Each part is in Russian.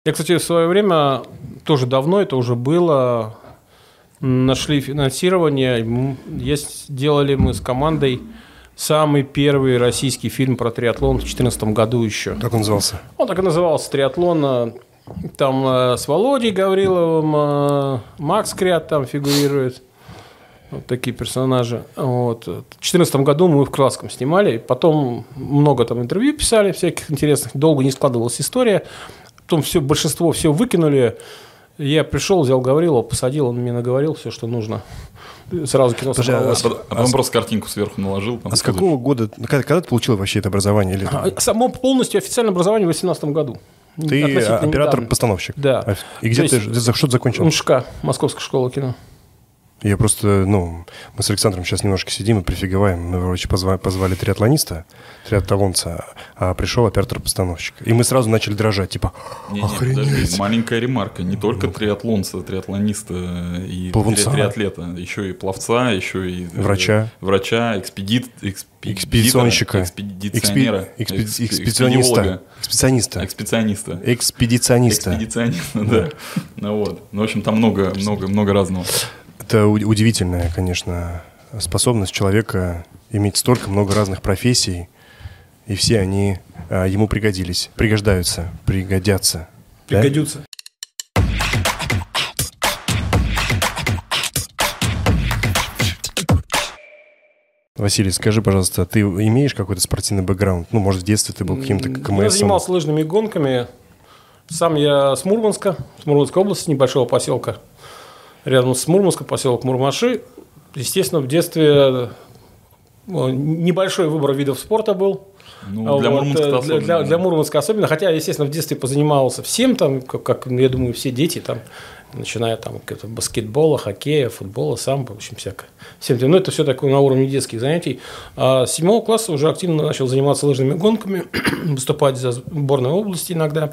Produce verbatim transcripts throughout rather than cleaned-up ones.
Я, кстати, в свое время, тоже давно это уже было, нашли финансирование. Есть, делали мы с командой самый первый российский фильм про триатлон в две тысячи четырнадцатом году еще. Как он назывался? Он так и назывался «Триатлон». Там э, с Володей Гавриловым, э, Макс Крят там фигурирует. Вот такие персонажи. Вот. В две тысячи четырнадцатом году мы в Красском снимали. Потом много там интервью писали всяких интересных. Долго не складывалась история. Потом все, большинство все выкинули. Я пришел, взял Гаврилова, посадил, он мне наговорил все, что нужно. Сразу кино собралось. А, а потом а просто картинку сверху наложил. Там, а с какого года, когда, когда ты получил вообще это образование? Или... А, само полностью официальное образование в две тысячи восемнадцатом году. Ты оператор-постановщик? Да. И где ты, ты за что ты закончил? МШК, Московская школа кино. Я просто, ну, мы с Александром сейчас немножко сидим и прифиговаем. Мы, короче, позвали, позвали триатлониста, триатлонца, а пришел оператор-постановщик. И мы сразу начали дрожать, типа, не, охренеть. Не, подожди, маленькая ремарка. Не только триатлонца, триатлониста и Плавунца. триатлета. Еще и пловца, еще и... Врача. Врача, экспедит, экспедитора, экспедиционщика. Экспедиционера. Экспе, экспе, экспедициониста. Экспедициониста. Экспедициониста. Экспедициониста. Экспедициониста, да. Ну вот. Ну, в общем, там много, много, много разного. Это удивительная, конечно, способность человека иметь столько много разных профессий, и все они а, ему пригодились, пригождаются, пригодятся. Пригодятся. Да? Василий, скажи, пожалуйста, ты имеешь какой-то спортивный бэкграунд? Ну, может, в детстве ты был каким-то КМСом? Я занимался лыжными гонками. Сам я с Мурманска, с Мурманской области, небольшого поселка. Рядом с Мурманском, поселок Мурмаши. Естественно, в детстве небольшой выбор видов спорта был. Ну, для, вот, Мурманска для, для, для Мурманска особенно. Хотя, естественно, в детстве позанимался всем, там, как, как я думаю, все дети, там, начиная там, от баскетбола, хоккея, футбола, самбо, в общем, всякое. Всем, ну, это все такое на уровне детских занятий. А с седьмого класса уже активно начал заниматься лыжными гонками, выступать за сборную области иногда.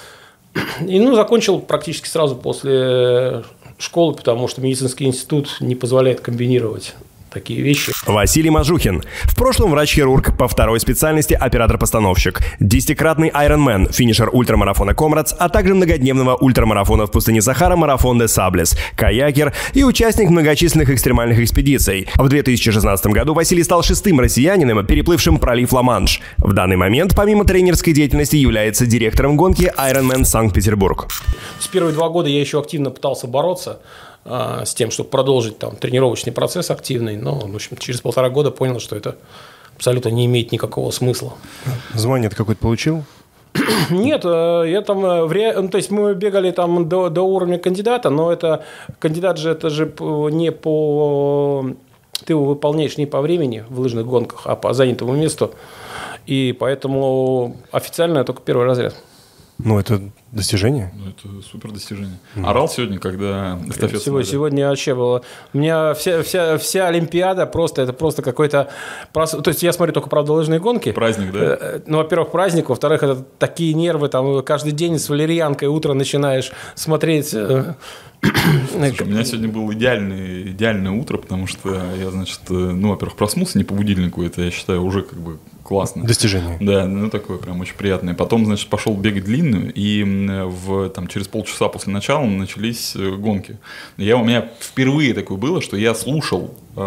И, ну, закончил практически сразу после школы, потому что медицинский институт не позволяет комбинировать такие вещи. Василий Мажухин. В прошлом врач-хирург, по второй специальности оператор-постановщик. Десятикратный айронмен, финишер ультрамарафона Комрадс, а также многодневного ультрамарафона в пустыне Сахара Марафон де Саблес, каякер и участник многочисленных экстремальных экспедиций. В две тысячи шестнадцатом году Василий стал шестым россиянином, переплывшим пролив Ла-Манш. В данный момент, помимо тренерской деятельности, является директором гонки Ironman Санкт-Петербург. С первые два года я еще активно пытался бороться с тем, чтобы продолжить там тренировочный процесс активный, но, в общем, через полтора года понял, что это абсолютно не имеет никакого смысла. Звание ты какое-то получил? Нет, я там, ну, то есть мы бегали там до, до уровня кандидата, но это кандидат же, это же не по, ты его выполняешь не по времени в лыжных гонках, а по занятому месту, и поэтому официально я только первый разряд. Ну, это достижение? Ну, это супер достижение. Mm. Орал сегодня, когда эстафета. Сегодня, сегодня вообще было. У меня вся, вся, вся Олимпиада просто, это просто какой-то... То есть я смотрю только, правда, лыжные гонки. Праздник, да? Ну, во-первых, праздник. Во-вторых, это такие нервы. Там каждый день с валерьянкой утро начинаешь смотреть... Слушай, у меня сегодня было идеальное, идеальное утро, потому что я, значит, ну, во-первых, проснулся не по будильнику, это, я считаю, уже как бы классно. Достижение. Да, ну, такое прям очень приятное. Потом, значит, пошел бегать длинную, и в, там, через полчаса после начала начались гонки. Я, у меня впервые такое было, что я слушал э,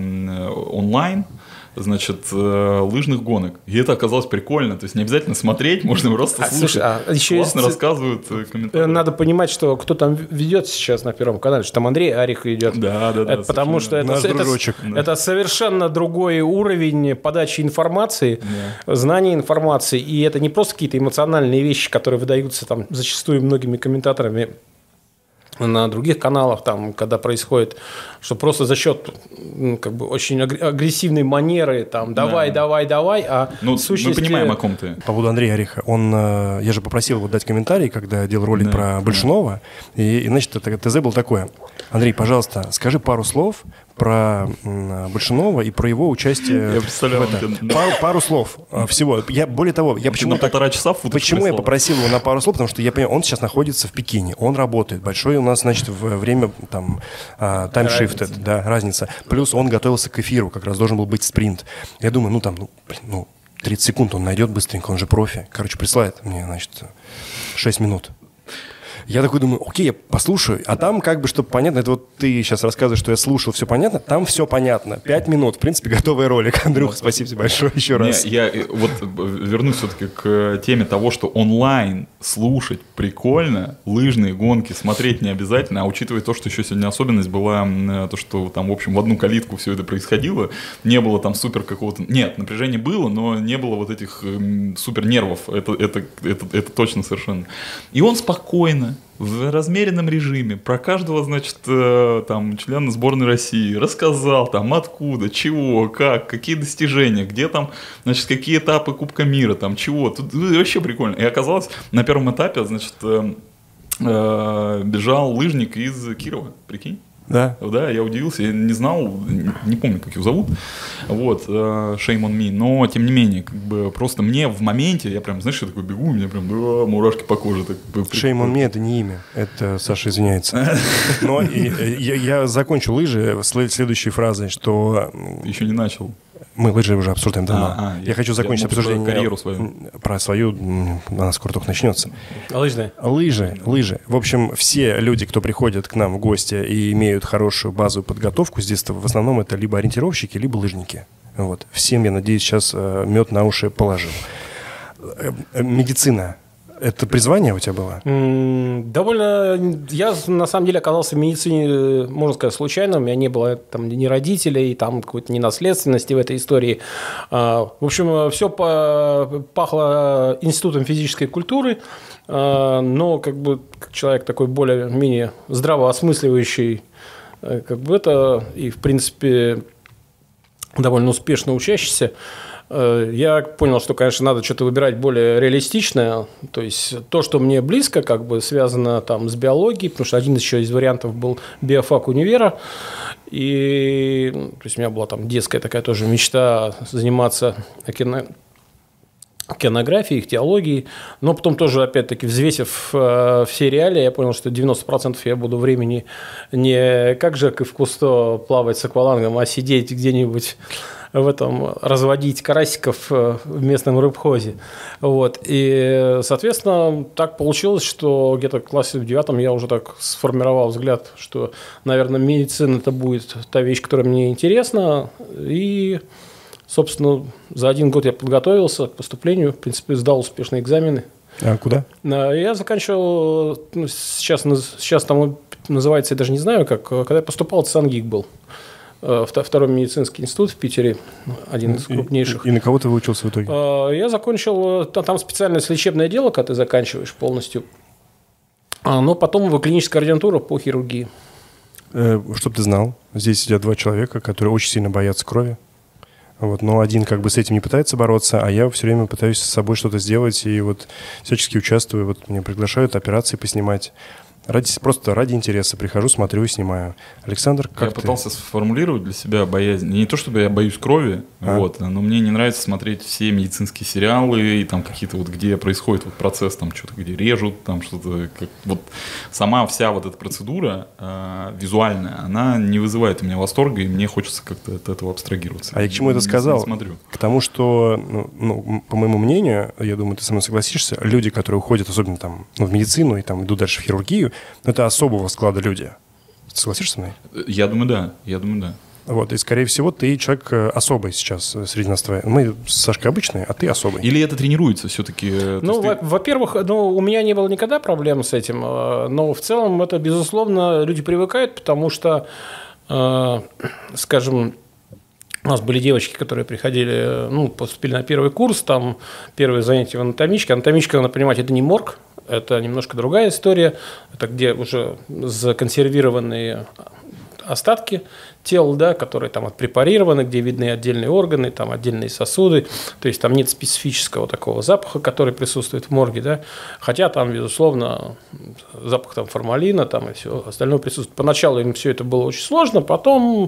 онлайн, значит, лыжных гонок. И это оказалось прикольно. То есть не обязательно смотреть, можно просто а, слушать. Слушай, а еще классно есть... рассказывают комментаторы. Надо понимать, что кто там ведет сейчас на Первом канале, что там Андрей Арих идет. Да, да, да. Это потому что это, это, да. это совершенно другой уровень подачи информации, да. знания информации. И это не просто какие-то эмоциональные вещи, которые выдаются там зачастую многими комментаторами на других каналах, там, когда происходит, что просто за счет ну, как бы очень агрессивной манеры, там, давай, да. давай, давай, а ну, сущности... мы понимаем, о ком ты. По поводу Андрея Ариха, он, я же попросил его дать комментарий, когда делал ролик да. про Большунова, да. и, и, значит, это ТЗ был такое: Андрей, пожалуйста, скажи пару слов про Большунова и про его участие. Я представляю. В это. Пару, пару слов всего. Я, более того, я почему, на так, полтора часа почему я попросил его на пару слов, потому что я понимаю, он сейчас находится в Пекине, он работает, большое у нас, значит, время там таймшифт, да, разница. Плюс он готовился к эфиру, как раз должен был быть спринт. Я думаю, ну там, ну, блин, ну тридцать секунд он найдет быстренько, он же профи. Короче, присылает мне, значит, шесть минут. Я такой думаю, окей, я послушаю. А там как бы, чтобы понятно, это вот ты сейчас рассказываешь, что я слушал, все понятно. Там все понятно. Пять минут, в принципе, готовый ролик. Андрюха, спасибо тебе большое еще раз. Не, я вот вернусь все-таки к теме того, что онлайн слушать прикольно, лыжные гонки смотреть не обязательно, а учитывая то, что еще сегодня особенность была, то, что там, в общем, в одну калитку все это происходило, не было там супер какого-то... Нет, напряжение было, но не было вот этих супер нервов. Это, это, это, это точно совершенно. И он спокойно, в размеренном режиме про каждого, значит, э, там, члена сборной России рассказал, там, откуда, чего, как, какие достижения, где там, значит, какие этапы Кубка мира, там, чего. Тут вообще прикольно. И оказалось, на первом этапе, значит, э, э, бежал лыжник из Кирова, прикинь. Да. Да, я удивился, я не знал, не помню, как его зовут, вот, shame on me, но, тем не менее, как бы, просто мне в моменте, я прям, знаешь, я такой бегу, у меня прям, да, мурашки по коже. Так, shame on me — это не имя, это Саша извиняется. Но я, я закончу лыжи следующей фразой, что... Еще не начал. Мы лыжи уже обсуждаем давно. А, а, я, я хочу закончить я обсуждение карьеру свою. Про свою, она скоро только начнется. А лыжные? Лыжи, лыжи. В общем, все люди, кто приходят к нам в гости и имеют хорошую базовую подготовку с детства, в основном это либо ориентировщики, либо лыжники. Вот. Всем, я надеюсь, сейчас мед на уши положил. Медицина. Это призвание у тебя было? Mm, довольно... Я, на самом деле, оказался в медицине, можно сказать, случайно. У меня не было там ни родителей, там какой-то ни наследственности в этой истории. В общем, все пахло институтом физической культуры, но как бы человек такой более-менее здравоосмысливающий, как бы это и, в принципе, довольно успешно учащийся. Я понял, что, конечно, надо что-то выбирать более реалистичное, то есть то, что мне близко, как бы связано там с биологией, потому что один еще из вариантов был биофак универа, и то есть у меня была там детская такая тоже мечта заниматься океано... океанографией, ихтиологией, но потом тоже, опять-таки, взвесив э, все реалии, я понял, что девяносто процентов я буду времени не как Жак и в Кусто плавать с аквалангом, а сидеть где-нибудь в этом, разводить карасиков в местном рыбхозе. Вот. И, соответственно, так получилось, что где-то в классе в девятом я уже так сформировал взгляд, что, наверное, медицина – это будет та вещь, которая мне интересна. И, собственно, за один год я подготовился к поступлению, в принципе, сдал успешные экзамены. А куда? Я заканчивал, ну, сейчас, сейчас там называется, я даже не знаю как, когда я поступал, ЦАНГИК был. Второй медицинский институт в Питере, один из крупнейших. И, и на кого ты выучился в итоге? Я закончил, там специальное лечебное дело, когда ты заканчиваешь полностью, но потом клиническая ординатура по хирургии. Чтоб ты знал, здесь сидят два человека, которые очень сильно боятся крови. Вот, но один как бы с этим не пытается бороться, а я все время пытаюсь с собой что-то сделать и вот всячески участвую. Вот меня приглашают операции поснимать. Ради, просто ради интереса прихожу, смотрю и снимаю. Александр, как Я ты? пытался сформулировать для себя боязнь. Не то, чтобы я боюсь крови, а? вот, но мне не нравится смотреть все медицинские сериалы и там какие-то вот, где происходит вот процесс, там что-то где режут, там что-то. Как, вот сама вся вот эта процедура э, визуальная, она не вызывает у меня восторга, и мне хочется как-то от этого абстрагироваться. А я к чему это сказал? Не смотрю. К тому, что, ну, ну, по моему мнению, я думаю, ты со мной согласишься, люди, которые уходят, особенно там, ну, в медицину и там идут дальше в хирургию, это особого склада люди. Ты согласишься со мной? Я думаю, да. Я думаю, да. Вот, и, скорее всего, ты человек особый сейчас среди нас. Твоя. Мы с Сашкой обычные, а ты особый. Или это тренируется все-таки? Ну, ты... во-первых, ну, у меня не было никогда проблем с этим, но в целом это, безусловно, люди привыкают, потому что, э, скажем, у нас были девочки, которые приходили, ну, поступили на первый курс, там первые занятия в анатомичке. Анатомичка, надо понимать, это не морг. Это немножко другая история. Это где уже законсервированные остатки тел, да, которые там отпрепарированы, где видны отдельные органы, там отдельные сосуды. То есть там нет специфического такого запаха, который присутствует в морге. Да. Хотя там, безусловно, запах там, формалина там, и все остальное присутствует. Поначалу им все это было очень сложно, потом...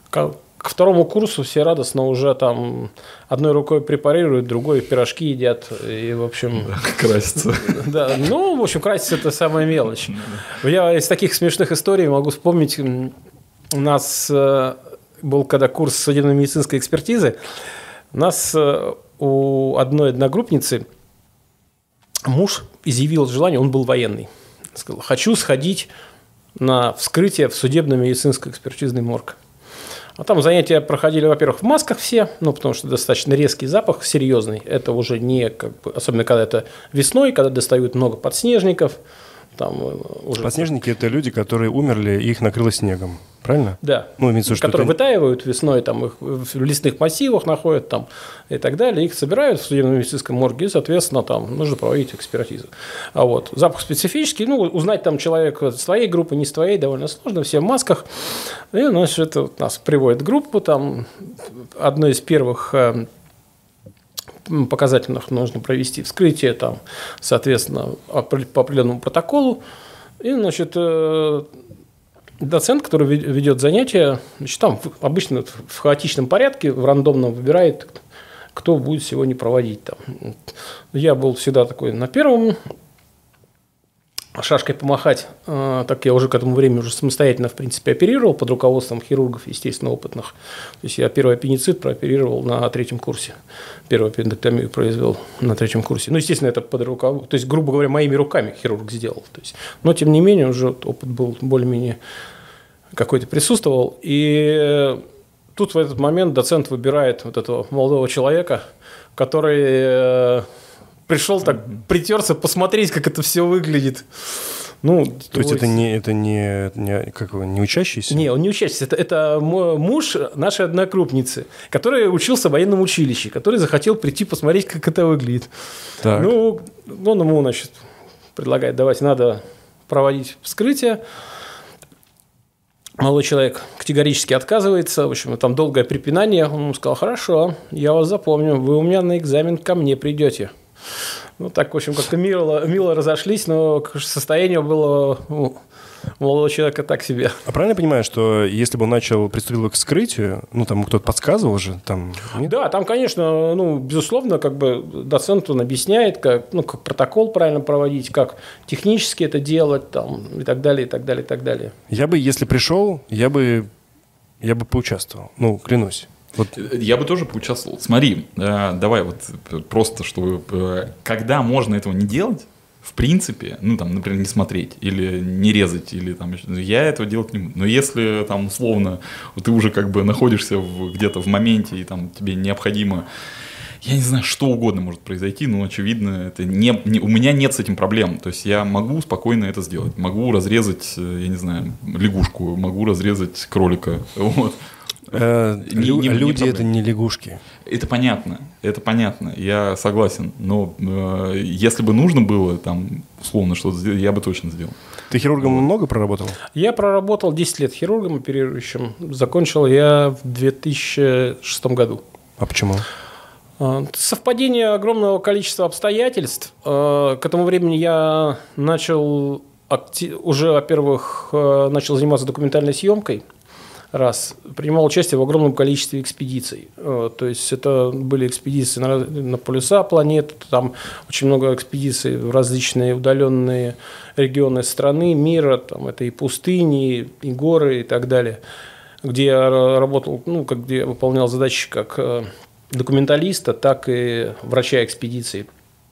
К второму курсу все радостно уже там одной рукой препарируют, другой пирожки едят. И, в общем... Да, краситься. Да, ну, в общем, краситься – это самая мелочь. Я из таких смешных историй могу вспомнить. У нас был когда курс судебно-медицинской экспертизы. У нас у одной одногруппницы муж изъявил желание, он был военный. сказал, хочу сходить на вскрытие в судебно-медицинский экспертизный морг. А там занятия проходили, во-первых, в масках все, ну, потому что достаточно резкий запах, серьезный. Это уже не, как бы, особенно когда это весной, когда достают много подснежников. Там уже... Подснежники – это люди, которые умерли, и их накрыло снегом, правильно? Да, ну, имеется, что которые это... вытаивают весной, там, их в лесных массивах находят там, и так далее. Их собирают в судебно-медицинском морге, и, соответственно, там нужно проводить экспертизу. А вот запах специфический, ну, узнать там человека с твоей группы, не с твоей, довольно сложно, все в масках. И, значит, это вот нас приводит в группу, там, одно из первых показательных нужно провести вскрытие, там, соответственно, по определенному протоколу. И, значит, доцент, который ведет занятия, значит, там обычно в хаотичном порядке, в рандомном выбирает, кто будет сегодня проводить. Там. Я был всегда такой на первом, шашкой помахать, так я уже к этому времени уже самостоятельно, в принципе, оперировал под руководством хирургов, естественно, опытных. То есть я первый аппендицит прооперировал на третьем курсе, первую аппендэктомию произвел на третьем курсе. Ну, естественно, это под руководством, то есть, грубо говоря, моими руками хирург сделал. То есть, но, тем не менее, уже опыт был более-менее какой-то присутствовал. И тут в этот момент доцент выбирает вот этого молодого человека, который... пришел так, притерся, посмотреть, как это все выглядит. Ну, то есть это не, это не, не, как его, не учащийся? Не, он не учащийся. Это, это муж нашей однокрупницы, который учился в военном училище, который захотел прийти посмотреть, как это выглядит. Так. Ну, он ему, значит, предлагает, давайте, надо проводить вскрытие. Молодой человек категорически отказывается. В общем, там долгое препинание. Он ему сказал, хорошо, я вас запомню, вы у меня на экзамен ко мне придете. Ну, так, в общем, как-то мило, мило разошлись, но состояние было у молодого человека так себе. А правильно я понимаю, что если бы он начал, приступил к вскрытию, ну, там кто-то подсказывал же, там... Нет? Да, там, конечно, ну, безусловно, как бы доцент он объясняет, как, ну, как протокол правильно проводить, как технически это делать, там, и так далее, и так далее, и так далее. Я бы, если пришел, я бы, я бы поучаствовал, ну, клянусь. Вот. Я бы тоже поучаствовал. Смотри, э, давай вот просто, чтобы... Э, когда можно этого не делать, в принципе, ну, там, например, не смотреть или не резать, или там... Я этого делать не буду. Но если, там, условно, вот ты уже как бы находишься в, где-то в моменте, и там тебе необходимо... Я не знаю, что угодно может произойти, но, очевидно, это не, не, у меня нет с этим проблем. То есть я могу спокойно это сделать. Могу разрезать, я не знаю, лягушку, могу разрезать кролика, вот. Э, не, Лю- не, люди не это не лягушки. Это понятно, это понятно, я согласен. Но э, если бы нужно было там условно что-то сделать, я бы точно сделал. Ты хирургом вот. много проработал? Я проработал десять лет хирургом оперирующим. Закончил я в две тысячи шестом году. А почему? Совпадение огромного количества обстоятельств. К этому времени я начал уже, во-первых, начал заниматься документальной съемкой. Раз. Принимал участие в огромном количестве экспедиций. То есть это были экспедиции на, на полюса планеты, там очень много экспедиций в различные удаленные регионы страны, мира, там это и пустыни, и горы, и так далее, где я работал, ну, как, где я выполнял задачи как документалиста, так и врача экспедиции.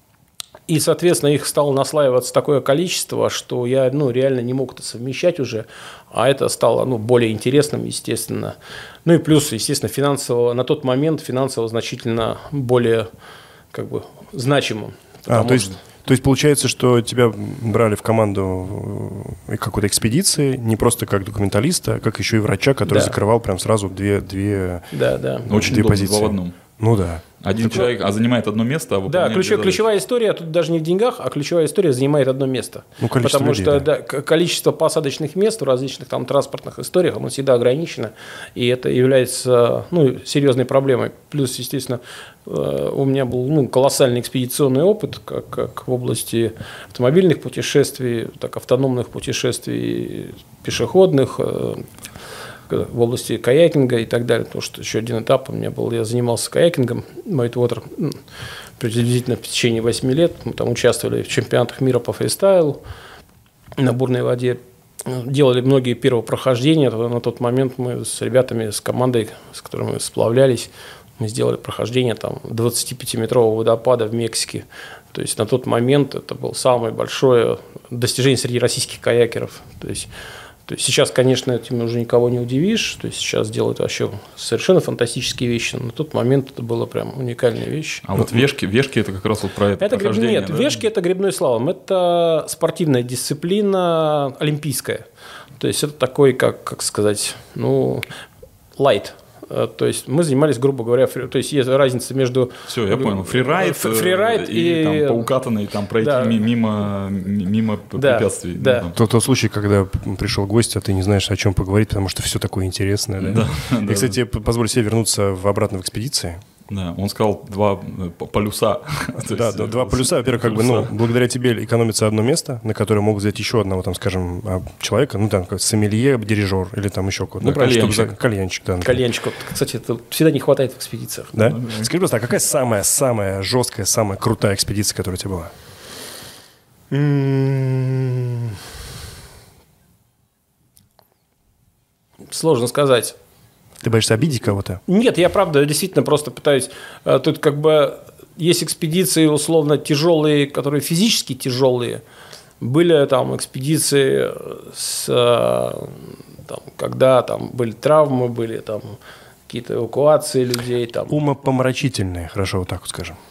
И, соответственно, их стало наслаиваться такое количество, что я, ну, реально не мог это совмещать уже, а это стало, ну, более интересным, естественно. Ну и плюс, естественно, финансово, на тот момент финансово значительно более, как бы, значимым. А, то есть, то есть получается, что тебя брали в команду какой-то экспедиции, не просто как документалиста, а как еще и врача, который да. закрывал прям сразу две, две, да, да. Очень две удобно, позиции. Два в одном. Ну да. Один так человек, а занимает одно место, а да, ключ, ключевая история тут даже не в деньгах, а ключевая история занимает одно место. Ну, количество Потому людей, что да. Да, количество посадочных мест в различных там транспортных историях, оно всегда ограничено, и это является, ну, серьезной проблемой. Плюс, естественно, у меня был, ну, колоссальный экспедиционный опыт, как, как в области автомобильных путешествий, так автономных путешествий, пешеходных, в области каякинга и так далее, потому что еще один этап у меня был, я занимался каякингом, Whitewater, приблизительно в течение восьми лет, мы там участвовали в чемпионатах мира по фристайлу на бурной воде, делали многие первопрохождения, на тот момент мы с ребятами, с командой, с которой мы сплавлялись, мы сделали прохождение там двадцатипятиметрового водопада в Мексике, то То есть на тот момент это было самое большое достижение среди российских каякеров. То есть, то есть сейчас, конечно, этим уже никого не удивишь. То есть сейчас делают вообще совершенно фантастические вещи. Но на тот момент это была прям уникальная вещь. А вот вешки, вешки это как раз вот про это. Это греб... Нет, да? Вешки это гребной слалом. Это спортивная дисциплина олимпийская. То есть это такой, как, как сказать, ну, лайт. То есть мы занимались, грубо говоря, фри... то есть есть разница между... Все, я понял. Фрирайд, фрирайд и... и там, по укатанной там, пройти да. мимо, мимо да. препятствий. Да. Ну, тот, тот случай, когда пришел гость, а ты не знаешь, о чем поговорить, потому что все такое интересное. Да? Да, и, да, кстати, да. позволь себе вернуться в обратно в экспедиции. Да, он сказал два полюса. Да, есть, два полюса. Во-первых, как бы, ну, благодаря тебе экономится одно место, на которое могут взять еще одного, там, скажем, человека, ну, там, как сомелье, дирижер или там еще кого-то. Ну, кальянчик. Кальянчик, да. Кальянчик. Кстати, это всегда не хватает в экспедициях. Да? да? Скажи просто, а какая самая-самая жесткая, самая крутая экспедиция, которая у тебя была? Сложно сказать. Ты боишься обидеть кого-то? Нет, я правда действительно просто пытаюсь. Тут как бы есть экспедиции условно тяжелые, которые физически тяжелые. Были там экспедиции, с, там, когда там были травмы, были там какие-то эвакуации людей. Там. Умопомрачительные, хорошо, вот так вот скажем.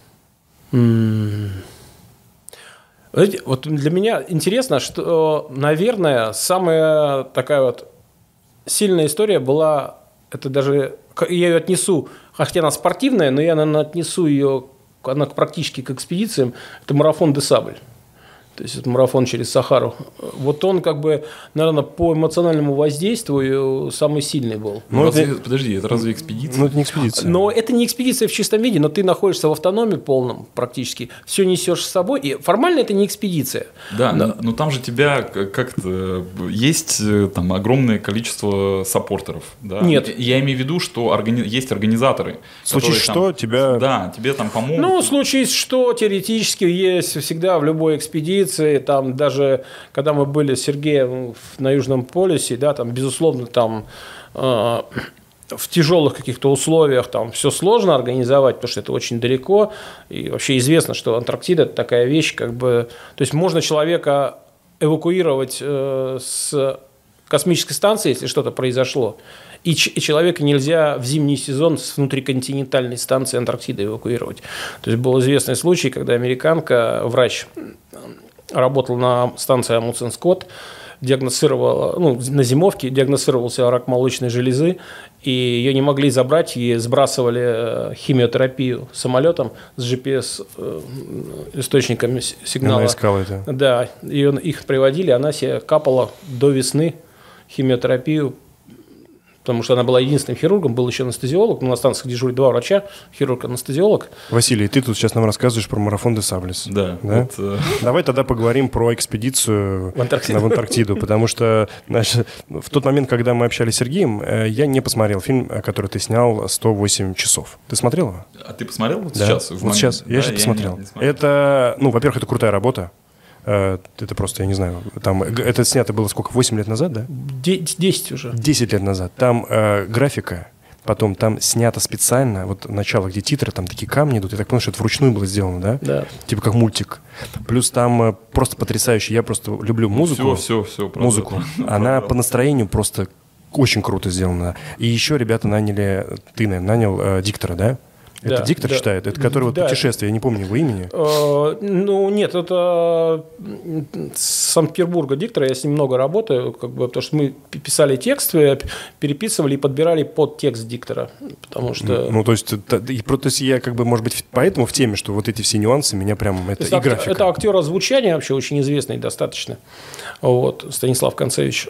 Знаете, вот для меня интересно, что, наверное, самая такая вот сильная история была. Это даже, я ее отнесу, хотя она спортивная, но я, наверное, отнесу ее, она практически к экспедициям, это марафон де Сабль. То есть это марафон через Сахару. Вот он как бы, наверное, по эмоциональному воздействию самый сильный был. Ну, разве, это, подожди, это разве экспедиция? Ну, это не экспедиция. Но это не экспедиция в чистом виде, но ты находишься в автономии полном практически, все несешь с собой, и формально это не экспедиция. Да, но, но там же тебя как-то есть там огромное количество саппортеров. Да? Нет. Я имею в виду, что органи... есть организаторы. В случае что, там, тебя... Да, тебе там помогут. Ну, в случае что, теоретически есть всегда в любой экспедиции. Там даже когда мы были с Сергеем на Южном полюсе, да, там безусловно там э, в тяжелых каких-то условиях там все сложно организовать, потому что это очень далеко, и вообще известно, что Антарктида это такая вещь, как бы, то есть можно человека эвакуировать э, с космической станции, если что-то произошло. И, ч- и человека нельзя в зимний сезон с внутриконтинентальной станции Антарктиды эвакуировать. То есть был известный случай, когда американка, врач, работала на станции Амундсен-Скотт, диагностировала, ну, на зимовке диагностировался рак молочной железы, и ее не могли забрать, ей сбрасывали химиотерапию самолетом с джи пи эс-источниками сигнала. Она искала это. Да, ее, их приводили, она себе капала до весны химиотерапию, потому что она была единственным хирургом, был еще анестезиолог, но на станциях дежурит два врача, хирург-анестезиолог. Василий, ты тут сейчас нам рассказываешь про марафон де Саблес. Да. да? Вот, э... Давай тогда поговорим про экспедицию в Антарктиду, в Антарктиду, потому что значит, в тот момент, когда мы общались с Сергеем, я не посмотрел фильм, который ты снял «сто восемь часов». Ты смотрел его? А ты посмотрел вот да. сейчас? Вот сейчас, я да, сейчас посмотрел. Не, не это, ну, во-первых, это крутая работа. Это просто, я не знаю, там, это снято было сколько, восемь лет назад, да? десять уже. десять лет назад. Там э, графика, потом там снято специально, вот начало, где титры, там такие камни идут, я так понял, что это вручную было сделано, да? Да. Типа как мультик. Плюс там э, просто потрясающе, я просто люблю музыку. Все, все, все. Музыку. Правда, Она правда. По настроению просто очень круто сделана. И еще ребята наняли, ты, наверное, нанял э, диктора, да? Это да, диктор да. читает? Это который вот да. путешествие, я не помню его имени. Э, ну, нет, это с Санкт-Петербурга диктора, я с ним много работаю, как бы, потому что мы писали тексты, переписывали и подбирали под текст диктора, потому что... Ну, то есть, то, то есть я как бы, может быть, поэтому в теме, что вот эти все нюансы меня прям, это и графика. Это актер озвучания вообще очень известный достаточно, вот, Станислав Концевич.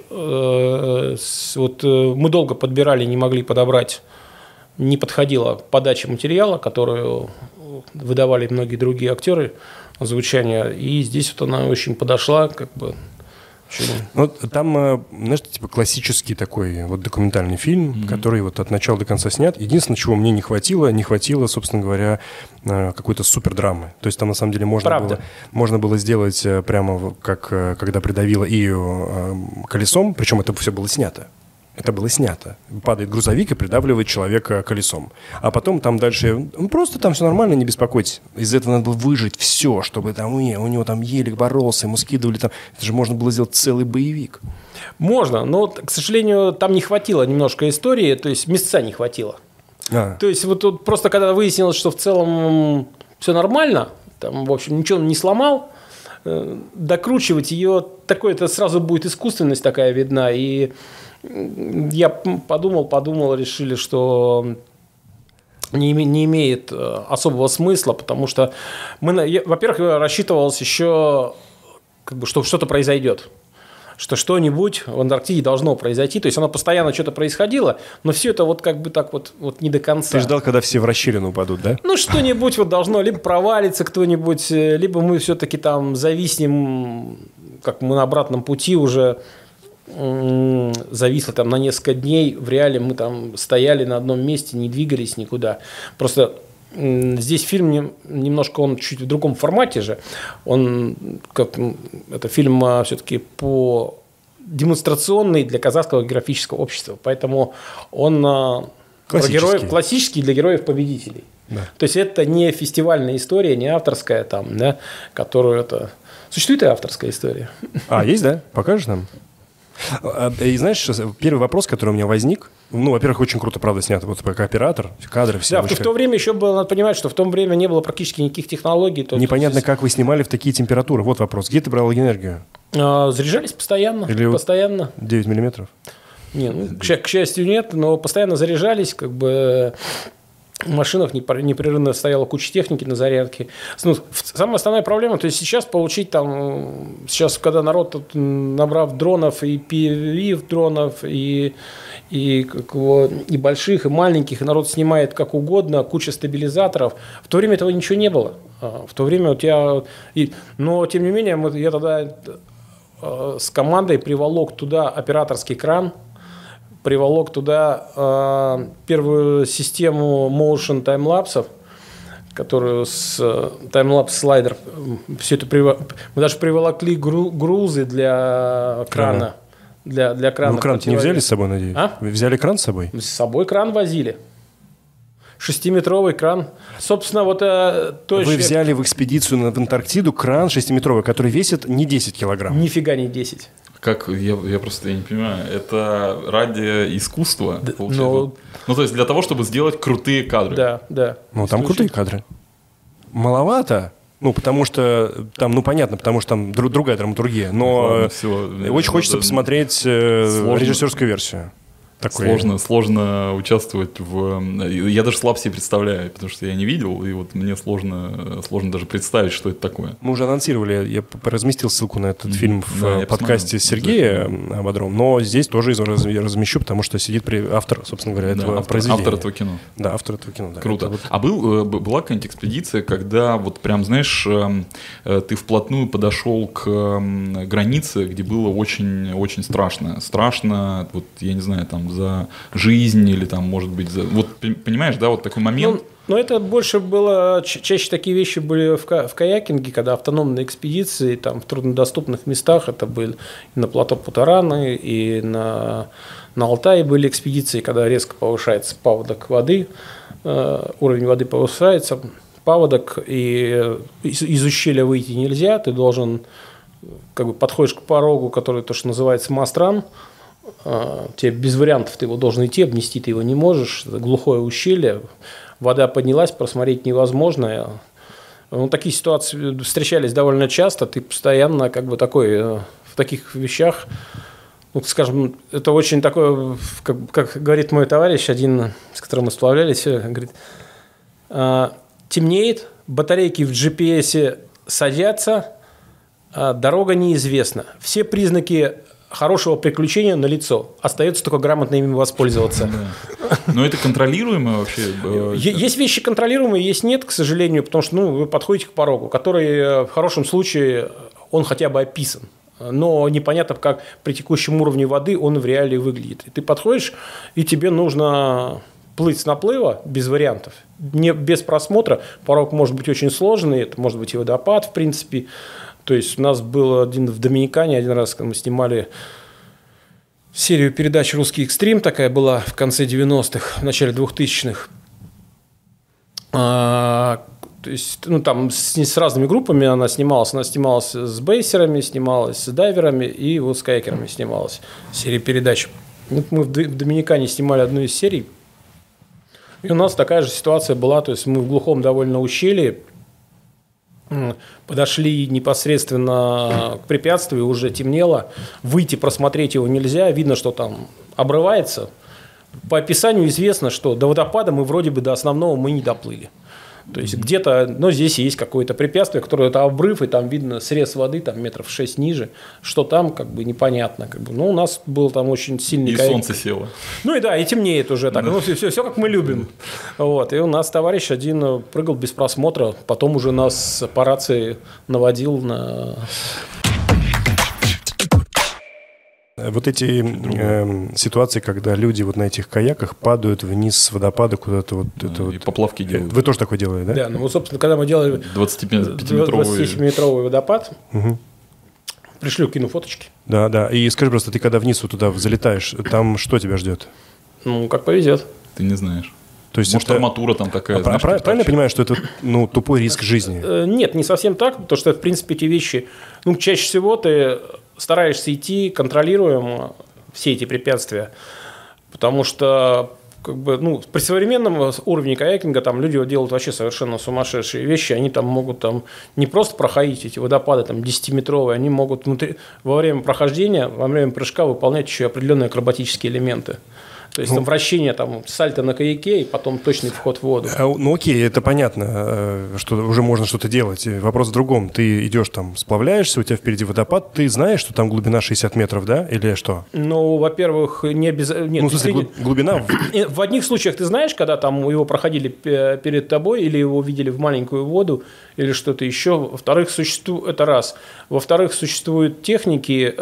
Вот мы долго подбирали, не могли подобрать. Не подходила подача материала, которую выдавали многие другие актеры озвучания, и здесь вот она очень подошла, как бы. Ну, там, знаешь, типа классический такой вот документальный фильм, mm-hmm. который вот от начала до конца снят. Единственное, чего мне не хватило, не хватило, собственно говоря, какой-то супердрамы. То есть там на самом деле можно было, можно было сделать прямо как когда придавило Ию колесом, причем это все было снято. Это было снято. Падает грузовик и придавливает человека колесом. А потом там дальше... Ну, просто там все нормально, не беспокойтесь. Из этого надо было выжить все, чтобы там у него, у него там елик боролся, ему скидывали там... Это же можно было сделать целый боевик. Можно, но, к сожалению, там не хватило немножко истории, то есть места не хватило. А. То есть вот тут просто когда выяснилось, что в целом все нормально, там, в общем, ничего он не сломал, докручивать ее, такое, это сразу будет искусственность такая видна, и я подумал, подумал, решили, что не, не имеет особого смысла, потому что мы, я, во-первых, рассчитывалось еще, как бы, что что-то произойдет. Что что-нибудь в Антарктиде должно произойти. То есть, оно постоянно что-то происходило, но все это вот как бы так вот, вот не до конца. Ты ждал, когда все в расщелину упадут, да? Ну, что-нибудь вот должно либо провалиться кто-нибудь, либо мы все-таки там зависнем, как мы на обратном пути уже м- зависли там на несколько дней. В реале мы там стояли на одном месте, не двигались никуда. Просто... Здесь фильм немножко, он чуть в другом формате же. Он, как, это фильм все-таки по демонстрационный для казахского географического общества. Поэтому он про героев, классический для героев-победителей. Да. То есть, это не фестивальная история, не авторская, там, да, которую это... Существует и авторская история. А, есть, да? Покажешь нам? И знаешь, первый вопрос, который у меня возник, ну, во-первых, очень круто, правда, снято, вот как оператор, кадры все. Да, в то время еще было, надо понимать, что в то время не было практически никаких технологий. Непонятно, здесь... как вы снимали в такие температуры. Вот вопрос, где ты брал энергию? А, заряжались постоянно. Или постоянно. девять миллиметров? Не, ну, к, к счастью, нет, но постоянно заряжались, как бы... В машинах непрерывно стояла куча техники на зарядке. Ну, самая основная проблема, то есть сейчас получить там, сейчас, когда народ, набрав дронов и пи ви дронов, и, и, как его, и больших, и маленьких, и народ снимает как угодно, куча стабилизаторов. В то время этого ничего не было. В то время у тебя... И, но, тем не менее, мы, я тогда с командой приволок туда операторский кран, приволок туда э, первую систему motion таймлапсов, которую с э, таймлапс слайдер. Все это прив... Мы даже приволокли гру... грузы для крана. Ага. Для, для крана. Ну, кран не взяли с собой, надеюсь? А? Вы взяли кран с собой? С собой кран возили. Шестиметровый кран. Собственно, вот... Э, то Вы еще... взяли в экспедицию в Антарктиду кран шестиметровый, который весит не десять килограмм. Нифига не десять. Как, я, я просто я не понимаю, это ради искусства, да, получается? Но... Ну, то есть для того, чтобы сделать крутые кадры. Да, да. Ну, там крутые кадры. Маловато. Ну, потому что там, ну, понятно, потому что там друг, другая драматургия. Но ладно, все, очень хочется это... посмотреть сложно. Режиссерскую версию. Такой... Сложно, сложно участвовать в... Я даже слабо себе представляю, потому что я не видел, и вот мне сложно, сложно даже представить, что это такое. Мы уже анонсировали, я разместил ссылку на этот mm-hmm. фильм в да, подкасте Сергея Бодрова, но здесь тоже размещу, потому что сидит при... автор, собственно говоря, этого да, автор, произведения. Автор этого кино. Да, автор этого кино. Да. Круто. Вот... А был, была какая-нибудь экспедиция, когда вот прям, знаешь, ты вплотную подошел к границе, где было очень, очень страшно. Страшно, вот я не знаю, там, за жизнь или там, может быть, за... Вот, понимаешь, да, вот такой момент. Ну, но это больше было, чаще такие вещи были в, ка- в каякинге, когда автономные экспедиции, там, в труднодоступных местах, это были и на плато Путараны, и на, на Алтае были экспедиции, когда резко повышается паводок воды, э, уровень воды повышается, паводок, и из, из ущелья выйти нельзя, ты должен, как бы, подходишь к порогу, который то, что называется мастран, тебе без вариантов, ты его должен идти, обнести ты его не можешь, это глухое ущелье, вода поднялась, просмотреть невозможно. Ну, такие ситуации встречались довольно часто, ты постоянно как бы такой, в таких вещах, ну, скажем, это очень такое, как, как говорит мой товарищ, один, с которым мы сплавлялись, говорит, темнеет, батарейки в джи пи эс садятся, дорога неизвестна, все признаки хорошего приключения налицо. Остается только грамотно ими воспользоваться. Да. Но это контролируемо вообще? Есть вещи контролируемые, есть нет, к сожалению, потому что ну, вы подходите к порогу, который в хорошем случае, он хотя бы описан. Но непонятно, как при текущем уровне воды он в реалии выглядит. И ты подходишь, и тебе нужно плыть с наплыва без вариантов, не, без просмотра. Порог может быть очень сложный, это может быть и водопад, в принципе. То есть у нас был один в Доминикане, один раз, когда мы снимали серию передач «Русский экстрим», такая была в конце девяностых, в начале двухтысячных. А, то есть, ну, там с, с разными группами она снималась. Она снималась с бейсерами, снималась с дайверами и вот с кайкерами снималась. Серия передач. Мы в Доминикане снимали одну из серий. И у нас такая же ситуация была. То есть мы в глухом довольно ущелье подошли непосредственно к препятствию, уже темнело. Выйти, просмотреть его нельзя. Видно, что там обрывается. По описанию известно, что до водопада мы вроде бы до основного мы не доплыли. То есть где-то, но здесь есть какое-то препятствие, которое это обрыв, и там видно срез воды, там метров шесть ниже. Что там, как бы непонятно. Как бы. Ну, у нас был там очень сильный... И кайф. Солнце село. Ну и да, и темнеет уже так. Ну, все, все, все как мы любим. Вот. И у нас товарищ один прыгал без просмотра, потом уже нас по рации наводил на... Вот эти э, ситуации, когда люди вот на этих каяках падают вниз с водопада куда-то вот да, это и вот. поплавки делают. Вы тоже такое делали, да? Да, ну вот, собственно, когда мы делали двадцатипятиметровый водопад, угу. Пришлю, кину фоточки. Да, да. И скажи просто, ты когда вниз вот туда залетаешь, там что тебя ждет? Ну, как повезет. Ты не знаешь. То есть может, это... арматура там такая. А знаешь, прав... Правильно я понимаю, что это ну, тупой риск жизни? Нет, не совсем так, потому что, в принципе, эти вещи, ну, чаще всего ты стараешься идти контролируемо все эти препятствия, потому что как бы, ну, при современном уровне каякинга там люди делают вообще совершенно сумасшедшие вещи, они там могут там не просто проходить эти водопады там десятиметровые, они могут внутри, во время прохождения, во время прыжка выполнять еще определенные акробатические элементы. То есть, ну, там вращение, там, сальто на каяке и потом точный вход в воду. Ну, окей, это понятно, что уже можно что-то делать. Вопрос в другом. Ты идешь там, сплавляешься, у тебя впереди водопад, ты знаешь, что там глубина шестьдесят метров, да? Или что? Ну, во-первых, не обязательно... Ну, в смысле, ты... глубина... В одних случаях ты знаешь, когда там его проходили перед тобой или его видели в маленькую воду или что-то еще. Во-вторых, существует... Это раз. Во-вторых, существуют техники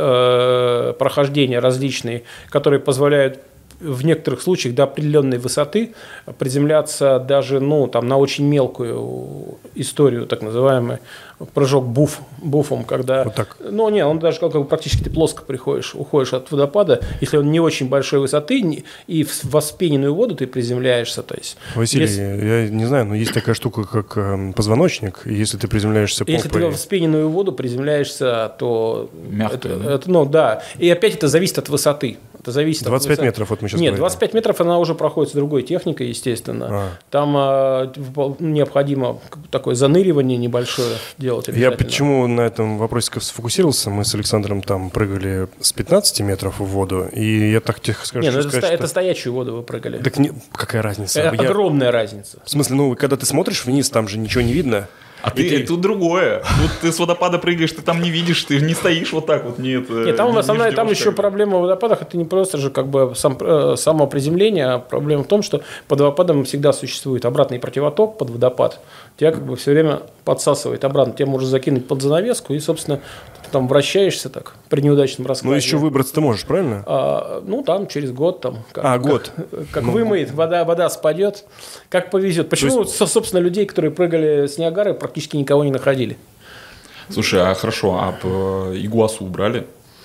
э, прохождения различные, которые позволяют в некоторых случаях до определенной высоты приземляться даже, ну, там, на очень мелкую историю, так называемый прыжок буф, буфом, когда... Вот так. Ну, не, он даже как бы практически ты плоско приходишь, уходишь от водопада, если он не очень большой высоты, и в воспененную воду ты приземляешься, то есть... Василий, если... я не знаю, но есть такая штука, как э, позвоночник, и если ты приземляешься попой... Если ты в воспененную воду приземляешься, то... Мягко, это, да? Это, ну, да. И опять это зависит от высоты. Это зависит двадцать пять от метров, вот мы сейчас Нет, говорим. двадцать пять метров она уже проходит с другой техникой, естественно. А. Там а, необходимо такое заныривание небольшое делать обязательно. Я почему на этом вопросе сфокусировался? Мы с Александром там прыгали с пятнадцати метров в воду, и я так тебе скажу, Нет, ну сказать, это, что... это стоячую воду вы прыгали. Так не... какая разница? Это я... огромная разница. В смысле, ну, когда ты смотришь вниз, там же ничего не видно. А ты, ты... тут другое. Тут ты с водопада прыгаешь, ты там не видишь, ты не стоишь вот так вот. Нет, Нет, там, не, основная, не там еще проблема в водопадах, это не просто же как бы сам, э, само приземление, а проблема в том, что под водопадом всегда существует обратный противоток под водопад. Тебя как бы все время подсасывает обратно. Тебя можно закинуть под занавеску, и, собственно, ты там вращаешься так при неудачном раскладе. Ну, еще выбраться ты можешь, правильно? А, ну, там через год. Там, как, а, год. Как, как ну. вымоет, вода, вода спадет, как повезет. Почему, есть... собственно, людей, которые прыгали с Ниагары, практически никого не находили? Слушай, а хорошо, а Игуасу убрали?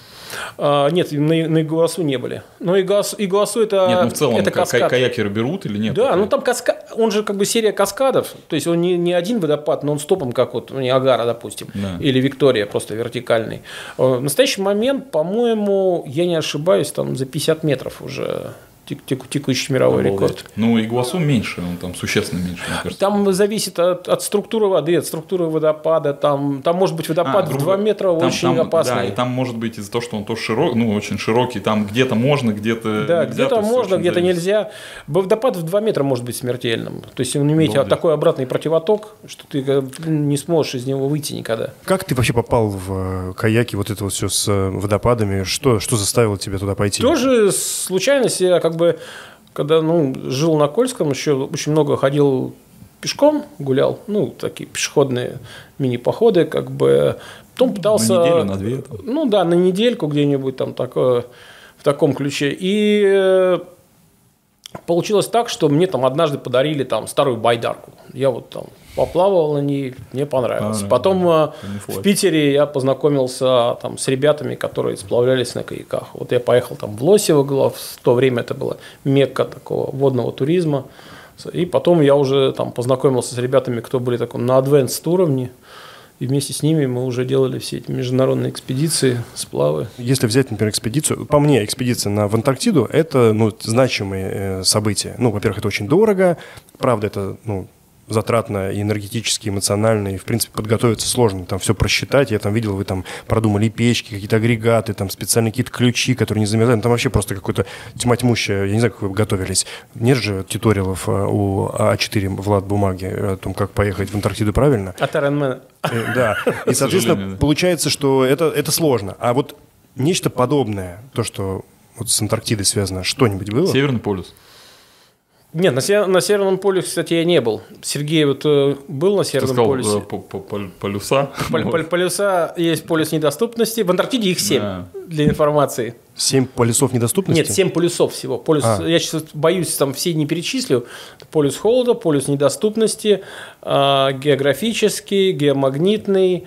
А, нет, на, на Игуасу не были. Но Игуасу, Игуасу это, нет, ну в целом это каскад. Каякеры берут или нет? Да, такой? Ну там каскад, он же как бы серия каскадов. То есть он не, не один водопад, но он стопом, как вот Ниагара, допустим, да. Или Виктория, просто вертикальный. В настоящий момент, по-моему, я не ошибаюсь, там за пятьдесят метров уже тек, текущий мировой Обалдеть. Рекорд. Ну, Игуасу меньше, он там существенно меньше, мне кажется. Там зависит от, от структуры воды, от структуры водопада. Там, там может быть водопад а, в два метра там, очень там, опасный. Да, и там может быть из-за того, что он тоже широкий, ну, очень широкий, там где-то можно, где-то да, нельзя. Где-то можно, где-то зависит. Нельзя. Водопад в два метра может быть смертельным. То есть он имеет Обалдеть. Такой обратный противоток, что ты не сможешь из него выйти никогда. Как ты вообще попал в каяки, вот это вот все с водопадами? Что, что заставило тебя туда пойти? Тоже случайность, я как бы... Когда ну, жил на Кольском, еще очень много ходил пешком, гулял, ну, такие пешеходные мини-походы, как бы. Потом пытался... На неделю, на две? Там. Ну, да, на недельку где-нибудь там такое, в таком ключе. И получилось так, что мне там однажды подарили там старую байдарку. Я вот там поплавал на ней, мне понравилось. А, Потом да, в Питере я познакомился там с ребятами, которые сплавлялись на каяках. Вот я поехал там в Лосево, в то время это была мекка такого водного туризма. И потом я уже там познакомился с ребятами, кто были таком на advanced уровне. И вместе с ними мы уже делали все эти международные экспедиции, сплавы. Если взять, например, экспедицию, по мне, экспедиция на, в Антарктиду – это ну, значимые э, события. Ну, во-первых, это очень дорого, правда, это ну, затратно и энергетически, эмоционально, и, в принципе, подготовиться сложно, там все просчитать. Я там видел, вы там продумали печки, какие-то агрегаты, там специальные какие-то ключи, которые не замерзают. Там вообще просто какой-то тьма тьмущая, я не знаю, как вы готовились. Нет же туториалов у а четыре Влад бумаги о том, как поехать в Антарктиду правильно. От Ironman. Да, и, соответственно, получается, что это, это сложно. А вот нечто подобное, то, что вот с Антарктидой связано, что-нибудь было? Северный полюс. Нет, на, север, на Северном полюсе, кстати, я не был. Сергей вот э, был на Северном Ты сказал, полюсе. По, по, по, полюса. Пол, пол, полюса есть полюс недоступности. В Антарктиде их семь, да. Для информации. Семь полюсов недоступности? Нет, семь полюсов всего. Полюс, а. Я сейчас боюсь, там все не перечислю. Полюс холода, полюс недоступности, э, географический, геомагнитный.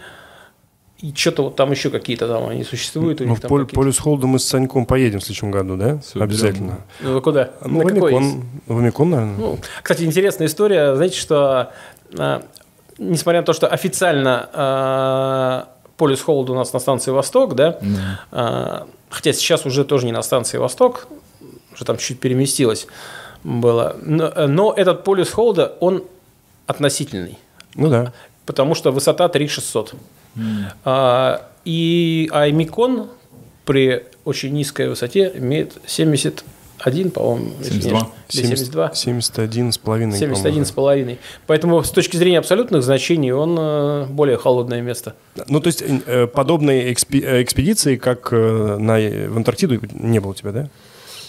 И что-то вот там еще какие-то там они существуют. У ну, них в там поле, полюс холода мы с Саньком поедем в следующем году, да? Все, обязательно. Ну, куда? Ну, в Омикон, в Омикон, наверное. Ну, кстати, интересная история. Знаете, что э, несмотря на то, что официально э, полюс холода у нас на станции «Восток», да, mm. э, хотя сейчас уже тоже не на станции «Восток», уже там чуть переместилось было, но, но этот полюс холода, он относительный. Ну да. Потому что высота три тысячи шестьсот. Mm. А, и Омикон при очень низкой высоте имеет семьдесят один, по-моему, семьдесят два. семьдесят два. семьдесят один с половиной. семьдесят один с половиной. Поэтому с точки зрения абсолютных значений он более холодное место. Ну, то есть подобной экспедиции, как на, в Антарктиду, не было у тебя, да?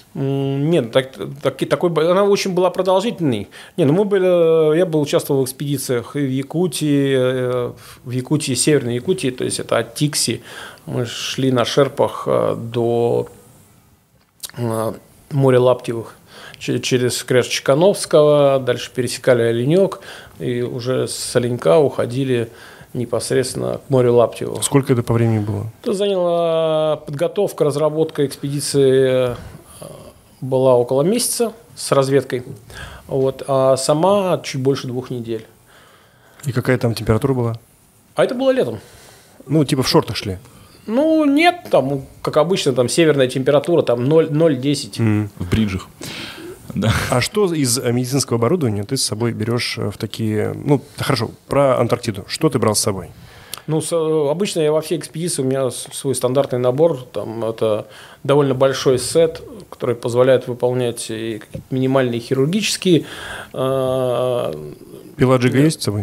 Нет, так, так, такой, она очень была продолжительной. Не, ну мы были, я был участвовал в экспедициях и в Якутии, в Якутии, Северной Якутии, то есть это от Тикси. Мы шли на шерпах до моря Лаптевых через кряж Чекановского, дальше пересекали Оленек и уже с Оленька уходили непосредственно к морю Лаптевого. Сколько это по времени было? Это заняло подготовка, разработка экспедиции. Была около месяца с разведкой, вот, а сама чуть больше двух недель. И какая там температура была? А это было летом. Ну, типа в шортах шли? Ну, нет, там, как обычно, там северная температура, там ноль-десять. Mm. В бриджах. Да. А что из медицинского оборудования ты с собой берешь в такие... Ну, хорошо, про Антарктиду. Что ты брал с собой? Ну, с, обычно я во все экспедиции, у меня свой стандартный набор, там это довольно большой сет, который позволяет выполнять и минимальные хирургические. Э, Пила Джига есть с собой?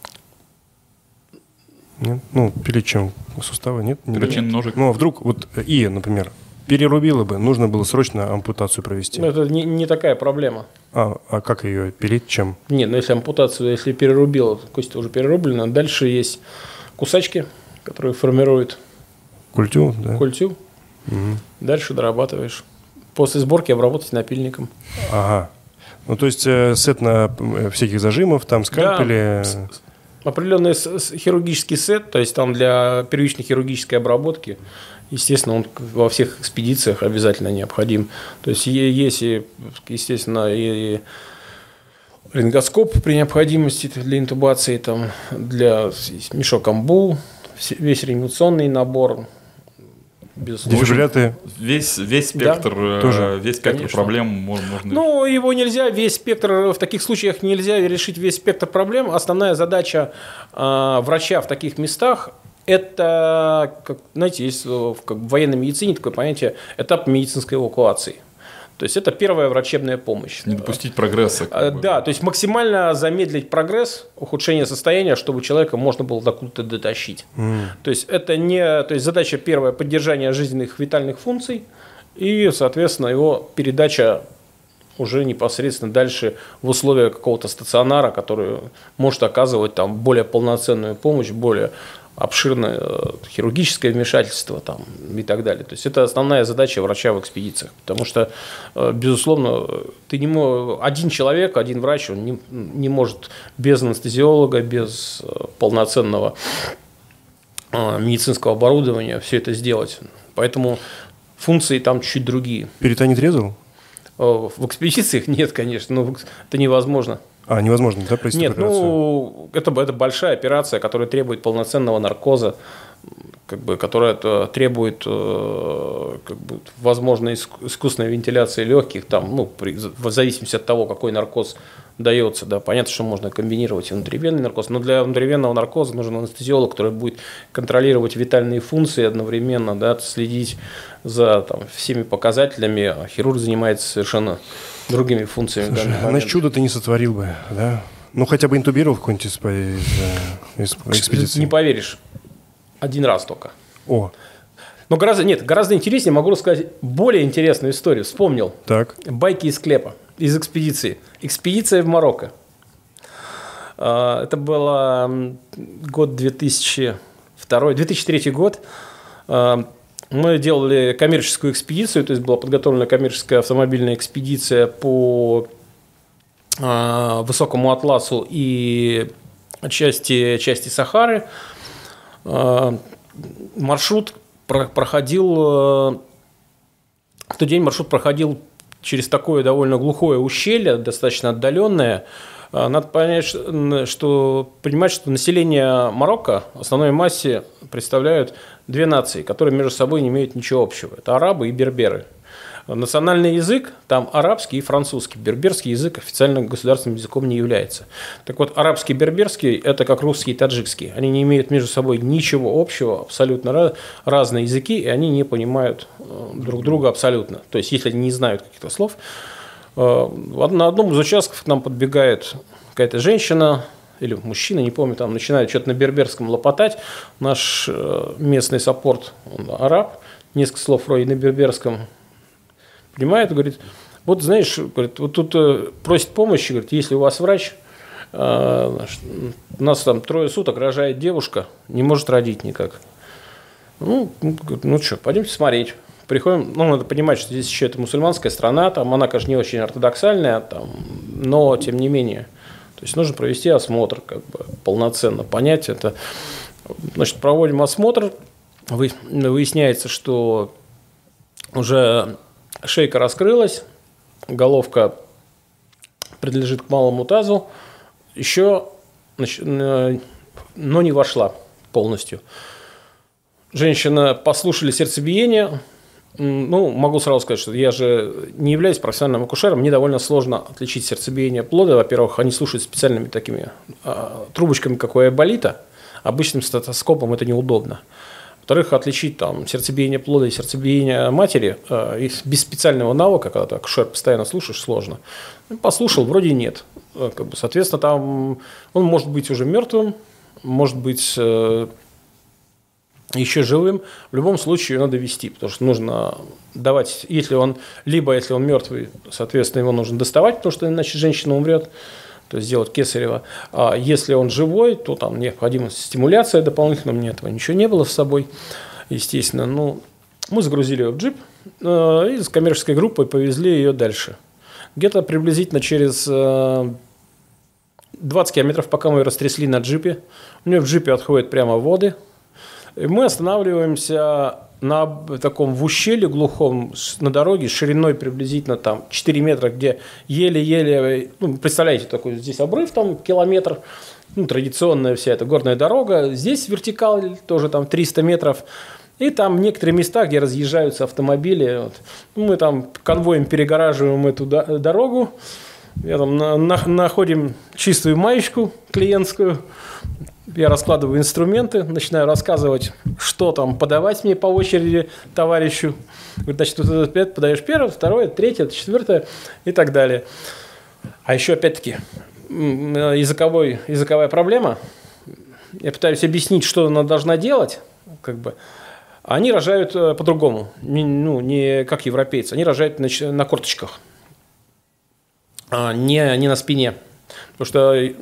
Нет? Ну, пилить чем? Суставы нет? Перочин, ножик. Ну, а вдруг, вот И, например, перерубила бы, нужно было срочно ампутацию провести. Ну, это не, не такая проблема. А, а как ее пилить, чем? Нет, ну если ампутацию, если перерубила, кость уже перерублена, дальше есть кусачки, которые формируют культю, да? культю. Угу. Дальше дорабатываешь. После сборки обработать напильником. Ага. Ну, то есть э, сет на э, всяких зажимов, там скальпели. Да, определенный с, с, хирургический сет, то есть там для первичной хирургической обработки, естественно, он во всех экспедициях обязательно необходим. То есть есть, и, естественно, и рентгоскоп при необходимости для интубации, там, для мешок амбул, весь реанимационный набор. Дефибрилляторы. Весь, весь спектр, да, тоже, весь спектр конечно. проблем можно. Ну, его нельзя, весь спектр, в таких случаях нельзя решить весь спектр проблем. Основная задача э, врача в таких местах – это, как, знаете, есть в, как в военной медицине такое понятие этап медицинской эвакуации. То есть это первая врачебная помощь. Не допустить прогресса. Как бы. Да, то есть максимально замедлить прогресс, ухудшение состояния, чтобы человека можно было докуда-то дотащить. Mm. То есть это не, то есть задача первая – поддержание жизненных витальных функций и, соответственно, его передача уже непосредственно дальше в условиях какого-то стационара, который может оказывать там более полноценную помощь, более обширное хирургическое вмешательство там, и так далее. То есть это основная задача врача в экспедициях, потому что, безусловно, ты не мог, один человек, один врач, он не, не может без анестезиолога, без полноценного медицинского оборудования все это сделать. Поэтому функции там чуть другие. Перитонит резал? В экспедициях нет, конечно, но это невозможно. А, невозможно, да, провести Нет, операцию? ну, это, это большая операция, которая требует полноценного наркоза, как бы, которая требует, как бы, возможно, искусственной вентиляции легких, там, ну, при, в зависимости от того, какой наркоз дается. Да. Понятно, что можно комбинировать и внутривенный наркоз, но для внутривенного наркоза нужен анестезиолог, который будет контролировать витальные функции одновременно, да, следить за там, всеми показателями, а хирург занимается совершенно другими функциями. Слушай, значит, чудо ты не сотворил бы, да? Ну, хотя бы интубировал какой-нибудь из, из, из экспедиции. Не поверишь, один раз только. О. Но гораздо, нет, гораздо интереснее, могу рассказать более интересную историю. Вспомнил. Так. Байки из склепа, из экспедиции. Экспедиция в Марокко. Это был год две тысячи второй, две тысячи третий год. Мы делали коммерческую экспедицию, то есть была подготовлена коммерческая автомобильная экспедиция по э, высокому атласу и части, части Сахары. Э, маршрут про, проходил, э, в тот день маршрут проходил через такое довольно глухое ущелье, достаточно отдаленное. Э, надо понять, что, что понимать, что население Марокко в основной массе представляют две нации, которые между собой не имеют ничего общего. Это арабы и берберы. Национальный язык там арабский и французский. Берберский язык официальным государственным языком не является. Так вот, арабский и берберский – это как русский и таджикский. Они не имеют между собой ничего общего, абсолютно разные языки, и они не понимают друг друга абсолютно. То есть, если они не знают каких-то слов. На одном из участков к нам подбегает какая-то женщина, или мужчина, не помню, там начинает что-то на берберском лопотать. Наш местный саппорт, он араб, несколько слов вроде на берберском понимает, говорит, вот знаешь, говорит, вот тут просит помощи, говорит, если у вас врач, у нас там трое суток рожает девушка, не может родить никак. Ну, ну что, пойдемте смотреть. Приходим, ну, надо понимать, что здесь еще это мусульманская страна, там она, конечно, не очень ортодоксальная, там, но тем не менее. То есть нужно провести осмотр, как бы полноценно понять это. Значит, проводим осмотр, выясняется, что уже шейка раскрылась, головка принадлежит к малому тазу, еще, но не вошла полностью. Женщина послушали сердцебиение. Ну, могу сразу сказать, что я же не являюсь профессиональным акушером, мне довольно сложно отличить сердцебиение плода. Во-первых, они слушают специальными такими а, трубочками, как у айболита. Обычным стетоскопом это неудобно. Во-вторых, отличить там сердцебиение плода и сердцебиение матери а, без специального навыка, когда ты акушер постоянно слушаешь, сложно. Послушал, вроде нет. Как бы, соответственно, там он может быть уже мертвым, может быть еще живым, в любом случае надо вести, потому что нужно давать, если он, либо если он мертвый, соответственно, его нужно доставать, потому что иначе женщина умрет, то есть сделать кесарево. А если он живой, то там необходима стимуляция дополнительно, у меня этого ничего не было с собой, естественно. Ну, мы загрузили ее в джип и с коммерческой группой повезли ее дальше. Где-то приблизительно через двадцать километров, пока мы ее растрясли на джипе, у нее в джипе отходят прямо воды. И мы останавливаемся на таком в ущелье глухом на дороге с шириной приблизительно там четыре метра, где еле-еле, ну, представляете, такой здесь обрыв там километр, ну, традиционная вся эта горная дорога, здесь вертикаль тоже там триста метров, и там некоторые места, где разъезжаются автомобили, вот. Мы там конвоем перегораживаем эту дорогу, я там на, на, находим чистую маечку клиентскую. Я раскладываю инструменты, начинаю рассказывать, что там подавать мне по очереди товарищу. Говорит, значит, тут опять подаешь первое, второе, третье, четвертое и так далее. А еще, опять-таки, языковой, языковая проблема. Я пытаюсь объяснить, что она должна делать. Как бы. Они рожают по-другому, не, ну, не как европейцы. Они рожают на, на корточках, а не, не на спине. Потому что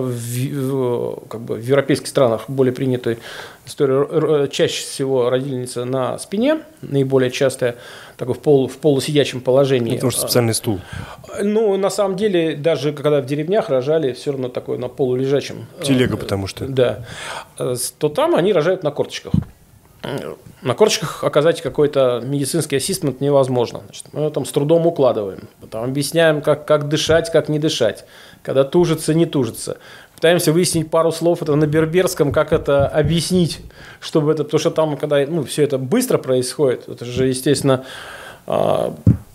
в, как бы, в европейских странах более принятая история, чаще всего родильница на спине, наиболее частая, такой в, полу, в полусидячем положении. Потому что специальный стул. Ну, на самом деле, даже когда в деревнях рожали, все равно такой на полулежачем. Телега, потому что. Да. То там они рожают на корточках. На корточках оказать какой-то медицинский ассистент невозможно. Значит, мы там с трудом укладываем, потом объясняем, как, как дышать, как не дышать, когда тужится, не тужится. Пытаемся выяснить пару слов это на берберском, как это объяснить, чтобы это, потому что там, когда ну, все это быстро происходит, это же, естественно, а,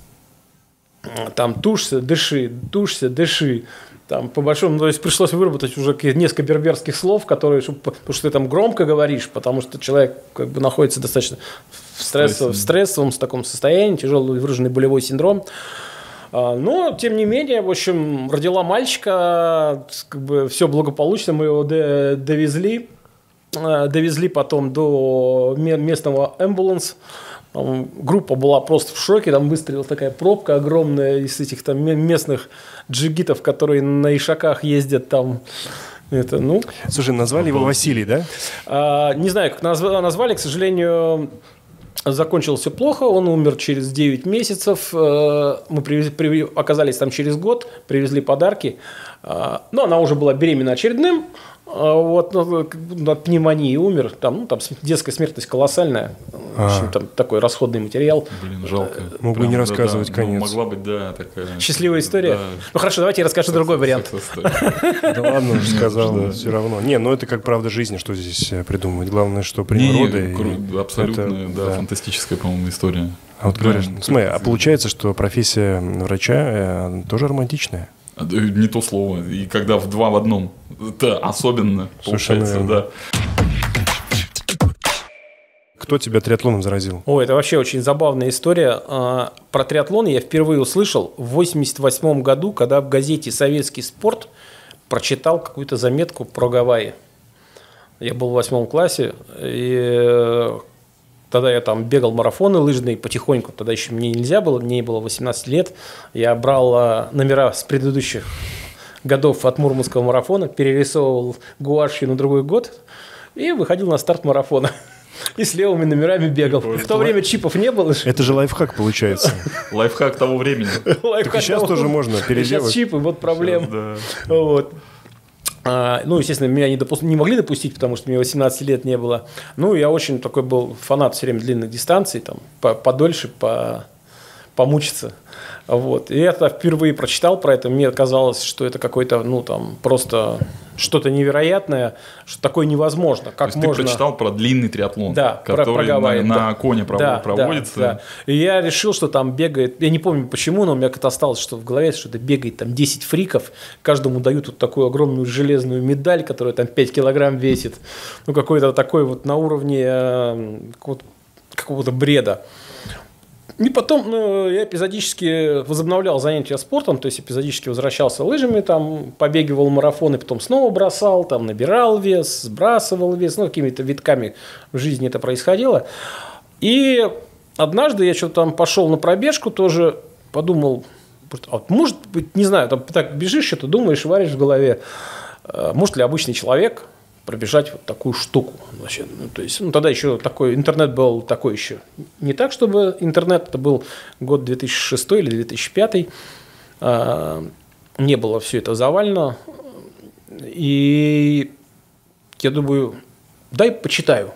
там тушься, дыши, тушься, дыши. Там, по большому, то есть пришлось выработать уже несколько берберских слов, которые, чтобы, потому что ты там громко говоришь, потому что человек как бы находится достаточно в, стрессов, в стрессовом в таком состоянии, тяжелый выраженный болевой синдром. Но, тем не менее, в общем, родила мальчика, как бы все благополучно, мы его довезли, довезли потом до местного амбуланса. Там группа была просто в шоке, там выстрелила такая пробка огромная из этих там местных джигитов, которые на ишаках ездят там. Это, ну. Слушай, назвали его Василий, да? А, не знаю, как назвали, к сожалению, закончилось все плохо, он умер через девять месяцев, мы привезли, привезли, оказались там через год, привезли подарки, но она уже была беременна очередным. Вот, от пневмонии умер, там, ну, там детская смертность колоссальная, в общем, там такой расходный материал. Блин, жалко. Мог бы не рассказывать, да, конец. Ну, могла быть, да, такая... Счастливая история? Да. Ну, хорошо, давайте я расскажу другой вариант. Да ладно, уже сказал, все равно. Не, ну это как правда жизни, что здесь придумывать. Главное, что природа. Абсолютно, да, фантастическая, по-моему, история. А вот говоришь, смотри, а получается, что профессия врача тоже романтичная? Не то слово. И когда в два в одном. Это особенно получается, да. Кто тебя триатлоном заразил? О, это вообще очень забавная история. Про триатлон я впервые услышал в восемьдесят восьмом году, когда в газете «Советский спорт» прочитал какую-то заметку про Гавайи. Я был в восьмом классе, и тогда я там бегал марафоны лыжные потихоньку, тогда еще мне нельзя было, мне было восемнадцать лет. Я брал номера с предыдущих годов от Мурманского марафона, перерисовывал гуашью на другой год и выходил на старт марафона. И с левыми номерами бегал. В то время чипов не было. Это же лайфхак получается. Лайфхак того времени. Так и сейчас тоже можно переделать. Сейчас чипы, вот проблема. Вот. А, ну, естественно, меня не, допу- не могли допустить, потому что мне восемнадцати лет не было. Ну, я очень такой был фанат все время длинных дистанций, там, по- подольше, по- помучиться. Вот. И я тогда впервые прочитал про это, мне казалось, что это какой-то, ну, там, просто что-то невероятное, что такое невозможно. Как То есть можно... ты прочитал про длинный триатлон, да, который про, про Гавайи, на, да. на коне провод, да, проводится. Да, да. И я решил, что там бегает, я не помню почему, но у меня как-то осталось, что в голове, что это бегает там десять фриков, каждому дают вот такую огромную железную медаль, которая там пять килограмм весит, ну какой-то такой вот на уровне э, какого-то бреда. И потом ну, я эпизодически возобновлял занятия спортом, то есть эпизодически возвращался лыжами, там, побегивал марафоны, потом снова бросал, там, набирал вес, сбрасывал вес, ну, какими-то витками в жизни это происходило. И однажды я что-то там пошел на пробежку, тоже подумал, а может быть, не знаю, там так бежишь, что-то думаешь, варишь в голове, может ли обычный человек пробежать вот такую штуку. Вообще, ну, то есть, ну, тогда еще такой, интернет был такой еще не так, чтобы интернет, это был год две тысячи шестой или две тысячи пятый, а, не было все это завалено, и я думаю, дай почитаю.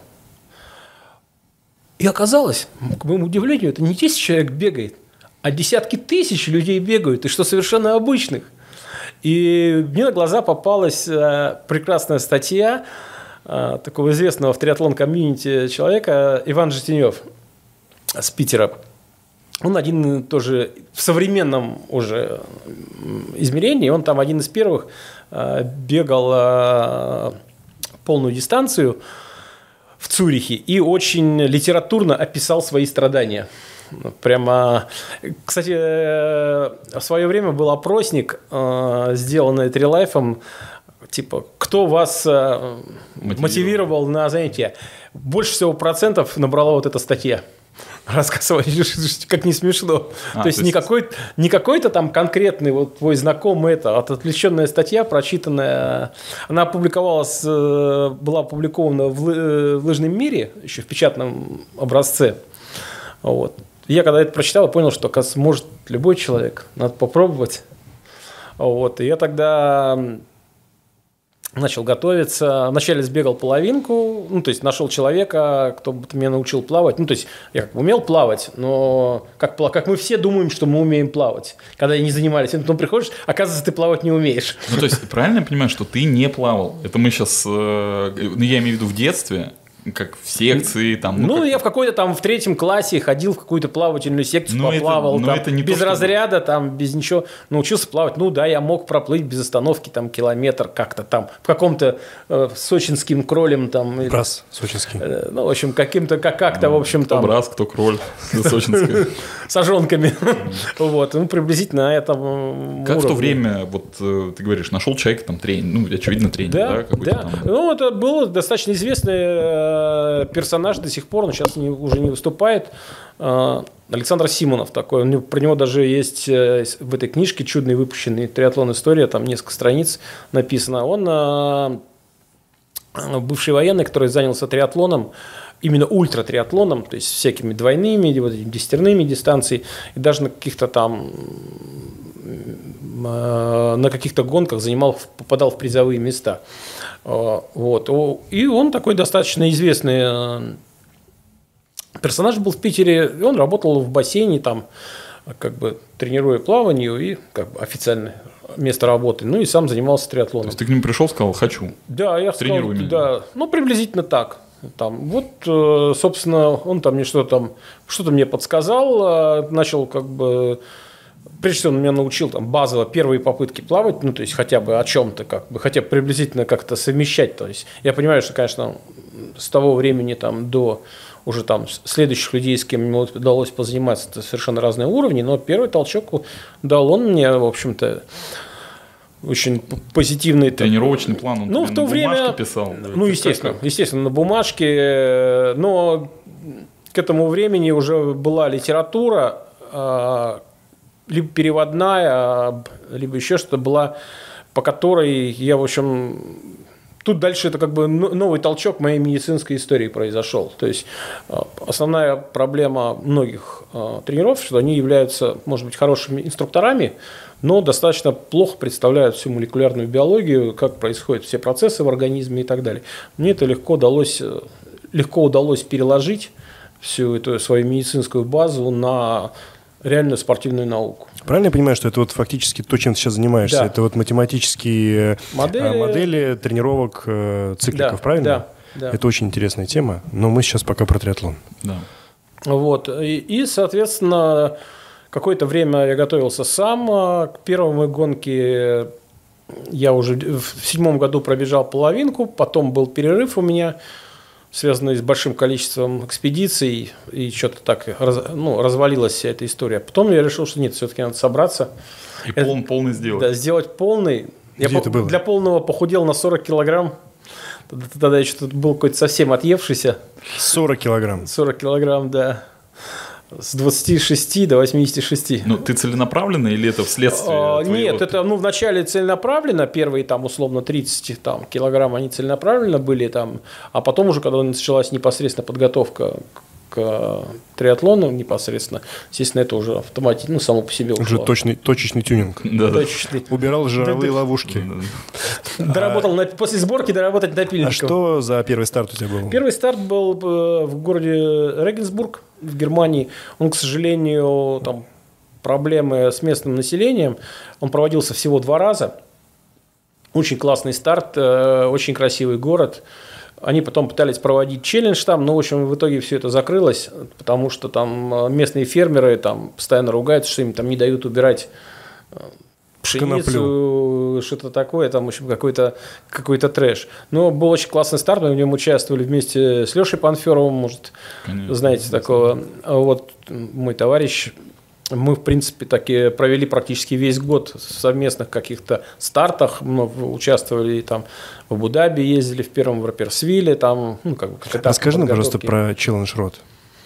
И оказалось, к моему удивлению, это не десять человек бегает, а десятки тысяч людей бегают, и что совершенно обычных. И мне на глаза попалась э, прекрасная статья э, такого известного в триатлон-комьюнити человека Иван Житинев с Питера. Он один тоже в современном уже измерении, он там один из первых э, бегал э, полную дистанцию в Цюрихе и очень литературно описал свои страдания. Прямо, кстати, в свое время был опросник, сделанный Трилайфом, типа, кто вас мотивировал, мотивировал на занятия. Больше всего процентов набрала вот эта статья. рассказывать, как не смешно. А, то есть, то есть... Не, какой, не какой-то там конкретный вот твой знакомый, это, а отвлеченная статья, прочитанная. Она опубликовалась, была опубликована в, в «Лыжном мире», еще в печатном образце. Вот. Я когда это прочитал, понял, что, оказывается, может любой человек. Надо попробовать. Вот. И я тогда начал готовиться. Вначале сбегал половинку, ну, то есть нашел человека, кто бы меня научил плавать. Ну, то есть я как бы умел плавать, но как, как мы все думаем, что мы умеем плавать, когда не занимались. И потом приходишь, оказывается, ты плавать не умеешь. Ну, то есть правильно я понимаю, что ты не плавал? Это мы сейчас, э, ну, я имею в виду в детстве, как в секции, там. Ну, ну как... я в какой-то там в третьем классе ходил в какую-то плавательную секцию, но поплавал, это, там, это не без то, разряда, там, без ничего, научился плавать. Ну, да, я мог проплыть без остановки, там, километр как-то там, в каком-то э, сочинским кролем, там. Брас сочинский. Э, ну, в общем, каким-то, как- как-то, в общем, кто там. Кто брас, кто кроль, сочинский. Сажонками. Вот, ну, приблизительно на этом Как в то время, вот ты говоришь, нашел человека, там, тренер, ну, очевидно, тренер, да? Да, ну, это был достаточно известный персонаж, до сих пор, он сейчас не, уже не выступает. Александр Симонов такой. Он, про него даже есть в этой книжке чудной выпущенной «Триатлон. История», там несколько страниц написано. Он бывший военный, который занялся триатлоном, именно ультратриатлоном, то есть всякими двойными, вот этими десятерными дистанциями, и даже на каких-то там на каких-то гонках занимал, попадал в призовые места. Вот. И он такой достаточно известный персонаж был в Питере. И он работал в бассейне, там, как бы тренируя плаванию, и как бы официальное место работы. Ну и сам занимался триатлоном. То есть ты к нему пришел, сказал, хочу. Да, я сказал, меня. Да, ну приблизительно так. Там, вот, собственно, он там мне что-то там, что-то мне подсказал, начал как бы. Прежде всего, он меня научил там базово первые попытки плавать, ну, то есть хотя бы о чем-то, как бы, хотя бы приблизительно как-то совмещать. То есть я понимаю, что, конечно, с того времени там до уже там следующих людей, с кем мне удалось позаниматься, это совершенно разные уровни, но первый толчок дал он мне, в общем-то, очень позитивный. Тренировочный план он ну, в то на время бумажке писал. Ну, естественно, как? естественно, на бумажке, но к этому времени уже была литература, либо переводная, либо еще что-то была, по которой я, в общем, тут дальше это как бы новый толчок моей медицинской истории произошел. То есть основная проблема многих тренеров, что они являются, может быть, хорошими инструкторами, но достаточно плохо представляют всю молекулярную биологию, как происходят все процессы в организме и так далее. Мне это легко удалось, легко удалось переложить всю эту свою медицинскую базу на реальную спортивную науку. Правильно я понимаю, что это вот фактически то, чем ты сейчас занимаешься? Да. Это вот математические модели, модели тренировок цикликов, да, правильно? Да, да. Это очень интересная тема, но мы сейчас пока про триатлон. Да. Вот. И, и, соответственно, какое-то время я готовился сам к первой гонке. Я уже в седьмом году пробежал половинку, потом был перерыв у меня, связанный с большим количеством экспедиций, и что-то так раз, ну, развалилась вся эта история. Потом я решил, что нет, все-таки надо собраться. И это, пол, полный сделать. Да, сделать полный. Где я это было? Для полного похудел на сорок килограмм. Тогда, тогда я что-то был какой-то совсем отъевшийся. сорок килограмм? сорок килограмм, да. С двадцати шести до восьмидесяти шести. Ну, ты целенаправленно или это вследствие а, твоего... Нет, это ну, вначале целенаправленно, первые там условно тридцать там, килограмм они целенаправленно были, там, а потом уже, когда началась непосредственно подготовка к триатлону непосредственно, естественно, это уже автоматически, ну, само по себе ушло. Уже точный, точечный тюнинг. Да, точечный. Убирал жировые ловушки. Доработал, на, после сборки доработать напильником. А что за первый старт у тебя был? Первый старт был в городе Регенсбург в Германии. Он, к сожалению, там проблемы с местным населением. Он проводился всего два раза. Очень классный старт, очень красивый город. Они потом пытались проводить челлендж там, но, в общем, в итоге все это закрылось, потому что там местные фермеры там постоянно ругаются, что им там не дают убирать пшеницу, что-то такое, там, в общем, какой-то, какой-то трэш. Но был очень классный старт, мы в нем участвовали вместе с Лешей Панферовым, может, конечно, знаете такого. Вот мой товарищ. Мы, в принципе, таки провели практически весь год в совместных каких-то стартах. Мы участвовали там в Абу-Даби, ездили в первом в Раперсвилле. Там, ну, как бы, Расскажи нам, пожалуйста, про Challenge Road.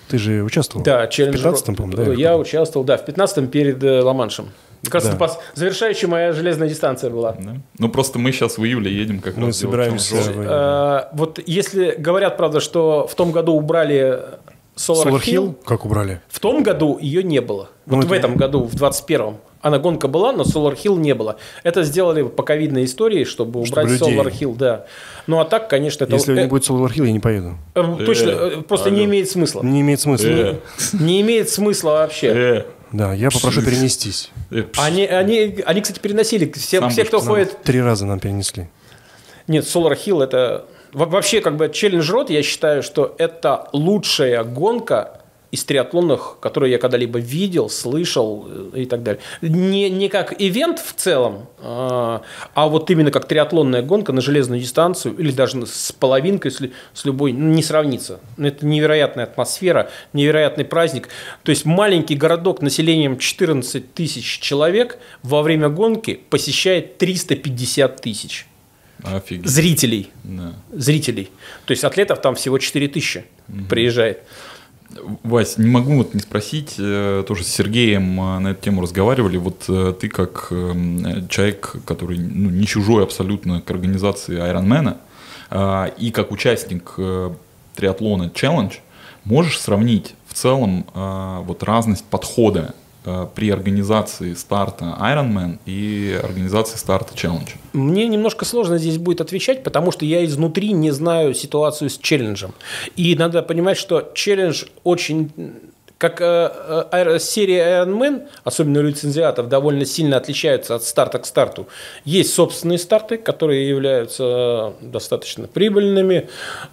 Ты же участвовал? Да, Challenge В пятнадцатом, по-моему, да? Я участвовал, да, в пятнадцатом перед э, Ла-Маншем. Кажется, Да. пос- завершающая моя железная дистанция была. Да? Ну, просто мы сейчас в июле едем как Мы раз делать собираемся Challenge Road. в- Э, вот если говорят, правда, что в том году убрали Solar, Solar Hill, Hill как убрали? в том году ее не было. Ну, Вот это- в этом году, в двадцать первом. Она гонка была, но Solar Hill не было. Это сделали по ковидной истории, чтобы Чтобы убрать людей. Solar Hill, да. Ну а так, конечно, это Если э, не будет Solar Hill, я не поеду. э, точно э, просто не алло. имеет смысла. Не имеет смысла. Э, Не имеет смысла вообще. э, Да, я попрошу перенестись. э, пш. Они, они, они, кстати, переносили. Все, Сам все будешь кто писать. ходит. Три раза нам перенесли. Нет, Solar Hill это во- вообще как бы Challenge Road, я считаю, что это лучшая гонка из триатлонных, которые я когда-либо видел, слышал э, и так далее. Не, не как ивент в целом, а, а вот именно как триатлонная гонка на железную дистанцию или даже с половинкой, с, лю- с любой, ну, не сравнится. Это невероятная атмосфера, невероятный праздник. То есть маленький городок населением четырнадцать тысяч человек во время гонки посещает триста пятьдесят тысяч. Офигеть. Зрителей. Да. Зрителей. То есть атлетов там всего четыре тысячи приезжает. Вась, не могу вот не спросить, э, тоже с Сергеем э, на эту тему разговаривали, вот э, ты как э, человек, который ну, не чужой абсолютно к организации Ironman, э, и как участник э, триатлона Challenge, можешь сравнить в целом э, вот разность подхода э, при организации старта Ironman и организации старта Challenge? Мне немножко сложно здесь будет отвечать, потому что я изнутри не знаю ситуацию с челленджем. И надо понимать, что челлендж очень... Как э, э, серия Ironman, особенно у лицензиатов, довольно сильно отличаются от старта к старту. Есть собственные старты, которые являются достаточно прибыльными,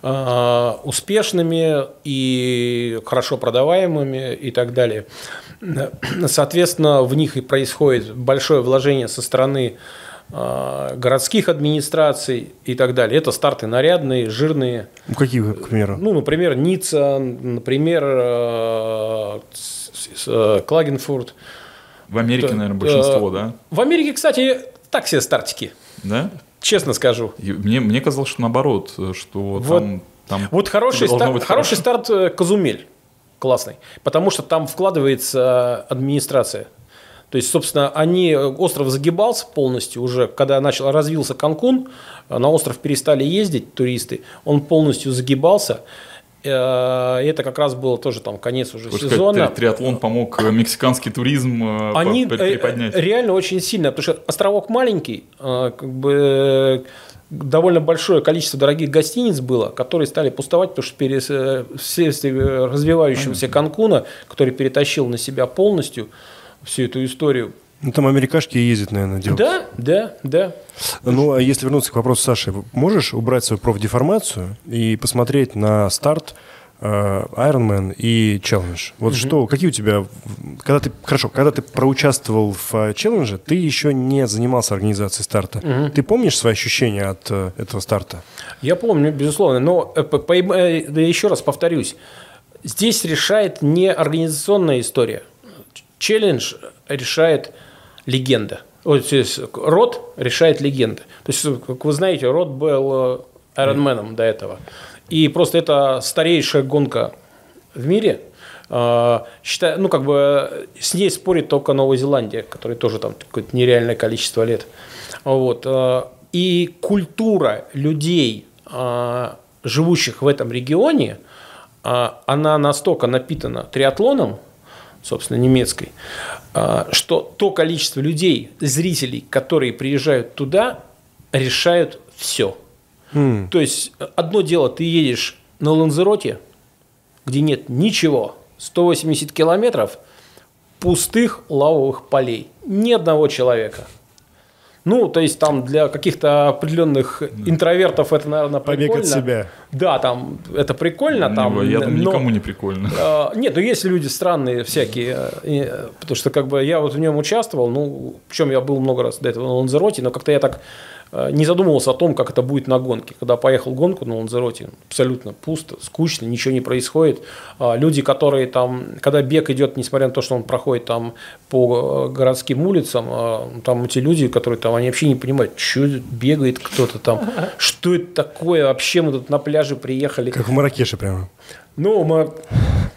э, успешными и хорошо продаваемыми и так далее. Соответственно, в них и происходит большое вложение со стороны городских администраций и так далее. Это старты нарядные, жирные. Ну, какие, к примеру? Ну, например, Ницца, например, э, с- с- Клагенфурт. В Америке, Да, наверное, э, большинство, да? В Америке, кстати, так себе стартики, Да? честно скажу. И мне, мне казалось, что наоборот, что Вот. там, там Вот хороший, должно старт, быть хороший хорошо. старт э, Казумель, классный, потому что там вкладывается администрация. То есть, собственно, они, остров загибался полностью уже, когда начал, развился Канкун, на остров перестали ездить туристы, он полностью загибался. Э, И это как раз было тоже там конец уже Хочешь сезона. сказать, три- триатлон помог э, мексиканский туризм э, по- Они при- э, приподнять. реально очень сильно, потому что островок маленький, э, как бы э, довольно большое количество дорогих гостиниц было, которые стали пустовать, потому что перес- э, вследствие развивающегося Канкуна, который перетащил на себя полностью всю эту историю. Ну, там америкашки ездят, наверное, делать. Да, да, да. Ну, а если вернуться к вопросу Саши, можешь убрать свою профдеформацию и посмотреть на старт э, Ironman и Challenge? Вот что, какие у тебя... Когда ты, хорошо, когда ты проучаствовал в э, Challenge, ты еще не занимался организацией старта. Ты помнишь свои ощущения от э, этого старта? Я помню, безусловно, но э, по- по- э, да еще раз повторюсь, здесь решает не организационная история. Челлендж решает легенда. Вот здесь Род решает легенда. То есть, как вы знаете, Род был айронменом до этого. И просто это старейшая гонка в мире. Э, Считаю, ну, как бы с ней спорит только Новая Зеландия, которой тоже там какое-то нереальное количество лет. Вот. э, И культура людей, э, живущих в этом регионе, э, она настолько напитана триатлоном, собственно, немецкой, э, что то количество людей, зрителей, которые приезжают туда, решают все. М. То есть, одно дело, ты едешь на Ланзероте, где нет ничего, сто восемьдесят километров пустых лавовых полей, ни одного человека. Ну, то есть, там для каких-то определенных интровертов это, наверное, Побег прикольно. от себя. Да, там это прикольно. Там, Я думаю, но- никому не прикольно. а, Нет, ну есть люди странные всякие, и, потому что как бы я вот в нем участвовал, ну, причем я был много раз до этого на Ланзероте, но как-то я так э, не задумывался о том, как это будет на гонке. Когда поехал в гонку на Ланзероте, абсолютно пусто, скучно, ничего не происходит. А люди, которые там, когда бег идет, несмотря на то, что он проходит там по э, городским улицам, а, там эти люди, которые там, они вообще не понимают, что бегает кто-то там, что это такое, вообще мы тут на пляже приехали. Как в Марракеше прямо. Ну, мы...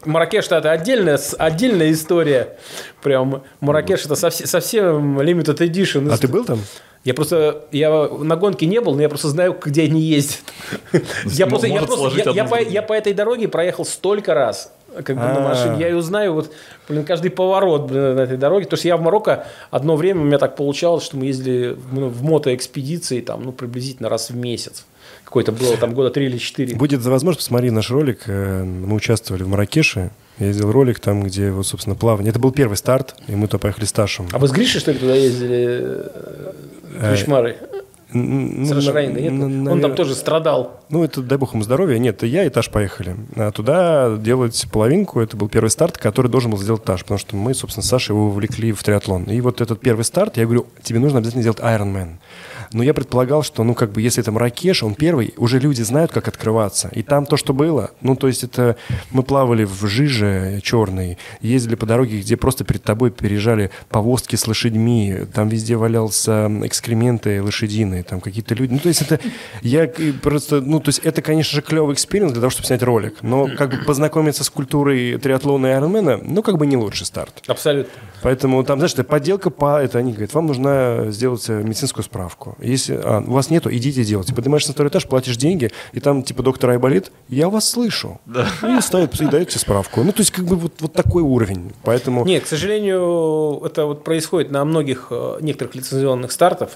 Марракеш это отдельная, отдельная история. Прям Марракеш это совсем, совсем limited edition. А ты был там? Я просто, я на гонке не был, но я просто знаю, где они ездят. Я, просто, я, просто, я, я, по, я по этой дороге проехал столько раз, как бы на машине. Я ее знаю, вот, блин, каждый поворот блин, на этой дороге. Потому что я в Марокко одно время, у меня так получалось, что мы ездили в, в мотоэкспедиции там, ну, приблизительно раз в месяц. Какое-то было там года три или четыре. Будет возможность, посмотри наш ролик. Мы участвовали в Марракеше. Я сделал ролик там, где, вот, собственно, плавание. Это был первый старт, и мы туда поехали с Ташем. А вы с Гришей, что ли, туда ездили? Кришмарой? С Рашраинга, нет? Навер... Он там тоже страдал. Ну, это, дай бог ему здоровья. Нет, я и Таш поехали. А туда делать половинку, это был первый старт, который должен был сделать Таш, потому что мы, собственно, с Сашей его вовлекли в триатлон. И вот этот первый старт, я говорю, тебе нужно обязательно сделать Ironman. Но я предполагал, что, ну, как бы, если это Марракеш, он первый, уже люди знают, как открываться. И там то, что было, ну, то есть это мы плавали в жиже черной, ездили по дороге, где просто перед тобой переезжали повозки с лошадьми, там везде валялся экскременты лошадиные, там какие-то люди. Ну, то есть это, я просто, ну, то есть это, конечно же, клевый экспириенс для того, чтобы снять ролик. Но как бы познакомиться с культурой триатлона и айронмена, ну, как бы не лучший старт. Абсолютно. Поэтому там, знаешь, это подделка по, это они говорят, вам нужно сделать медицинскую справку. Если а, у вас нету, идите делайте. Поднимаешься на второй этаж, платишь деньги, и там типа доктор Айболит, я вас слышу. Да. И ставят, и дают тебе справку. Ну, то есть, как бы вот, вот такой уровень. Поэтому... Нет, к сожалению, это вот происходит на многих, некоторых лицензионных стартах.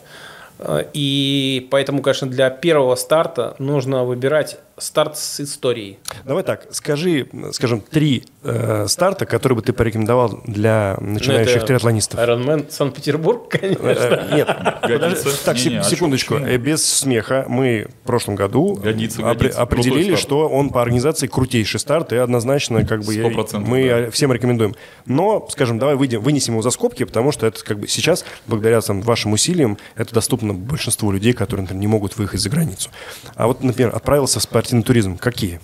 И поэтому, конечно, для первого старта нужно выбирать старт с историей. Давай так, скажи, скажем, три э, старта, которые бы ты порекомендовал для начинающих ну, триатлонистов. Ironman Санкт-Петербург, конечно. Э, нет, подожди, так, не, не, секундочку, а без смеха. Мы в прошлом году годится, опри- годится. определили, что он по организации крутейший старт, и однозначно как бы я, мы да. всем рекомендуем. Но, скажем, давай выйдем, вынесем его за скобки, потому что это как бы сейчас, благодаря там, вашим усилиям, это доступно большинству людей, которые, например, не могут выехать за границу. А вот, например, отправился в спортивный туризм. Какие?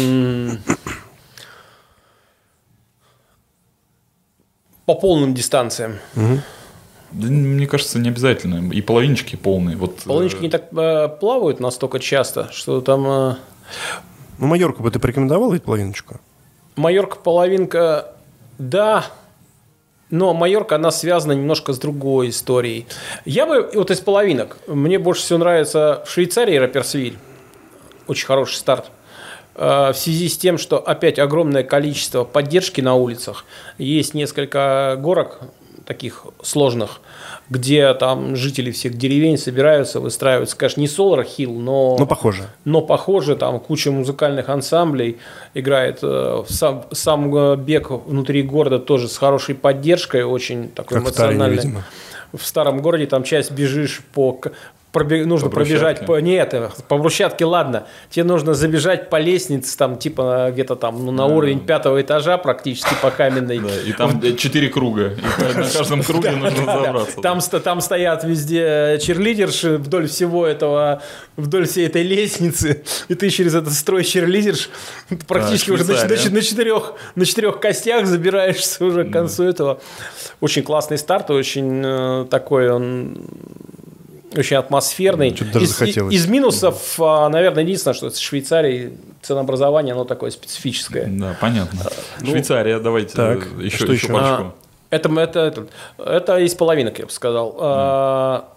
По полным дистанциям. Угу. Да, мне кажется, не обязательно. И половинчики полные. Вот, половинчики не так э, плавают настолько часто, что там... Э... Ну, Майорку бы ты порекомендовал ведь половиночку? Майорка, половинка, да... Но Майорка, она связана немножко с другой историей. Я бы, вот из половинок, мне больше всего нравится в Швейцарии Раперсвиль. Очень хороший старт. В связи с тем, что опять огромное количество поддержки на улицах. Есть несколько горок таких сложных, где там жители всех деревень собираются, выстраиваются, конечно, не Solar Hill, но, но похоже. Но похоже, там куча музыкальных ансамблей играет. Сам, сам бег внутри города тоже с хорошей поддержкой, очень такой как эмоциональный. В, Тарине, в старом городе там часть бежишь по... Пробег, нужно по пробежать по нет, по брусчатке, ладно. Тебе нужно забежать по лестнице, там, типа, где-то там ну, на уровень пятого этажа, практически по каменной. Да, и там четыре круга. И на каждом круге нужно забраться. Там, там стоят везде черлидерши вдоль всего этого, вдоль всей этой лестницы. И ты через этот строй черлидерш практически уже на четырех, на четырех костях забираешься уже к концу этого. Очень классный старт, очень такой он... Очень атмосферный. Из, из минусов, наверное, единственное, что в Швейцарии ценообразование, оно такое специфическое. Да, понятно. Ну, Швейцария, давайте так, еще, что еще еще? пачку. А, это, это, это, это из половинок, я бы сказал. Mm. А,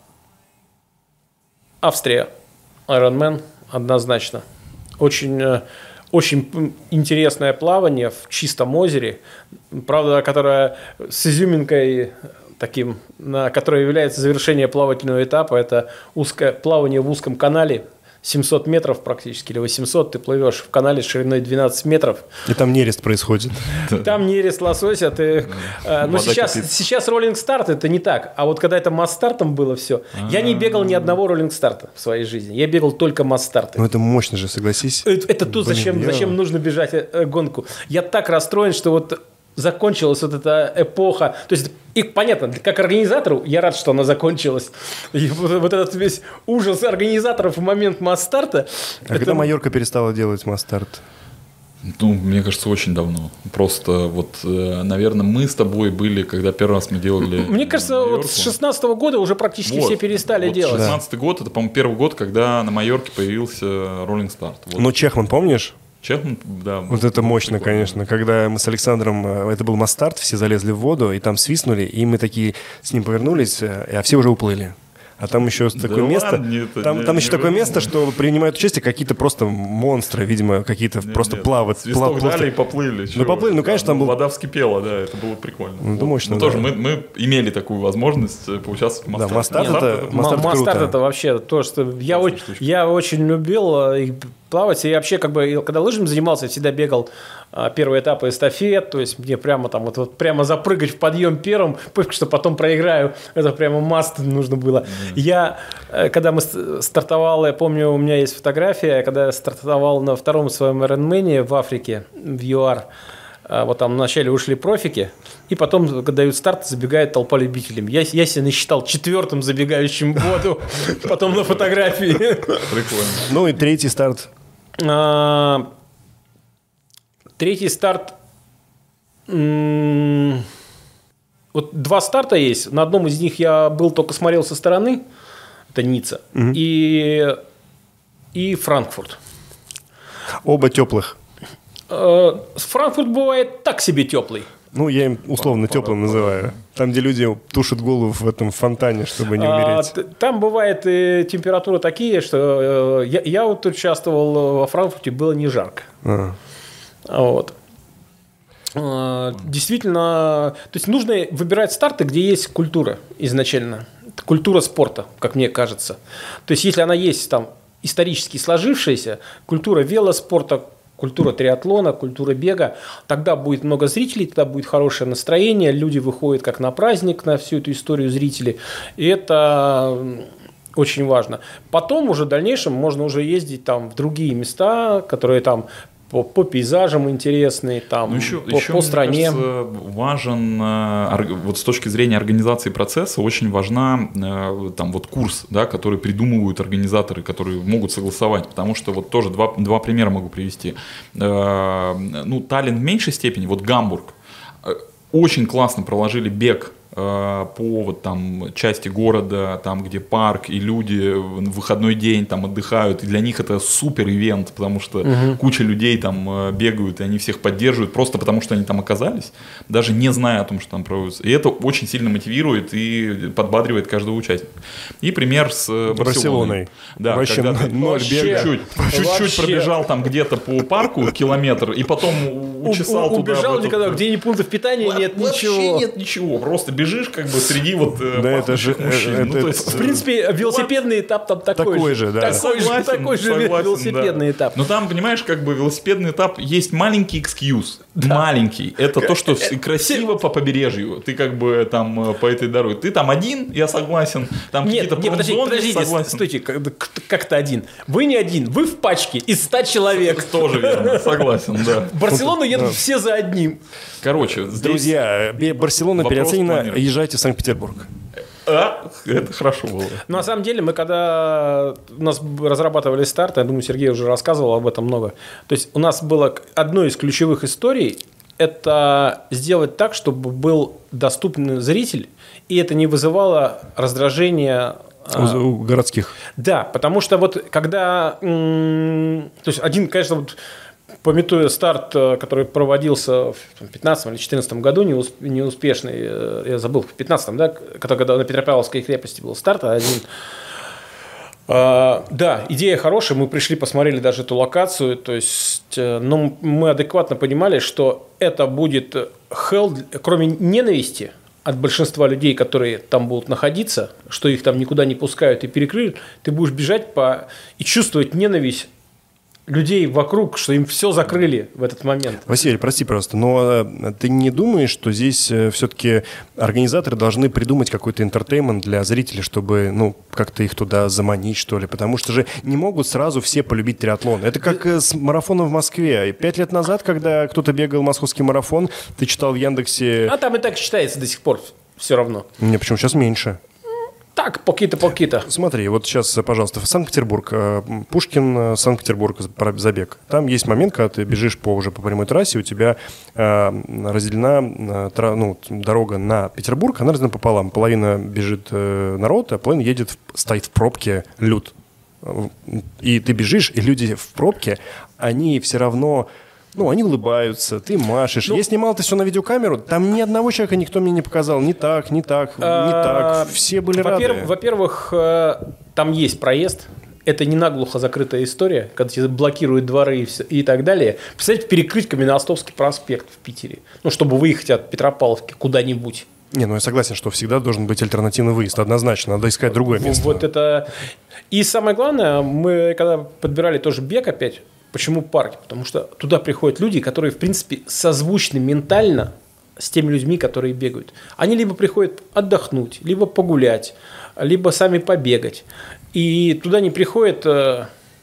Австрия, Ironman, однозначно. Очень, очень интересное плавание в чистом озере, правда, которое с изюминкой... таким, на, которое является завершением плавательного этапа, это узкое плавание в узком канале, семьсот метров практически, или восемьсот, ты плывешь в канале с шириной двенадцать метров. И там нерест происходит. Там нерест лосося. Ты, но сейчас, сейчас роллинг-старт это не так, а вот когда это масс-стартом было все, я не бегал ни одного роллинг-старта в своей жизни, я бегал только масс-старты. Ну это мощно же, согласись. Это, это то, зачем, зачем нужно бежать гонку. Я так расстроен, что вот закончилась вот эта эпоха. То есть, и понятно, как организатору, я рад, что она закончилась. И вот, вот этот весь ужас организаторов в момент масс-старта. А это... когда Майорка перестала делать масс-старт? Ну, мне кажется, очень давно. Просто вот, наверное, мы с тобой были, когда первый раз мы делали... Мне кажется, вот с шестнадцатого года уже практически вот, все перестали вот делать. шестнадцатый год, это, по-моему, первый год, когда на Майорке появился Rolling Start. Вот. Ну, Чехман, помнишь? Чехман, да. Вот это мощно, конечно. Когда мы с Александром, это был Масс-старт, все залезли в воду, и там свистнули, и мы такие с ним повернулись, а все уже уплыли. А там еще да такое место, ладно, там, не, там не еще не такое место, что принимают участие какие-то просто монстры, видимо, какие-то не, просто нет, плавают. Свисток плав, дали и поплыли. Ну, поплыли, ну, конечно, там был... Вода вскипела, да, это было прикольно. Ну, это мощно, мы, да. тоже, мы, мы имели такую возможность поучаствовать в Масс-старте. Да, Масс-старт это, Масс-старт Масс-старт это вообще то, что я, очень, я очень любил плавать, и вообще, как бы, когда лыжами занимался, я всегда бегал первые этапы эстафет, то есть мне прямо там вот, вот прямо запрыгать в подъем первым, пофиг, что потом проиграю, это прямо маст нужно было. Mm-hmm. Я, когда мы стартовали, я помню, у меня есть фотография, когда я стартовал на втором своем Ironman в Африке, в ЮАР, вот там вначале ушли профики, и потом, когда дают старт, забегает толпа любителей. Я, я себя насчитал четвертым забегающим в воду, потом на фотографии. Прикольно. Ну и третий старт. Третий старт. Вот два старта есть. На одном из них я был, только смотрел со стороны. Это Ницца. Угу. И, и Франкфурт. Оба теплых. Франкфурт бывает так себе теплый. Ну, я им условно теплым называю. Там, где люди тушат голову в этом фонтане, чтобы не умереть. А, там бывает и температуры такие, что я, я вот участвовал во Франкфурте, было не жарко. А. Вот. Действительно, то есть нужно выбирать старты, где есть культура изначально. Культура спорта, как мне кажется. То есть, если она есть там исторически сложившаяся, культура велоспорта, культура триатлона, культура бега, тогда будет много зрителей, тогда будет хорошее настроение, люди выходят как на праздник на всю эту историю зрителей. И это очень важно. Потом уже в дальнейшем можно уже ездить там в другие места, которые там По, по пейзажам интересные, там, ну, еще, по, еще, по стране. Мне кажется, важен, вот с точки зрения организации процесса, очень важна там, вот курс, да, который придумывают организаторы, которые могут согласовать. Потому что вот тоже два, два примера могу привести. Ну, Таллин в меньшей степени, вот Гамбург. Очень классно проложили бег по вот там части города, там где парк и люди в выходной день там отдыхают, и для них это супер ивент, потому что угу. куча людей там бегают, и они всех поддерживают просто потому, что они там оказались, даже не зная о том, что там проводится. И это очень сильно мотивирует и подбадривает каждого участника. И пример с Барселоной. Барселоной. Да, вообще когда ты ноль бега. чуть-чуть, чуть-чуть пробежал там где-то по парку километр, и потом учесал у, у, туда. Убежал никогда, этот... где ни пунктов питания нет, вообще ничего. Вообще нет ничего, просто бежишь как бы среди вот да, это же, мужчин. Это, ну, это, то есть, в принципе, велосипедный этап там такой, такой же. же, да. Такой, согласен, же, такой же согласен, велосипедный да. этап. Но там, понимаешь, как бы велосипедный этап есть маленький экскьюз. Да. Маленький. Это то, что красиво по побережью. Ты как бы там по этой дороге. Ты там один, я согласен. Там нет, нет, подождите, подождите, согласен. Стойте, как-то один. Вы не один, вы в пачке из ста человек. Тоже верно, согласен, да. В Барселону едут все за одним. Короче, здесь... Друзья, Барселона переоценена, езжайте в Санкт-Петербург. А, это хорошо было. Но на самом деле, мы когда у нас разрабатывали старт, я думаю, Сергей уже рассказывал об этом много. То есть у нас было одной из ключевых историй – это сделать так, чтобы был доступный зритель, и это не вызывало раздражения у городских. Да, потому что вот когда, то есть один, конечно, вот пометуя старт, который проводился в две тысячи пятнадцатом или две тысячи четырнадцатом году, неуспешный, я забыл, в две тысячи пятнадцатом, да, когда на Петропавловской крепости был старт один. Да, идея хорошая, мы пришли, посмотрели даже эту локацию, то есть, но мы адекватно понимали, что это будет hell, кроме ненависти от большинства людей, которые там будут находиться, что их там никуда не пускают и перекрыли, ты будешь бежать по и чувствовать ненависть людей вокруг, что им все закрыли в этот момент. Василий, прости, пожалуйста, но ты не думаешь, что здесь все-таки организаторы должны придумать какой-то интертеймент для зрителей, чтобы, ну, как-то их туда заманить, что ли? Потому что же не могут сразу все полюбить триатлон. Это как с марафоном в Москве. Пять лет назад, когда кто-то бегал московский марафон, ты читал в Яндексе... А там и так считается до сих пор все равно. Не, почему? Сейчас меньше. Так, покито-покито. Смотри, вот сейчас, пожалуйста, Санкт-Петербург, Пушкин, Санкт-Петербург, забег. Там есть момент, когда ты бежишь по, уже по прямой трассе, у тебя э, разделена э, ну, дорога на Петербург, она разделена пополам. Половина бежит э, народ, а половина едет, стоит в пробке люд. и ты бежишь, и люди в пробке, они все равно... Ну, они улыбаются, ты машешь. Ну, я снимал это все на видеокамеру, там ни одного человека никто мне не показал. Не так, не так, не так. Все были рады. Во-первых, там есть проезд. Это не наглухо закрытая история, когда тебе блокируют дворы и, все, и так далее. Представляете, перекрыть Каменноостровский проспект в Питере, ну, чтобы выехать от Петропавловки куда-нибудь. Не, ну я согласен, что всегда должен быть альтернативный выезд, однозначно. Надо искать другое место. Вот это... И самое главное, мы когда подбирали тоже бег опять, почему парки? Потому что туда приходят люди, которые, в принципе, созвучны ментально с теми людьми, которые бегают. Они либо приходят отдохнуть, либо погулять, либо сами побегать. И туда не приходит э,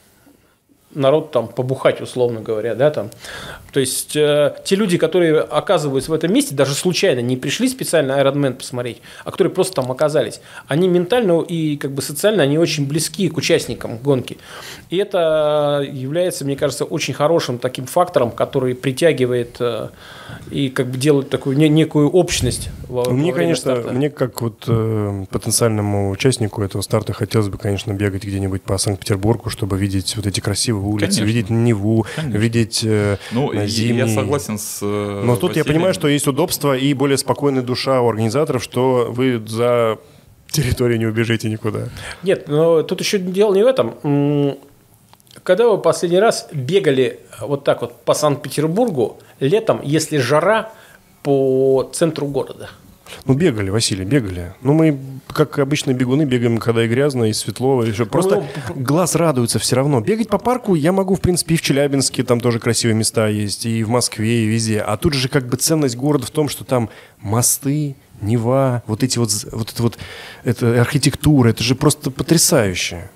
народ там побухать, условно говоря, да, там. То есть э, те люди, которые оказываются в этом месте, даже случайно не пришли специально Ironman посмотреть, а которые просто там оказались, они ментально и как бы социально они очень близки к участникам гонки. И это является, мне кажется, очень хорошим таким фактором, который притягивает э, и как бы делает такую не, некую общность. Во, мне, во время конечно, старта. Мне как вот э, потенциальному участнику этого старта хотелось бы, конечно, бегать где-нибудь по Санкт-Петербургу, чтобы видеть вот эти красивые улицы, конечно. Видеть Неву, конечно. Видеть э, ну, зимний. Я согласен с э, Но тут Василием. Я понимаю, что есть удобство и более спокойная душа у организаторов, что вы за территорию не убежите никуда. Нет, но тут еще дело не в этом. Когда вы последний раз бегали вот так вот по Санкт-Петербургу летом, если жара, по центру города? Ну, бегали, Василий, бегали. Ну, мы, как обычно, бегуны, бегаем, когда и грязно, и светло. И просто ну, глаз радуется все равно. Бегать по парку я могу, в принципе, и в Челябинске, там тоже красивые места есть, и в Москве, и везде. А тут же как бы ценность города в том, что там мосты, Нева, вот эти вот, вот это вот, это архитектура, это же просто потрясающе.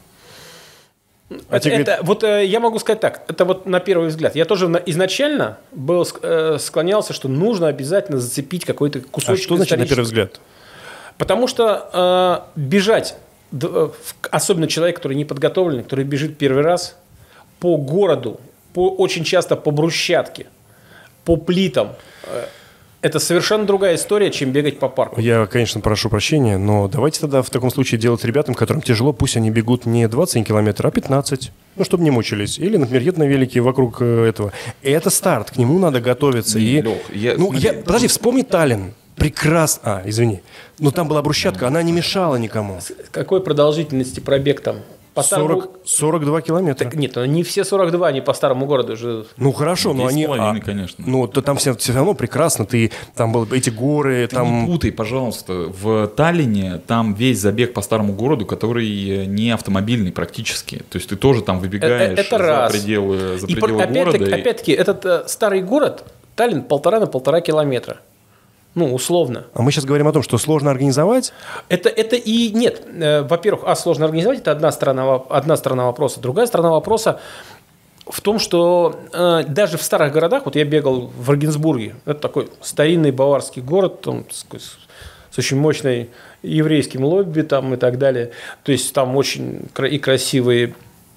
А это, это, говорит... Вот э, я могу сказать так, это вот на первый взгляд. Я тоже на, изначально был, э, склонялся, что нужно обязательно зацепить какой-то кусочек. А что значит на первый взгляд? Потому что э, бежать, д, особенно человек, который не подготовленный, который бежит первый раз, по городу, по, очень часто по брусчатке, по плитам, э, это совершенно другая история, чем бегать по парку. Я, конечно, прошу прощения, но давайте тогда в таком случае делать ребятам, которым тяжело, пусть они бегут не двадцать километров, а пятнадцать. Ну, чтобы не мучились. Или, например, едут на велике вокруг этого. И это старт, к нему надо готовиться. Не, и... Лёх, я... Ну, я... Подожди, вспомни Таллин. Прекрасно. А, извини. Но там была брусчатка, она не мешала никому. С какой продолжительности пробег там? По сорок, сорок два километра. Так, нет, не все сорок два, они по старому городу же. Ну хорошо, но они. А, конечно. Ну, то там все, все равно прекрасно. Ты там был эти горы. Ты там... не путай, пожалуйста. В Таллине там весь забег по старому городу, который не автомобильный практически. То есть ты тоже там выбегаешь это, это за раз. пределы, за и пределы опять города. Таки, и... Опять-таки, этот э, старый город, Таллин, полтора на полтора километра. Ну, условно. А мы сейчас говорим о том, что сложно организовать? Это, это и нет. Во-первых, а сложно организовать, это одна сторона, одна сторона вопроса. Другая сторона вопроса в том, что э, даже в старых городах, вот я бегал в Регенсбурге, это такой старинный баварский город, там, с, с очень мощной еврейским лобби там, и так далее. То есть там очень и красивые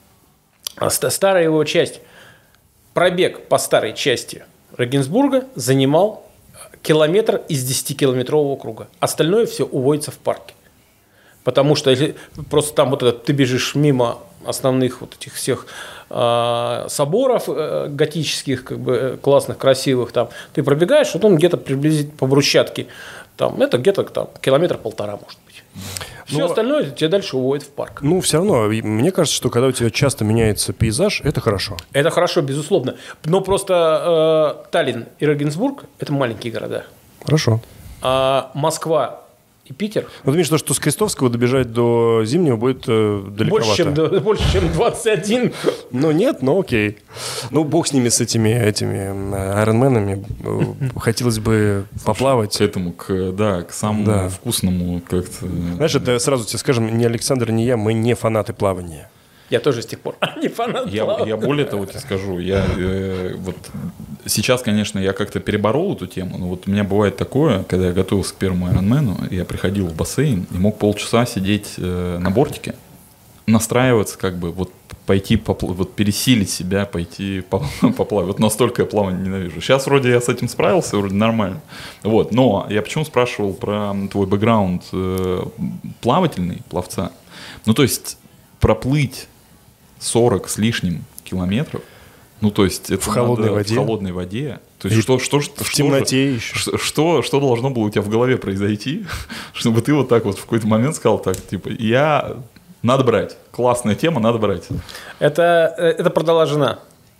старая его часть. Пробег по старой части Регенсбурга занимал километр из десятикилометрового круга. Остальное все уводится в парке. Потому что если просто там вот этот, ты бежишь мимо основных вот этих всех э, соборов э, готических, как бы классных, красивых, там, ты пробегаешь, вот он где-то приблизительно по брусчатке, там, это где-то там, километр полтора, может быть. Все Но, остальное тебя дальше уводит в парк. Ну, все равно, мне кажется, что когда у тебя часто меняется пейзаж, это хорошо. Это хорошо, безусловно. Но просто э, Таллин и Регенсбург – это маленькие города. Хорошо. А Москва и Питер. Вот видишь, что с Крестовского добежать до Зимнего будет э, далековато. Больше, чем, до, больше, чем двадцать один. Ну, нет, но окей. Ну, бог с ними, с этими, этими айронменами. Хотелось бы поплавать. К этому, к, да, к самому да. вкусному как-то. Знаешь, это сразу тебе скажем, ни Александр, ни я, мы не фанаты плавания. Я тоже с тех пор не фанат я, плавания. Я более того тебе скажу, я э, вот сейчас, конечно, я как-то переборол эту тему, но вот у меня бывает такое, когда я готовился к первому айронмену, я приходил в бассейн и мог полчаса сидеть э, на бортике, настраиваться, как бы вот пойти, попл- вот пересилить себя, пойти поплавать. Вот настолько я плавание ненавижу. Сейчас вроде я с этим справился, вроде нормально. Вот. Но я почему спрашивал про твой бэкграунд э, плавательный, пловца? Ну, то есть проплыть сорок с лишним километров. Ну, то есть это в холодной надо воде. В холодной воде. То есть что, что, что, в что темноте же, еще. Что, что, что должно было у тебя в голове произойти, чтобы ты вот так вот в какой-то момент сказал так, типа, я... Надо брать. Классная тема, надо брать. Это, это продала жена.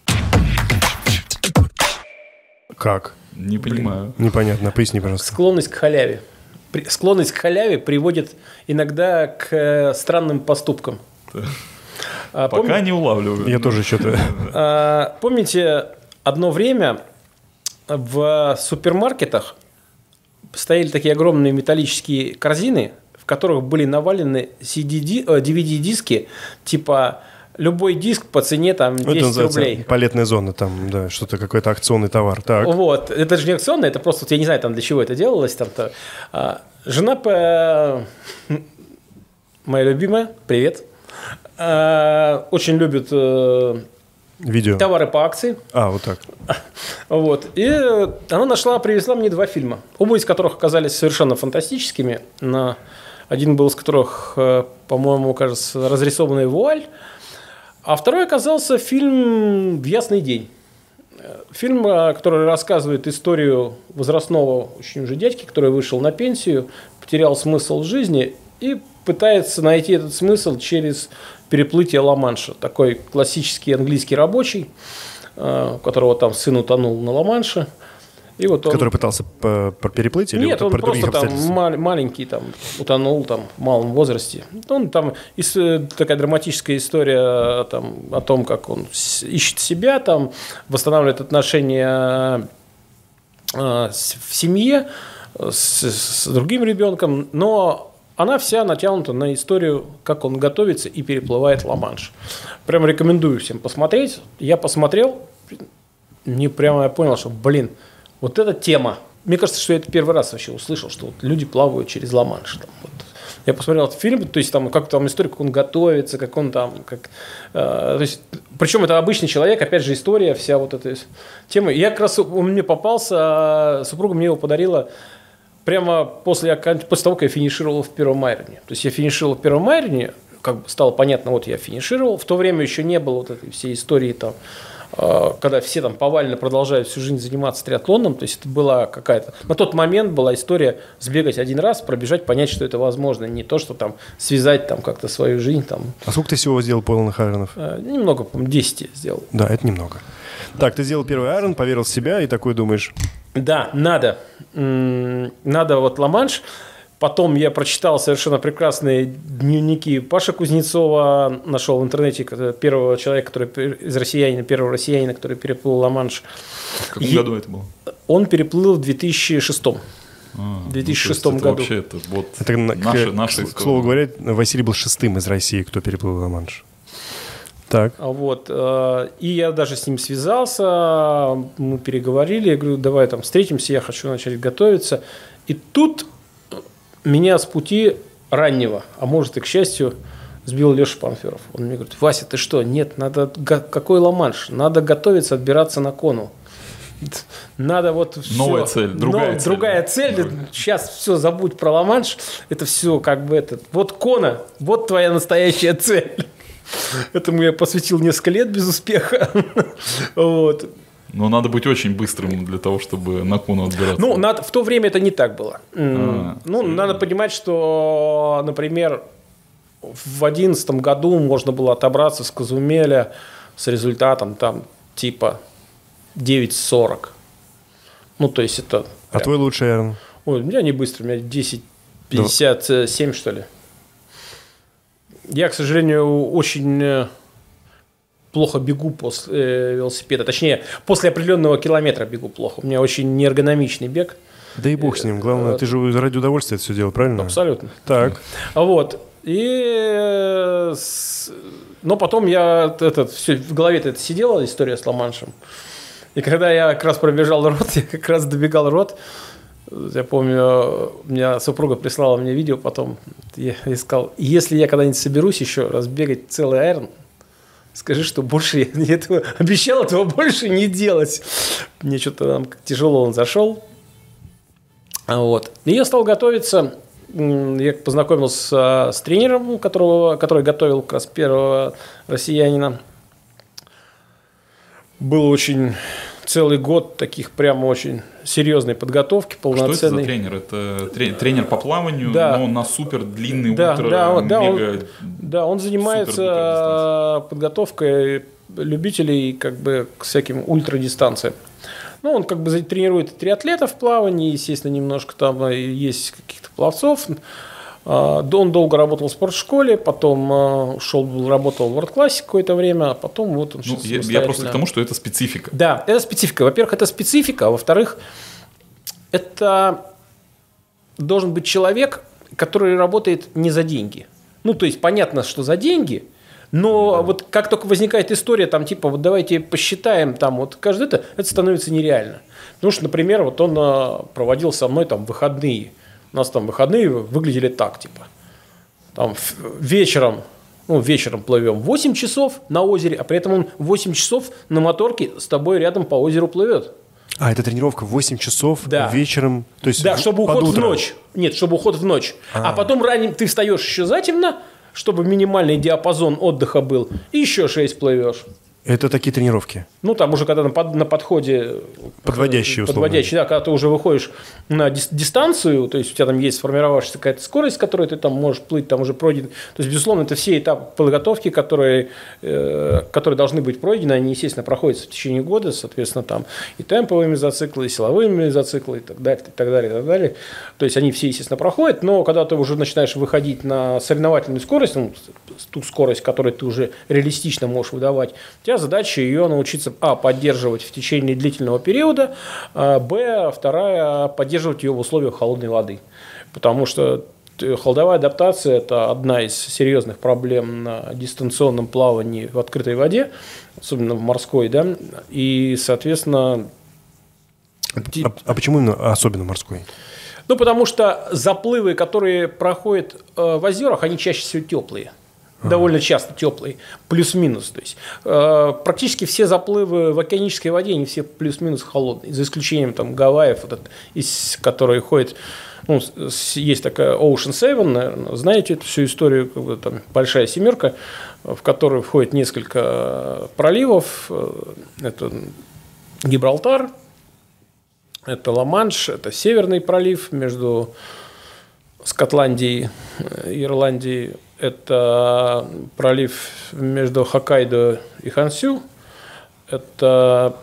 Как? Не понимаю. Непонятно. Поясни, пожалуйста. Склонность к халяве. При- Склонность к халяве приводит иногда к э, странным поступкам. А, Пока пом- не улавливаю. Я тоже что-то... а, Помните, одно время в супермаркетах стояли такие огромные металлические корзины, в которых были навалены си ди, ди ви ди-диски, типа любой диск по цене там Это десять называется рублей. палетная зона, там, да, что-то, какой-то акционный товар. Так. Вот, это же не акционное, это просто, вот я не знаю, там для чего это делалось. Там-то. А, жена, по... моя любимая, привет, а, очень любит э, Видео. товары по акции. А, вот так. Вот. И она нашла, привезла мне два фильма, оба из которых оказались совершенно фантастическими. На... Один был из которых, э, по-моему, кажется, «Разрисованный вуаль», а второй оказался фильм «В ясный день». Фильм, который рассказывает историю возрастного очень уже дядьки, который вышел на пенсию, потерял смысл жизни и пытается найти этот смысл через переплытие Ла-Манша. Такой классический английский рабочий, у которого там сын утонул на Ла-Манше. И вот он... Который пытался по, по переплыть или Нет, вот он про просто других там обстоятельств? мал- маленький, там, утонул там, в малом возрасте. Он там ис- такая драматическая история там, о том, как он с- ищет себя, там, восстанавливает отношения э, с- в семье с, с другим ребенком, но она вся натянута на историю, как он готовится и переплывает Ла-Манш. Прям рекомендую всем посмотреть. Я посмотрел, мне прямо я понял, что, блин, вот эта тема. Мне кажется, что я это первый раз вообще услышал, что вот люди плавают через Ла-Манш. Там, вот. Я посмотрел этот фильм, то есть там как там история, как он готовится, как он там, как, э, то есть, причем это обычный человек, опять же история, вся вот эта тема. И я как раз он мне попался, супруга мне его подарила прямо после, после того, как я финишировал в первом айроне. То есть я финишировал в первом айроне, как бы стало понятно, вот я финишировал. В то время еще не было вот этой всей истории там, когда все там повально продолжают всю жизнь заниматься триатлоном, то есть это была какая-то... На тот момент была история сбегать один раз, пробежать, понять, что это возможно, не то, что там связать там как-то свою жизнь. Там. А сколько ты всего сделал полных айронов? Немного, по-моему, десять я сделал. Да, это немного. Так, ты сделал первый айрон, поверил в себя и такой думаешь... Да, надо. Надо вот Ла-Манш. Потом я прочитал совершенно прекрасные дневники Паши Кузнецова, нашел в интернете первого человека, который из россиянина, первого россиянина, который переплыл Ла-Манш. В каком И году это было? Он переплыл в две тысячи шестом. А, в две тысячи шестом ну, это году. Вообще это вот это, наша, к, наша к, к слову говоря, Василий был шестым из России, кто переплыл Ла-Манш. Так. Вот. И я даже с ним связался, мы переговорили, я говорю, давай там встретимся, я хочу начать готовиться. И тут меня с пути раннего, а может и к счастью, сбил Леша Панферов. Он мне говорит: Вася, ты что? Нет, надо, какой Ла-Манш? Надо готовиться, отбираться на Кону. Надо вот все. Новая цель, другая Но, цель. Другая да. цель. Другая. Сейчас все забудь про Ла-Манш. Это все как бы это. Вот Кона, вот твоя настоящая цель. Этому я посвятил несколько лет без успеха. Вот. Но надо быть очень быстрым для того, чтобы на Кону отбираться. Ну, надо, в то время это не так было. А, ну, серьезно? Надо понимать, что, например, в одиннадцатом году можно было отобраться с Казумеля с результатом там типа девять сорок. Ну, то есть это... А твой лучший айрон? Ой, у меня не быстро, у меня десять пятьдесят семь, да. Что ли. Я, к сожалению, очень... плохо бегу после э, велосипеда. Точнее, после определенного километра бегу плохо. У меня очень неэргономичный бег. Да и бог с ним. Главное, ты же ради удовольствия это все делал, правильно? Абсолютно. Так. Вот. И... Но потом я... Это, все, в голове-то это сидела история с Ла-Маншем. И когда я как раз пробежал рот, я как раз добегал рот. Я помню, у меня супруга прислала мне видео потом. Я искал, если я когда-нибудь соберусь еще раз бегать целый айрон, скажи, что больше я этого, обещал этого больше не делать. Мне что-то там тяжело он зашел. Вот. И я стал готовиться. я познакомился с тренером, которого, который готовил как раз первого россиянина. Был очень целый год таких прямо очень серьезной подготовки, полноценной. Что это за тренер? Это тренер по плаванию, да. но на супер длинный, да, ультра, да, мега... Да, он, да, он занимается подготовкой любителей как бы к всяким ультрадистанциям. Ну, он как бы тренирует триатлетов в плавании, естественно, немножко там есть каких-то пловцов. Он долго работал в спортшколе, потом ушел, работал в World Class какое-то время, а потом вот он ну, я, я просто к тому, что это специфика. Да, это специфика. Во-первых, это специфика, а во-вторых, это должен быть человек, который работает не за деньги. Ну, то есть, понятно, что за деньги, но да. вот как только возникает история, там, типа, вот давайте посчитаем, там, вот каждый это, это становится нереально. Потому что, например, вот он проводил со мной там выходные. У нас там выходные выглядели так, типа, там вечером, ну, вечером плывем восемь часов на озере, а при этом он восемь часов на моторке с тобой рядом по озеру плывет. А, это тренировка восемь часов да. вечером, то есть да, чтобы уход утро. в ночь. Нет, чтобы уход в ночь. А, а потом ранним ты встаешь еще затемно, чтобы минимальный диапазон отдыха был, и еще шесть плывешь. Это такие тренировки? Ну, там уже когда на, под, на подходе... Подводящие, условно. Подводящие, да, когда ты уже выходишь на дис- дистанцию, то есть у тебя там есть сформировавшаяся какая-то скорость, с которой ты там можешь плыть, там уже пройден. То есть, безусловно, это все этапы подготовки, которые, э, которые должны быть пройдены, они, естественно, проходятся в течение года, соответственно, там и темповые мезоциклы, и силовые мезоциклы, и так далее, и так далее, и так далее. То есть, они все, естественно, проходят, но когда ты уже начинаешь выходить на соревновательную скорость, ну, ту скорость, которую ты уже реалистично можешь выдавать, у тебя задача ее научиться, а, поддерживать в течение длительного периода, а, б, вторая, поддерживать ее в условиях холодной воды. Потому что холодовая адаптация – это одна из серьезных проблем на дистанционном плавании в открытой воде, особенно в морской, да, и, соответственно… А, а почему именно особенно морской? Ну, потому что заплывы, которые проходят в озерах, они чаще всего теплые. Довольно часто теплый, плюс-минус. То есть, э, практически все заплывы в океанической воде, они все плюс-минус холодные, за исключением там Гавайев, вот этот, из которой ходит, ну, есть такая Ocean Seven, наверное, знаете эту всю историю, как бы, там большая семерка, в которую входит несколько проливов. Это Гибралтар, это Ла-Манш, это Северный пролив между Скотландией и Ирландией. Это пролив между Хоккайдо и Хансю. Это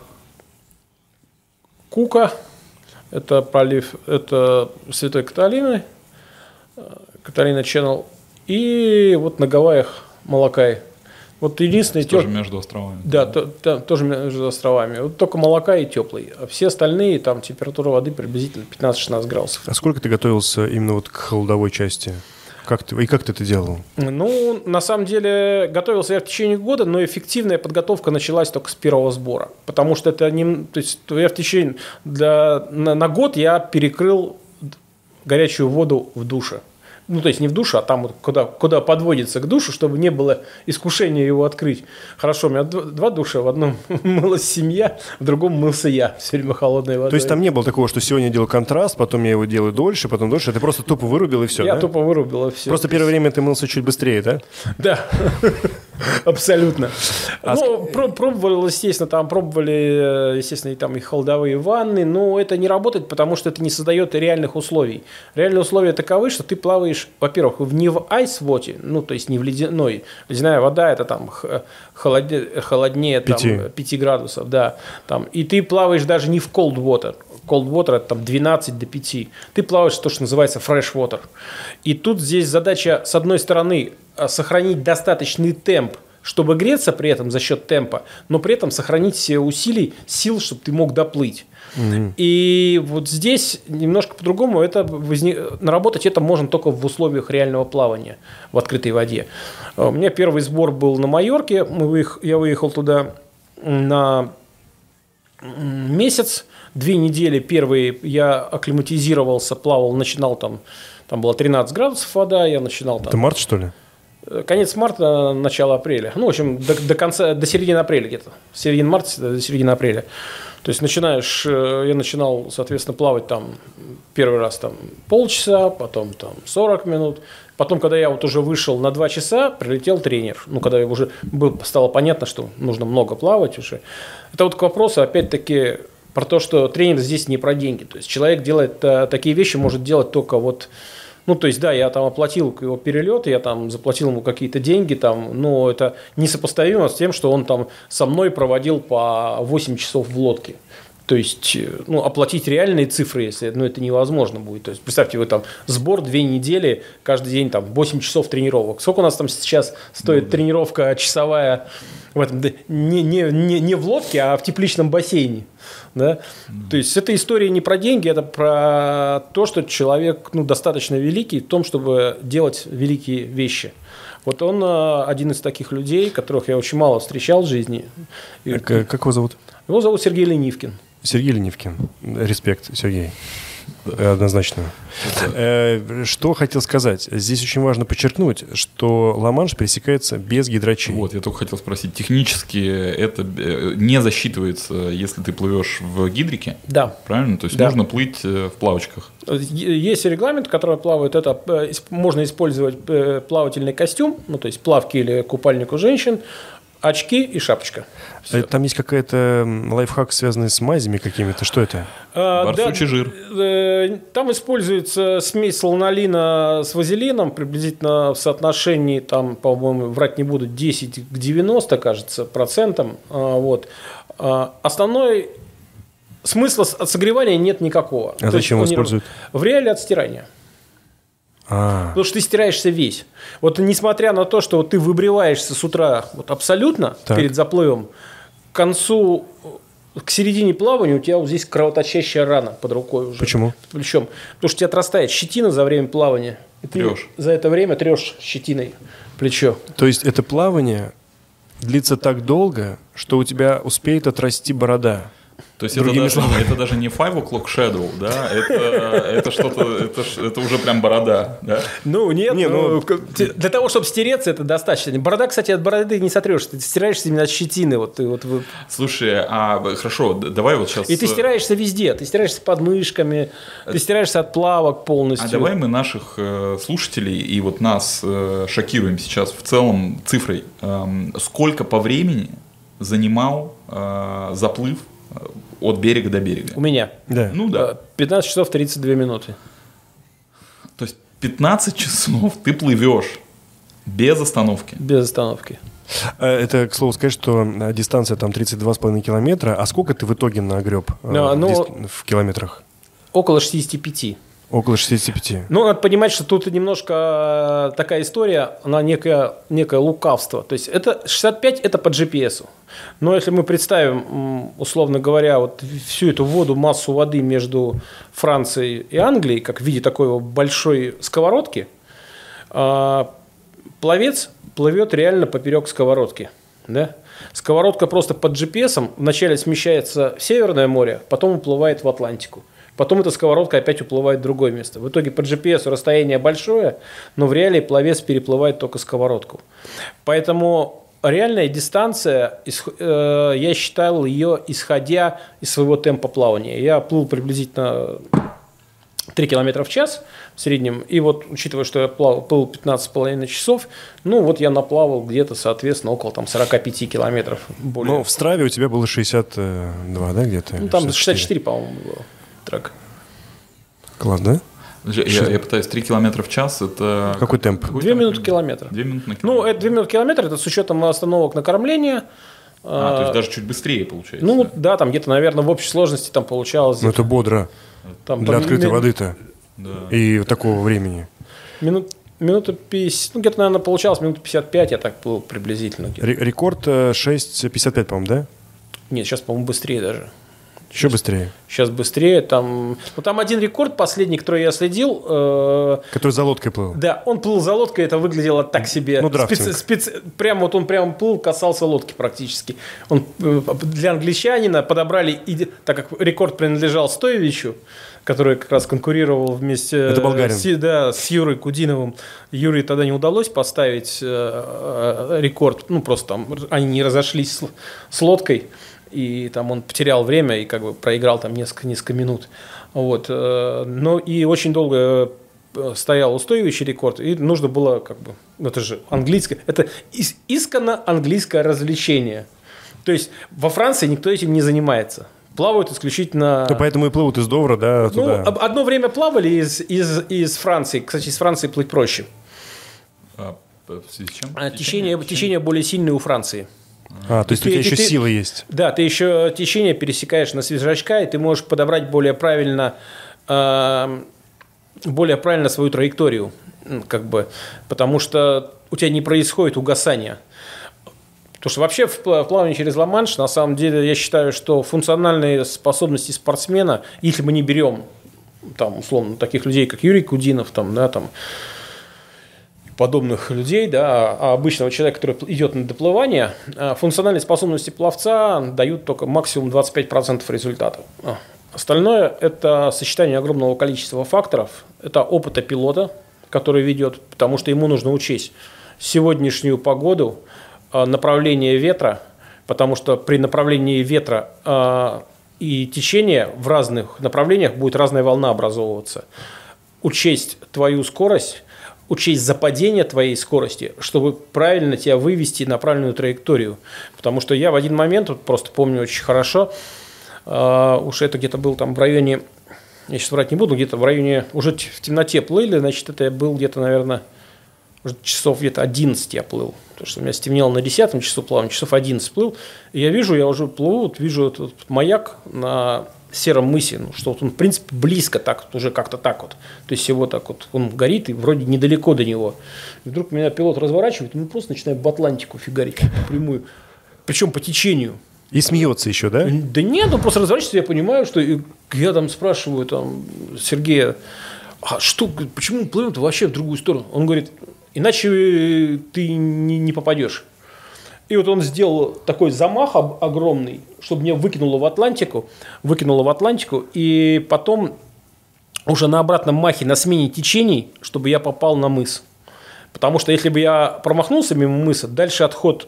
Кука. Это пролив, это Святой Каталины, Каталина Channel. И вот на Гавайях Малакай. Вот единственный тоже тёп... между островами. Да, то, то, тоже между островами. Вот только Малакай и теплый. А все остальные, там температура воды приблизительно пятнадцать-шестнадцать градусов. А сколько ты готовился именно вот к холодовой части? Как ты, и как ты это делал? Ну, на самом деле, готовился я в течение года, но эффективная подготовка началась только с первого сбора. Потому что это не... То есть я в течение... Для, на, на год я перекрыл горячую воду в душе. Ну, то есть не в душе, а там, вот, куда, куда подводится к душу, чтобы не было искушения его открыть. Хорошо, у меня два душа, в одном мылась семья, в другом мылся я, все время холодной водой. То есть там не было такого, что сегодня я делал контраст, потом я его делаю дольше, потом дольше, ты просто тупо вырубил и все, Я да? тупо вырубил и все. Просто первое время ты мылся чуть быстрее, да? Да, абсолютно. Ну, пробовали, естественно, там пробовали, естественно, и там и холодовые ванны, но это не работает, потому что это не создает реальных условий. Реальные условия таковы, что ты плаваешь, во-первых, не в айс-воде, ну, то есть не в ледяной. Ледяная вода – это там холоднее, холоднее там, пяти градусов, да. Там. И ты плаваешь даже не в cold water. Cold water – это там двенадцать до пяти. Ты плаваешь то, что называется fresh water. И тут здесь задача, с одной стороны, сохранить достаточный темп, чтобы греться при этом за счет темпа, но при этом сохранить все усилий, сил, чтобы ты мог доплыть. Mm-hmm. И вот здесь немножко по-другому это возник... наработать это можно только в условиях реального плавания в открытой воде. У меня первый сбор был на Майорке. Мы выех... Я выехал туда на месяц. Две недели первые я акклиматизировался, плавал, начинал там, там было тринадцать градусов вода, я начинал там... Это март, что ли? Конец марта, начало апреля. Ну, в общем, до, до конца, до середины апреля где-то. С середины марта до середины апреля. То есть начинаешь, я начинал, соответственно, плавать там первый раз там полчаса, потом там сорок минут. Потом, когда я вот уже вышел на два часа, прилетел тренер. Ну, когда уже был, стало понятно, что нужно много плавать уже. Это вот к вопросу, опять-таки, про то, что тренер здесь не про деньги. То есть человек делает а, такие вещи, может делать только вот... Ну, то есть, да, я там оплатил его перелет, я там заплатил ему какие-то деньги, там, но это несопоставимо с тем, что он там со мной проводил по восемь часов в лодке. То есть, ну, оплатить реальные цифры, если, ну, это невозможно будет. То есть, представьте, вы там сбор две недели, каждый день там восемь часов тренировок. Сколько у нас там сейчас стоит ну, тренировка да. часовая в этом, не, не, не, не в лодке, а в тепличном бассейне? Да? Mm. То есть, эта история не про деньги, это про то, что человек, ну, достаточно великий в том, чтобы делать великие вещи. Вот он один из таких людей, которых я очень мало встречал в жизни. Как, как его зовут? Его зовут Сергей Ленивкин. Сергей Ленивкин. Респект, Сергей. Однозначно. Что хотел сказать? Здесь очень важно подчеркнуть, что Ла-Манш пересекается без гидрачей. Вот, я только хотел спросить. Технически это не засчитывается, если ты плывешь в гидрике? Да. Правильно? То есть да. нужно плыть в плавочках? Есть регламент, который плавает. Это можно использовать плавательный костюм, ну, то есть плавки или купальник у женщин, очки и шапочка. Все. Там есть какая-то лайфхак, связанный с мазями какими-то. Что это? А, Барсучий да, жир. Э, там используется смесь ланолина с вазелином, приблизительно в соотношении, там, по-моему, врать не буду, десять к девяноста, кажется, процентам. А, вот. А, основной смысла от согревания нет никакого. А То зачем его используют? В реале от стирания. А. Потому что ты стираешься весь. Вот несмотря на то, что вот ты выбриваешься с утра вот абсолютно так. перед заплывом, к концу, к середине плавания у тебя вот здесь кровоточащая рана под рукой уже. Почему? Причем, потому что у тебя отрастает щетина за время плавания. И ты трешь. За это время трешь щетиной плечо. То есть это плавание длится так долго, что у тебя успеет отрасти борода. То есть это даже, это даже не five o'clock shadow, да? Это, это что-то, это, это уже прям борода, да? Ну, нет, не, ну, ну, для того, чтобы стереться, это достаточно. Борода, кстати, от бороды не сотрешь, ты стираешься именно от щетины. Вот, ты, вот, вы... Слушай, а хорошо, давай вот сейчас... И ты стираешься везде, ты стираешься под мышками, ты стираешься от плавок полностью. А давай мы наших э, слушателей и вот нас э, шокируем сейчас в целом цифрой. Э, сколько по времени занимал э, заплыв от берега до берега? У меня? Да. Ну да. пятнадцать часов тридцать две минуты. То есть пятнадцать часов ты плывешь без остановки? Без остановки. Это, к слову сказать, что дистанция там тридцать два с половиной километра. А сколько ты в итоге нагреб no, в, ну, дист... в километрах? Около шестидесяти пяти. Около шестидесяти пяти. Ну, надо понимать, что тут немножко такая история, она некое, некое лукавство. То есть это шестьдесят пять это по джи пи эс. Но если мы представим, условно говоря, вот всю эту воду, массу воды между Францией и Англией, как в виде такой большой сковородки, пловец плывет реально поперек сковородки. Да? Сковородка просто под джи пи эс вначале смещается в Северное море, потом уплывает в Атлантику. Потом эта сковородка опять уплывает в другое место. В итоге по джи пи эс расстояние большое, но в реале пловец переплывает только сковородку. Поэтому реальная дистанция, я считал ее, исходя из своего темпа плавания. Я плыл приблизительно три километра в час в среднем. И вот, учитывая, что я плавал, плыл пятнадцать с половиной часов, ну вот я наплавал где-то, соответственно, около там, сорок пять километров. Более. Ну, в Страве у тебя было шестьдесят два, да, где-то? Ну, там шестьдесят четыре, по-моему, было. Трек. Класс, да? Я, я пытаюсь, три километра в час, это... Какой темп? Две минуты километра. Две минуты на километр. Ну, это две минуты километра, это с учетом остановок на кормление. А, а, то есть даже чуть быстрее получается? Ну, да, там где-то, наверное, в общей сложности там получалось... Ну, это бодро. Там, для открытой ми... воды-то. Да. И такого времени. Минут... Минута пятьдесят, ну, где-то, наверное, получалось минута пятьдесят пять, я так плыл приблизительно. Р- рекорд шесть пятьдесят пять, по-моему, да? Нет, сейчас, по-моему, быстрее даже. Еще быстрее. Сейчас быстрее. Там, ну, там один рекорд последний, который я следил. Э, который за лодкой плыл. Да, он плыл за лодкой, это выглядело так себе. Ну, драфтинг. Специ, специ, прямо вот он прямо плыл, касался лодки практически. Он, э, для англичанина подобрали, так как рекорд принадлежал Стоевичу, который как раз конкурировал вместе это болгарин. С, да, с Юрой Кудиновым. Юрию тогда не удалось поставить э, рекорд. Ну, просто там они не разошлись с, с лодкой. и там он потерял время и как бы проиграл там несколько, несколько минут. Вот. Но и очень долго стоял устойчивый рекорд, и нужно было как бы, это же английское, это исконно английское развлечение. То есть во Франции никто этим не занимается. Плавают исключительно... Ну, поэтому и плывут из Довра, да, туда. Ну, одно время плавали из, из, из Франции. Кстати, из Франции плыть проще. А, в связи с чем? А, течение, течение более сильное у Франции. А, то есть ты, у тебя ты, еще ты, сила есть. Да, ты еще течение пересекаешь на свежачка, и ты можешь подобрать более правильно, э, более правильно свою траекторию. Как бы, потому что у тебя не происходит угасания. Потому что вообще в плавании через Ла-Манш, на самом деле, я считаю, что функциональные способности спортсмена, если мы не берем, там, условно, таких людей, как Юрий Кудинов, там, да, там, подобных людей, да, а обычного человека, который идет на доплывание, функциональные способности пловца дают только максимум двадцать пять процентов результата. Остальное – это сочетание огромного количества факторов, это опыта пилота, который ведет, потому что ему нужно учесть сегодняшнюю погоду, направление ветра, потому что при направлении ветра э, и течения в разных направлениях будет разная волна образовываться. Учесть твою скорость, учесть западение твоей скорости, чтобы правильно тебя вывести на правильную траекторию. Потому что я в один момент, вот просто помню очень хорошо, э, уж это где-то был там в районе, я сейчас врать не буду, где-то в районе, уже в темноте плыли, значит, это был где-то, наверное, часов где-то одиннадцать я плыл. Потому что у меня стемнело на десятом часу плавания, часов одиннадцать плыл. И я вижу, я уже плыву, вот вижу этот маяк на сером мысе. Ну, что вот он, в принципе, близко так, уже как-то так вот. То есть его так вот, он горит, и вроде недалеко до него. И вдруг меня пилот разворачивает, и мы просто начинаем в Атлантику фигарить прямую. Причем по течению. И смеется еще, да? Да нет, он просто разворачивается, я понимаю, что я там спрашиваю там, Сергея, а что, почему плывет вообще в другую сторону? Он говорит, иначе ты не, не попадешь. И вот он сделал такой замах огромный, чтобы меня выкинуло в Атлантику, выкинуло в Атлантику, и потом уже на обратном махе, на смене течений, чтобы я попал на мыс. Потому что если бы я промахнулся мимо мыса, дальше отход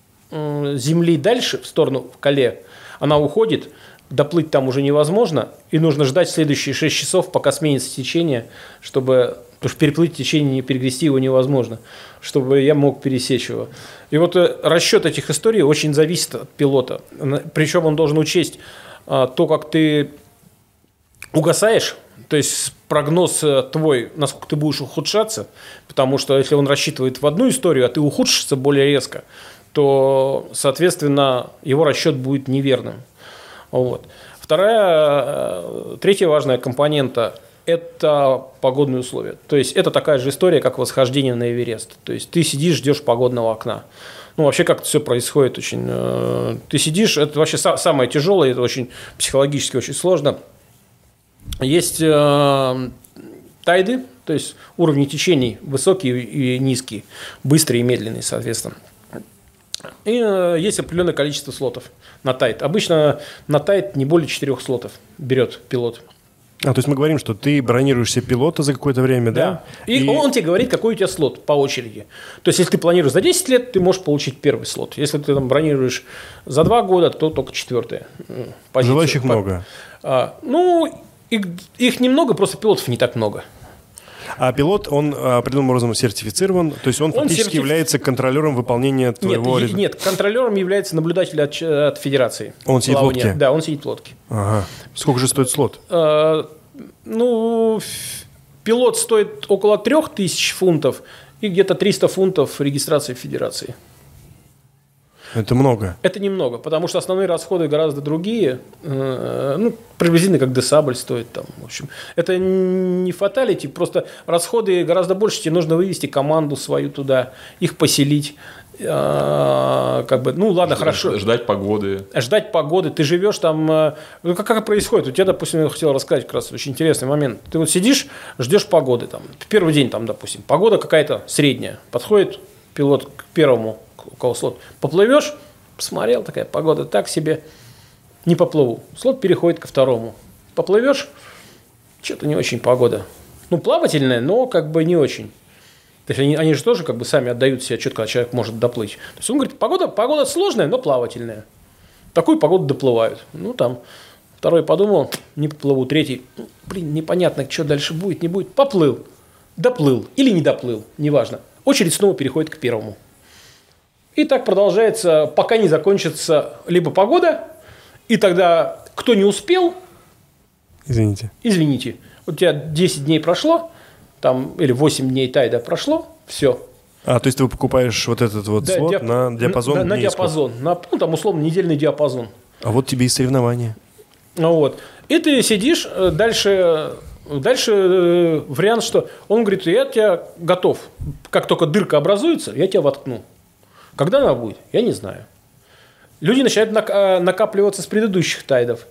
земли дальше, в сторону в Кале, она уходит, доплыть там уже невозможно, и нужно ждать следующие шесть часов, пока сменится течение, чтобы... Потому что переплыть течение, не перегрести его невозможно, чтобы я мог пересечь его. И вот расчет этих историй очень зависит от пилота. Причем он должен учесть то, как ты угасаешь, то есть прогноз твой, насколько ты будешь ухудшаться, потому что если он рассчитывает в одну историю, а ты ухудшишься более резко, то, соответственно, его расчет будет неверным. Вот. Вторая, третья важная компонента – это погодные условия. То есть это такая же история, как восхождение на Эверест. То есть ты сидишь, ждешь погодного окна. Ну, вообще как-то все происходит очень... Э, ты сидишь, это вообще са- самое тяжелое, это очень психологически очень сложно. Есть э, тайды, то есть уровни течений высокие и низкие, быстрые и медленные, соответственно. И э, есть определенное количество слотов на тайд. Обычно на тайд не более четырех слотов берет пилот. А, то есть мы говорим, что ты бронируешь себе пилота за какое-то время, да? Да. И, и он тебе говорит, какой у тебя слот по очереди. То есть, если ты планируешь за десять лет, ты можешь получить первый слот. Если ты там бронируешь за два года, то только четвертая позиция. Желающих много. А, ну, их, их немного, просто пилотов не так много. А пилот, он определенным образом сертифицирован, то есть он, он фактически сертиф... является контролером выполнения твоего... Нет, нет, контролером является наблюдатель от, от федерации. Он сидит в лодке? Да, он сидит в лодке. Ага. Сколько же стоит слот? А, ну, пилот стоит около трех тысяч фунтов и где-то триста фунтов регистрации в федерации. Это много. Это немного, потому что основные расходы гораздо другие. Ну, приблизительно как десабль стоит там. В общем, это не фаталити, просто расходы гораздо больше. Тебе нужно вывести команду свою туда, их поселить. Как бы, ну ладно, Ж- хорошо. Ждать погоды. Ждать погоды. Ты живешь там. Ну, как, как происходит? У тебя, допустим, я хотел рассказать как раз очень интересный момент. Ты вот сидишь, ждешь погоды. Там, первый день, там, допустим, погода какая-то средняя. Подходит пилот к первому, у кого слот. Поплывешь, посмотрел, такая погода так себе, не поплыву. Слот переходит ко второму. Поплывешь, что-то не очень погода. Ну, плавательная, но как бы не очень. То есть они, они же тоже как бы сами отдают себе отчет, когда человек может доплыть. То есть он говорит, погода, погода сложная, но плавательная. такую погоду доплывают. Ну, там, второй подумал, не поплыву, третий, блин, непонятно, что дальше будет, не будет. Поплыл, доплыл или не доплыл, неважно. Очередь снова переходит к первому. И так продолжается, пока не закончится либо погода, и тогда кто не успел, Извините. Извините, у тебя десять дней прошло, там, или восемь дней тайда прошло, все. А, то есть ты покупаешь вот этот вот Да, слот диап... на диапазон? На, на дней диапазон, на, ну, там, условно, недельный диапазон. А вот тебе и соревнования. Ну, вот. И ты сидишь, дальше, дальше э, вариант, что он говорит, я тебя готов, как только дырка образуется, я тебя воткну. Когда она будет, я не знаю. Люди начинают накапливаться с предыдущих тайдов.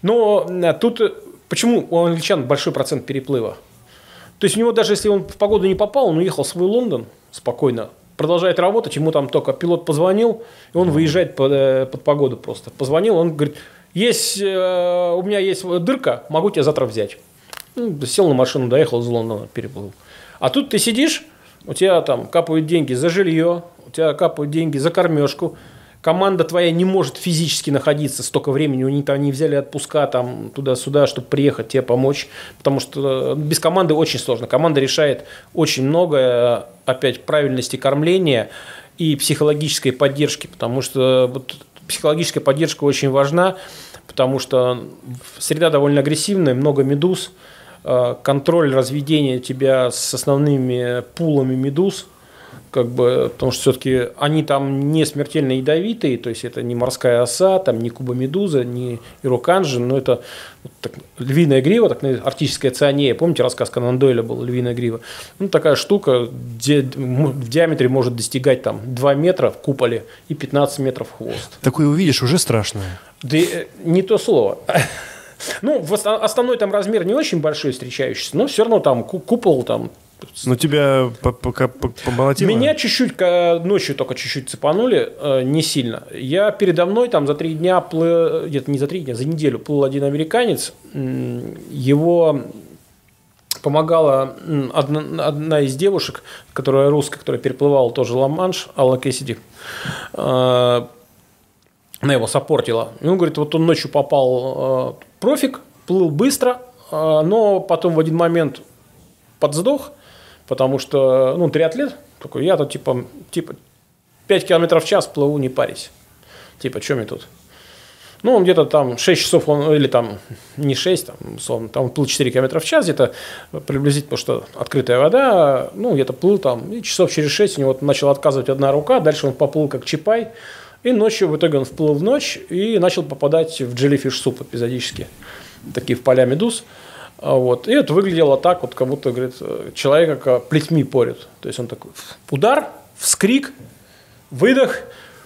Но тут почему у англичан большой процент переплыва? То есть у него даже если он в погоду не попал, он уехал в свой Лондон спокойно, продолжает работать, ему там только пилот позвонил, и он выезжает под, под погоду просто. Позвонил, он говорит, есть, у меня есть дырка, могу тебя завтра взять. Ну, сел на машину, доехал из Лондона, переплыл. А тут ты сидишь, у тебя там капают деньги за жилье, у тебя капают деньги за кормежку. Команда твоя не может физически находиться столько времени, у них там не взяли отпуска там туда-сюда, чтобы приехать тебе помочь, потому что без команды очень сложно. Команда решает очень многое, опять правильности кормления и психологической поддержки, потому что вот, психологическая поддержка очень важна, потому что среда довольно агрессивная, много медуз, контроль разведения тебя с основными пулами медуз. Как бы, потому что все-таки они там не смертельно ядовитые, то есть это не морская оса, там не кубомедуза, не ироканжин, но это вот так, львиная грива, так, арктическая цианея. Помните, рассказ Конан Дойля был, львиная грива? Ну, такая штука где в диаметре может достигать там, два метра в куполе и пятнадцать метров хвост. Такое увидишь, уже страшно. Да не то слово. Ну, основной там размер не очень большой встречающийся, но все равно там купол там. Но тебя помолотило? Меня чуть-чуть, ночью только чуть-чуть цепанули, не сильно. Я передо мной там за три дня, плыл, нет, не за три дня, за неделю плыл один американец. Его помогала одна, одна из девушек, которая русская, которая переплывала тоже Ла-Манш, Алла Кэссиди. Она его саппортила. И он говорит, вот он ночью попал профик, плыл быстро, но потом в один момент подсдох, потому что, ну, триатлет, такой, я тут, типа, типа, пять километров в час плыву, не парись. Типа, что мне тут? Ну, он где-то там шесть часов, он, или там, не шесть, там, условно, там он плыл четыре километра в час, где-то приблизительно, потому что открытая вода, ну, где-то плыл там, и часов через шесть у него начала отказывать одна рука, дальше он поплыл как чапай, и ночью, в итоге он вплыл в ночь и начал попадать в джеллифиш суп эпизодически, такие в поля медуз. Вот. И это выглядело так, вот, как будто, говорит, человека плетьми порют. То есть он такой удар, вскрик, выдох,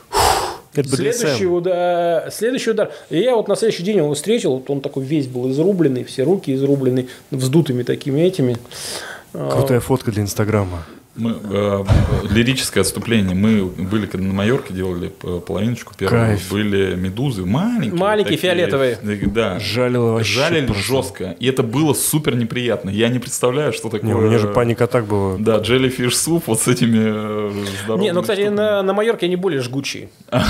следующий удар, следующий удар. И я вот на следующий день его встретил, вот он такой весь был изрубленный, все руки изрублены, вздутыми такими этими. Крутая фотка для Инстаграма. Мы, э, лирическое отступление. Мы были, когда на Майорке делали половиночку первую, Кайф. Были медузы маленькие. Маленькие, такие, фиолетовые. Да. Жалило вообще. Жалили просто. жестко. И это было супер неприятно. Я не представляю, что такое. Не, у меня же паника так была. Да, джеллифиш суп вот с этими здоровыми. Не, ну, кстати, на, на Майорке они более жгучие.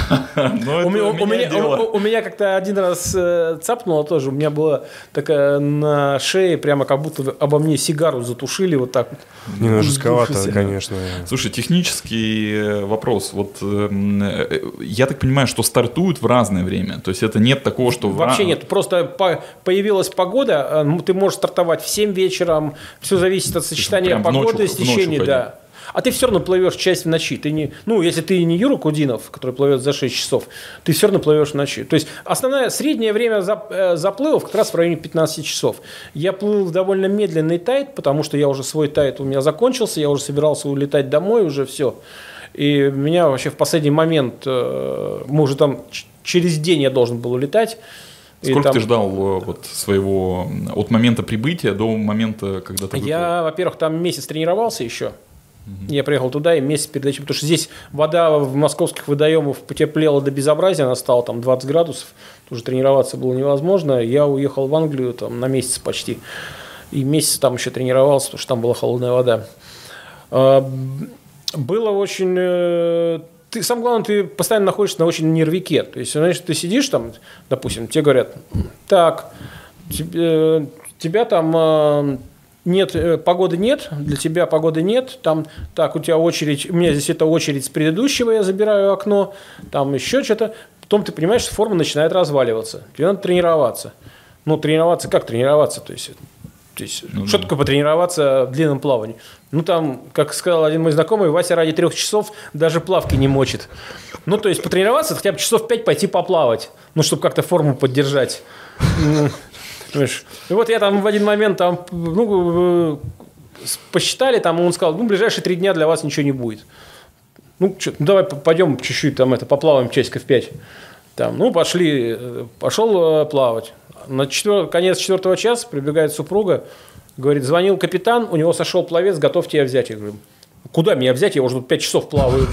Но У меня, у, меня, у, у меня как-то один раз э, цапнуло тоже. У меня была такая на шее, прямо как будто обо мне сигару затушили вот так. Немного жестковато, конечно. Слушай, технический вопрос. Вот э, я так понимаю, что стартуют в разное время. То есть это нет такого, что... Вообще в... нет. Просто по, появилась погода, ты можешь стартовать в семь вечера. Все зависит от сочетания погоды, стечения, да. А ты все равно плывешь часть в ночи. Ты не, ну, если ты не Юра Кудинов, который плывет за шесть часов, ты все равно плывешь в ночи. То есть основное среднее время заплывов как раз в районе пятнадцати часов. Я плыл в довольно медленный тайд, потому что я уже свой тайд у меня закончился, я уже собирался улетать домой, уже все. И меня вообще в последний момент, мы уже там через день я должен был улетать. Сколько там... ты ждал вот, своего, от момента прибытия до момента, когда ты выплыл? Я, во-первых, там месяц тренировался еще. Угу. Я приехал туда и месяц перед этим, потому что здесь вода в московских водоемах потеплела до безобразия, она стала там двадцать градусов, уже тренироваться было невозможно. Я уехал в Англию там, на месяц почти, и месяц там еще тренировался, потому что там была холодная вода. Было очень ты, самое главное, ты постоянно находишься на очень нервике. То есть, знаешь, ты сидишь там, допустим, тебе говорят, так, тебе, тебя там нет, погоды нет, для тебя погоды нет, там, так, у тебя очередь, у меня здесь это очередь с предыдущего, я забираю окно, там еще что-то. Потом ты понимаешь, что форма начинает разваливаться. Тебе надо тренироваться. Ну, тренироваться, как тренироваться? То есть, то есть ну, что да. такое потренироваться в длинном плавании? Ну, там, как сказал один мой знакомый, Вася ради трех часов даже плавки не мочит. Ну, то есть, потренироваться, хотя бы часов пять пойти поплавать. Ну, чтобы как-то форму поддержать. Понимаешь? И вот я там в один момент там, ну, посчитали, там, он сказал, ну, в ближайшие три дня для вас ничего не будет. Ну, что, ну, давай пойдем чуть-чуть там это, поплаваем часиков пять. Там, ну, пошли, пошел плавать. На четвер... конец четвертого часа прибегает супруга, говорит, звонил капитан, у него сошел пловец, готов тебя взять. Я говорю, куда меня взять? Я уже тут пять часов плаваю.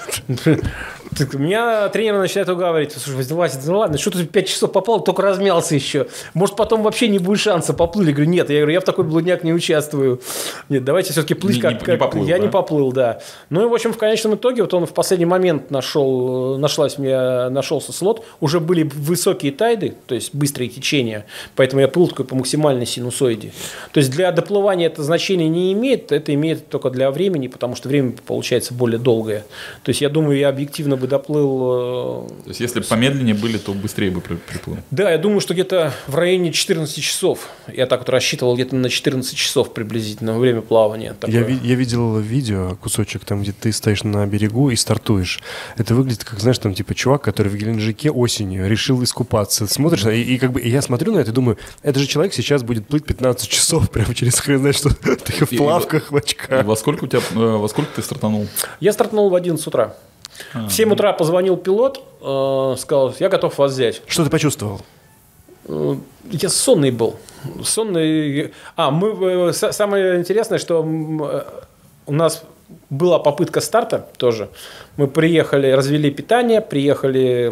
Меня тренер начинает уговаривать, слушай, Вася, ну ладно, что ты пять часов поплыл, только размялся еще. Может, потом вообще не будет шанса, поплыли. Я говорю, нет, я говорю, я в такой блудняк не участвую. Нет, давайте все-таки плыть, не, как, не, как... Не поплыл, я да? не поплыл, да. Ну и, в общем, в конечном итоге, вот он в последний момент нашел, нашлась мне, нашелся слот, уже были высокие тайды, то есть быстрые течения, поэтому я плыл такой по максимальной синусоиде. То есть для доплывания это значение не имеет, это имеет только для времени, потому что время получается более долгое. То есть я думаю, я объективно бы доплыл. То есть, если бы помедленнее были, то быстрее бы приплыл. Да, я думаю, что где-то в районе четырнадцати часов. Я так вот рассчитывал, где-то на четырнадцать часов приблизительно время плавания. Я, ви- я видел видео, кусочек, там, где ты стоишь на берегу и стартуешь. Это выглядит, как, знаешь, там, типа, чувак, который в Геленджике осенью решил искупаться. Смотришь, и, и как бы и я смотрю на это и думаю, это же человек сейчас будет плыть пятнадцать часов прямо через хрен, знаешь, что ты в плавках, в очках. Во сколько у тебя, во сколько ты стартанул? Я стартанул в одиннадцать утра. В семь утра позвонил пилот, э, сказал, я готов вас взять. Что ты почувствовал? Э, я сонный был. Сонный. А, мы, самое интересное, что у нас была попытка старта тоже. Мы приехали, развели питание, приехали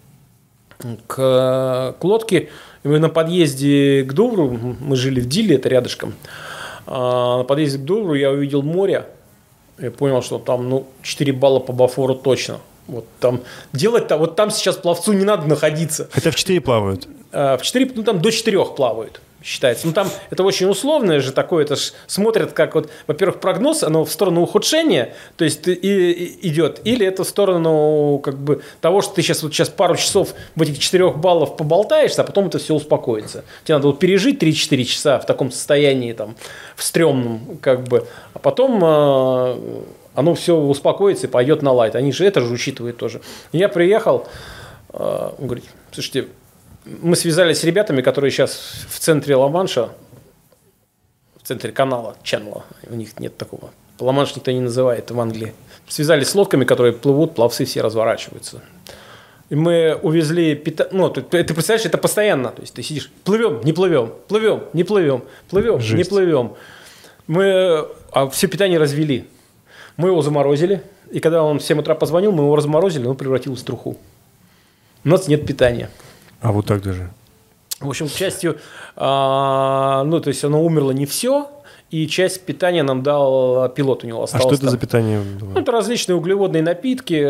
к, к лодке. И мы на подъезде к Дувру, мы жили в Диле, это рядышком. А, на подъезде к Дувру я увидел море. Я понял, что там ну, четыре балла по Бафору точно. Вот там делать-то, вот там сейчас пловцу не надо находиться. Хотя в четыре плавают. А, в четыре, ну там до четырех плавают, считается. Ну там это очень условное же такое, это ж смотрят как вот, во-первых, прогноз, оно в сторону ухудшения, то есть и, и, идет, или это в сторону как бы того, что ты сейчас вот сейчас пару часов в этих четырех баллов поболтаешься, а потом это все успокоится. Тебе надо вот пережить три-четыре часа в таком состоянии там, в стрёмном, как бы, а потом э, оно все успокоится и пойдет на лайт. Они же это же учитывают тоже. Я приехал, э, он говорит, слушайте, мы связались с ребятами, которые сейчас в центре Ла-Манша, в центре канала, ченнела, у них нет такого. Ла-Манш никто не называет в Англии. Связались с лодками, которые плывут, пловцы все разворачиваются. И мы увезли питание. Ну, ты, ты представляешь, это постоянно. То есть ты сидишь, плывем, не плывем, плывем, не плывем, плывем, Жесть. не плывем. Мы а все питание развели. Мы его заморозили. И когда он в семь утра позвонил, мы его разморозили, он превратился в труху. У нас нет питания. А вот так даже. В общем, к счастью, а, ну, то есть оно умерло не все, и часть питания нам дал пилот, у него осталось. А что это там. за питание было? Ну, это различные углеводные напитки,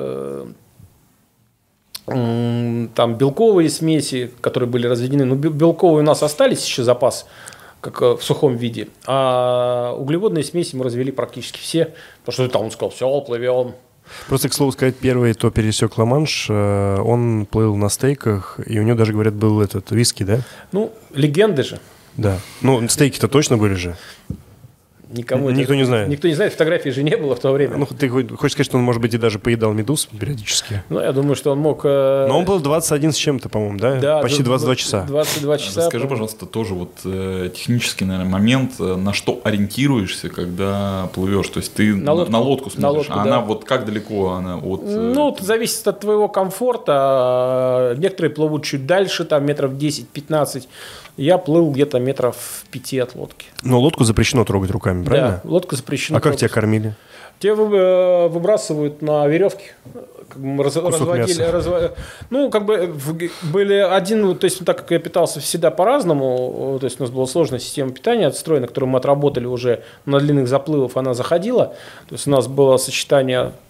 там белковые смеси, которые были разведены. Ну, белковые у нас остались еще запас, как в сухом виде, а углеводные смеси мы развели практически все, потому что там он сказал, все, плывем. Просто, к слову сказать, первый, кто пересек Ла-Манш, он плыл на стейках, и у него даже, говорят, был этот виски, да? Ну, легенды же. Да. Ну, стейки-то точно были же. Никому Никто это, не знает. Никто не знает, фотографии же не было в то время. Ну, ты хочешь сказать, что он, может быть, и даже поедал медуз периодически? Ну, я думаю, что он мог... Э... Но он был двадцать один с чем-то, по-моему, да? Да. Почти двадцать два часа. двадцать два часа. Скажи, пожалуйста, тоже вот э, технический, наверное, момент, э, на что ориентируешься, когда плывешь? То есть ты на лодку, на лодку смотришь, на лодку, а да. Она вот как далеко она от... Э... Ну, это зависит от твоего комфорта. Некоторые плывут чуть дальше, там метров десять-пятнадцать. Я плыл где-то метров пяти от лодки. Но лодку запрещено трогать руками, правильно? Да, лодку запрещено. А как тебя кормили? Тебя выбрасывают на веревке. Как бы раз, разводили, разв... Ну, как бы были один, то есть так как я питался всегда по-разному, то есть у нас была сложная система питания отстроена, которую мы отработали уже на длинных заплывах, она заходила. То есть у нас было сочетание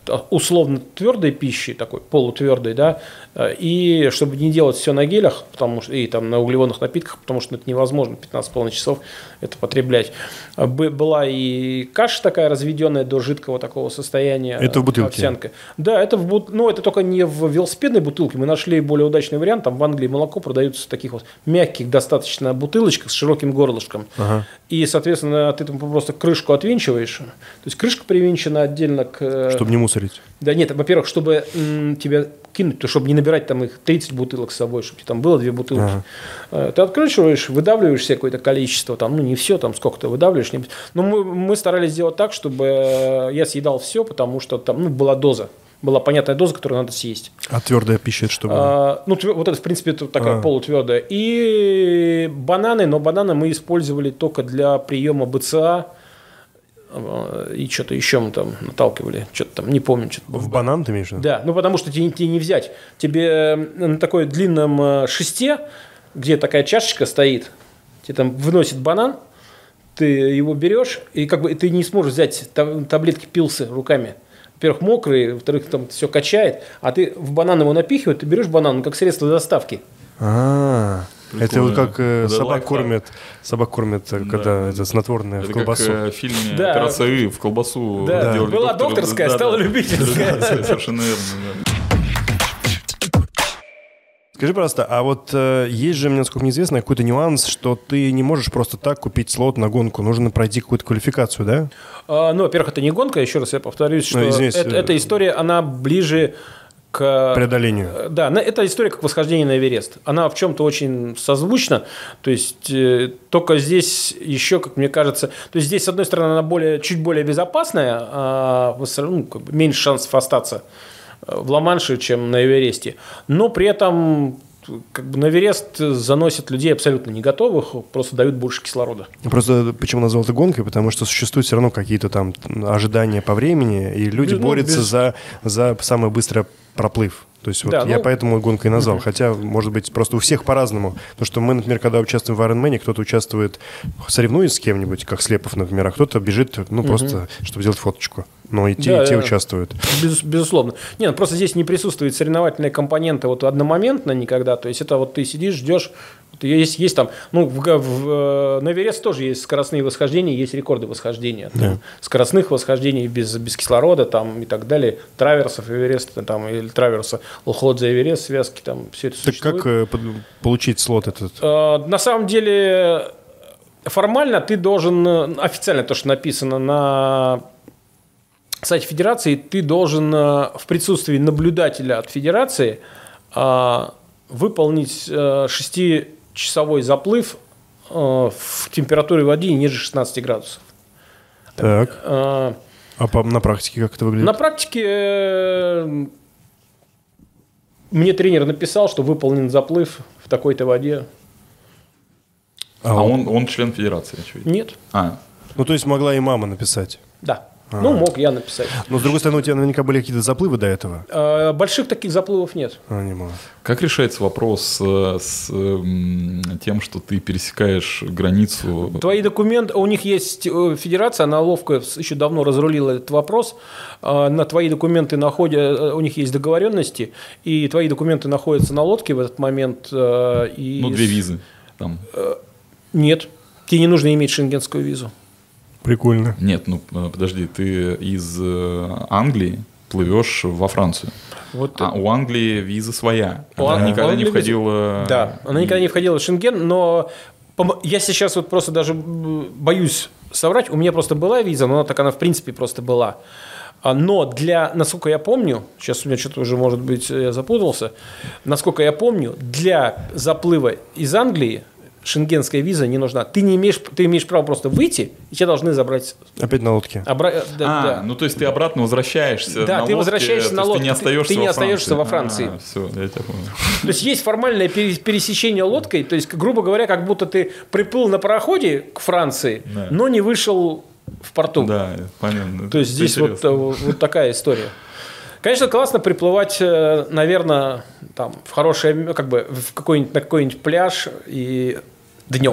условно твердой пищи, такой полутвердой, да, и чтобы не делать все на гелях, потому что и там на углеводных напитках, потому что это невозможно пятнадцать с половиной часов это потреблять. Была и каша такая разведенная до жидкого такого состояния. Это в бутылке? Овсянка. Да, это в бут... ну, это только не в велосипедной бутылке. Мы нашли более удачный вариант. Там в Англии молоко продаются в таких вот мягких достаточно бутылочках с широким горлышком. Ага. И, соответственно, ты там просто крышку отвинчиваешь. То есть крышка привинчена отдельно к... Чтобы не мусорить. Да нет, во-первых, чтобы м, тебя кинуть, то чтобы не набирать там их тридцать бутылок с собой, чтобы там было две бутылки. Ага. Ты откручиваешь, выдавливаешь себе какое-то количество, там, ну не все, там сколько-то выдавливаешь. Не... Но мы, мы старались сделать так, чтобы я съедал все, потому что там ну, была доза. Была понятная доза, которую надо съесть. А твердая пища это что было? А, ну, твер... вот это, в принципе, это такая а. полутвердая. И бананы, но бананы мы использовали только для приема БЦА. И что-то еще мы там наталкивали, что-то там, не помню. Что-то в банан ты имеешь в виду? Да, ну потому что тебе, тебе не взять. Тебе на такой длинном шесте, где такая чашечка стоит, тебе там выносит банан, ты его берешь, и как бы ты не сможешь взять таблетки пилсы руками. Во-первых, мокрые, во-вторых, там все качает, а ты в банан его напихиваешь, ты берешь банан как средство доставки. А-а-а. Прикольно. Это вот как э, собак кормят, собак кормят, да. Когда это снотворное это в колбасу. Как э, в фильме да. «Операция И» в колбасу да. делали. Была доктор, докторская, да, стала да. любительская. Да, совершенно верно. Да. Скажи, пожалуйста, а вот э, есть же, мне насколько мне известно, какой-то нюанс, что ты не можешь просто так купить слот на гонку, нужно пройти какую-то квалификацию, да? А, ну, во-первых, это не гонка, еще раз я повторюсь, что ну, извините, это, эта история, она ближе... к преодолению. Да, это история как восхождение на Эверест. Она в чем-то очень созвучна. То есть э, только здесь еще, как мне кажется, то есть здесь, с одной стороны, она более, чуть более безопасная, а ну, как бы меньше шансов остаться в Ла-Манше, чем на Эвересте. Но при этом как бы на Эверест заносят людей абсолютно не готовых, просто дают больше кислорода. Просто почему назвал это гонкой? Потому что существуют все равно какие-то там ожидания по времени, и люди без, борются ну, без... за, за самое быстрое проплыв. То есть вот да, я ну... поэтому гонкой назвал. Uh-huh. Хотя, может быть, просто у всех по-разному. Потому что мы, например, когда участвуем в Ironman, кто-то участвует, соревнуясь с кем-нибудь, как Слепов, например, а кто-то бежит, ну, uh-huh. просто, чтобы сделать фоточку. Но идти, да, идти да. участвуют. Без, безусловно. Нет, просто здесь не присутствует соревновательные компоненты вот одномоментно никогда. То есть это вот ты сидишь, ждешь. Есть, есть там, ну, в, в, на Эверест тоже есть скоростные восхождения, есть рекорды восхождения. Да. Скоростных восхождений без, без кислорода там, и так далее. Траверсов Эвереста там, или траверса Лхотзе Эверест, связки там, все это так существует. Так как э, получить слот этот? Э, на самом деле, формально ты должен, официально то, что написано на сайте Федерации, ты должен в присутствии наблюдателя от Федерации э, выполнить э, шести часовой заплыв э, в температуре воды ниже шестнадцати градусов. Так. Э, а по, на практике как это выглядит? На практике э, мне тренер написал, что выполнен заплыв в такой-то воде. А, а он, он член федерации, очевидно? Нет. А. Ну, то есть могла и мама написать? Да. А. Ну, мог я написать. Но, с другой стороны, у тебя наверняка были какие-то заплывы до этого? А, больших таких заплывов нет. А, не мало. Как решается вопрос с, с тем, что ты пересекаешь границу? Твои документы, у них есть федерация, она ловко еще давно разрулила этот вопрос. На твои документы находят, у них есть договоренности, и твои документы находятся на лодке в этот момент. И... Ну, две визы там. Нет, тебе не нужно иметь шенгенскую визу. Прикольно. Нет, ну подожди, ты из Англии плывешь во Францию. Вот а это... у Англии виза своя. У она Ан... никогда не входила... Виза... Да, она никогда не входила в Шенген, но я сейчас вот просто даже боюсь соврать. У меня просто была виза, но так она в принципе просто была. Но для, насколько я помню, сейчас у меня что-то уже, может быть, я запутался, насколько я помню, для заплыва из Англии шенгенская виза не нужна. Ты не имеешь, ты имеешь право просто выйти, и тебя должны забрать. Опять на лодке. Обра... Да, а, да. ну то есть ты обратно возвращаешься да, на ты лодке, возвращаешься на лодке. Ты не остаешься, ты, ты во, не остаешься во Франции. Франции. А, все, я тебя понял. То есть есть формальное пересечение лодкой, то есть, грубо говоря, как будто ты приплыл на пароходе к Франции, да. но не вышел в порту. Да, понятно. То есть здесь вот, вот такая история. Конечно, классно приплывать, наверное, там, в хорошее, как бы, в какой-нибудь, на какой-нибудь пляж и днем.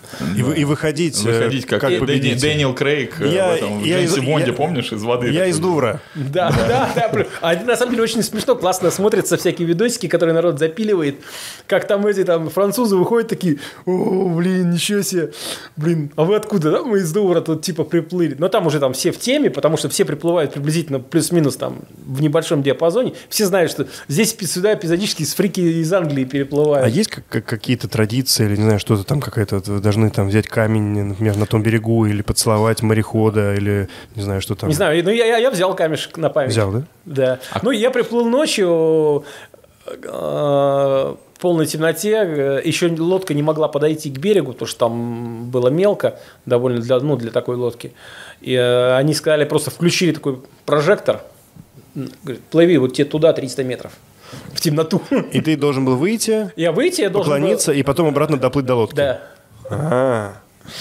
И, вы, и выходить, Выходить как, как победитель. Дэниел Крейг я, в этом, в я Джеймсе из, Бонде, я, помнишь, из воды. Я из Дувра. Да, да, да. А на самом деле очень смешно, классно смотрятся всякие видосики, которые народ запиливает, как там эти там французы выходят такие, о, блин, ничего себе, блин, а вы откуда? Да, мы из Дувра тут типа приплыли. Но там уже там все в теме, потому что все приплывают приблизительно плюс-минус там в небольшом диапазоне. Все знают, что здесь сюда эпизодически с фрики из Англии переплывают. А есть как, как, какие-то традиции или, не знаю, что-то там какая-то, вы должны там взять камень, например, на том берегу или поцеловать морехода или, не знаю, что там? Не знаю, ну я, я взял камешек на память. Взял, да? Да. А... Ну, я приплыл ночью э, в полной темноте, еще лодка не могла подойти к берегу, потому что там было мелко довольно для, ну, для такой лодки. И э, они сказали, просто включили такой прожектор, говорит, плыви вот тебе туда триста метров. В темноту. И ты должен был выйти, я выйти, я должен поклониться был... и потом обратно доплыть до лодки. Да. А-а-а.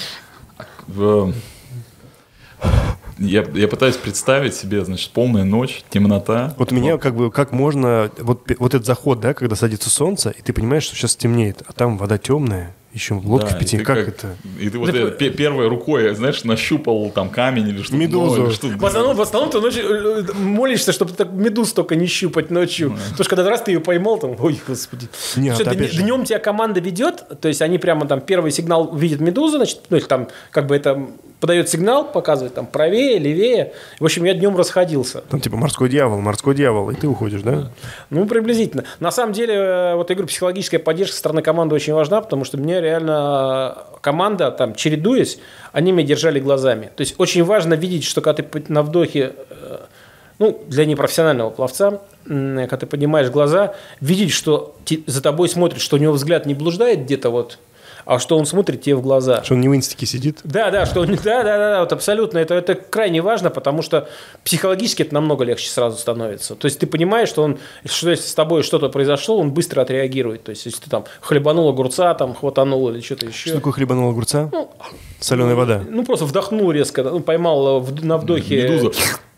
Я, я пытаюсь представить себе, значит, полная ночь, темнота. Вот у меня как бы, как можно, вот, вот этот заход, да, когда садится солнце, и ты понимаешь, что сейчас темнеет, а там вода темная, еще лодка да, в пяти, как, как это? И ты вот да, это, первой рукой, знаешь, нащупал там камень или что-то. Медузу. Или что-то. В основном, в основном ты ночью молишься, чтобы так медуз только не щупать ночью. Mm. Потому что когда раз ты ее поймал, там, ой, господи. Нет, все, днем, же... днем тебя команда ведет, то есть они прямо там первый сигнал видят медузу, значит, ну или там как бы это подает сигнал, показывает там правее, левее. В общем, я днем расходился. Там типа морской дьявол, морской дьявол, и ты уходишь, да? Ну, приблизительно. На самом деле, вот я говорю, психологическая поддержка со стороны команды очень важна, потому что мне реально команда, там, чередуясь, они меня держали глазами. То есть очень важно видеть, что когда ты на вдохе, ну, для непрофессионального пловца, когда ты поднимаешь глаза, видеть, что за тобой смотрит, что у него взгляд не блуждает где-то вот, а что он смотрит тебе в глаза. Что он не в инстике сидит? Да, да, что он, да, да, да, вот абсолютно. Это, это крайне важно, потому что психологически это намного легче сразу становится. То есть ты понимаешь, что он, что если с тобой что-то произошло, он быстро отреагирует. То есть если ты там хлебанул огурца, там хватанул или что-то еще. Что такое хлебанул огурца? Ну, соленая ну, вода. Ну просто вдохнул резко, ну, поймал в, на вдохе. Медуза.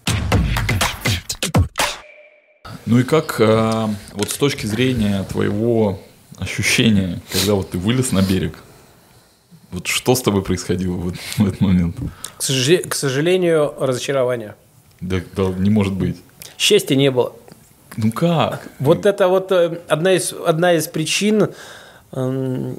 Ну и как э, вот с точки зрения твоего ощущения, когда вот ты вылез на берег, вот что с тобой происходило в, в этот момент? К, сожалению, к сожалению, разочарование. Да, да, не может быть. Счастья не было. Ну как? Вот это вот одна из, одна из причин, э,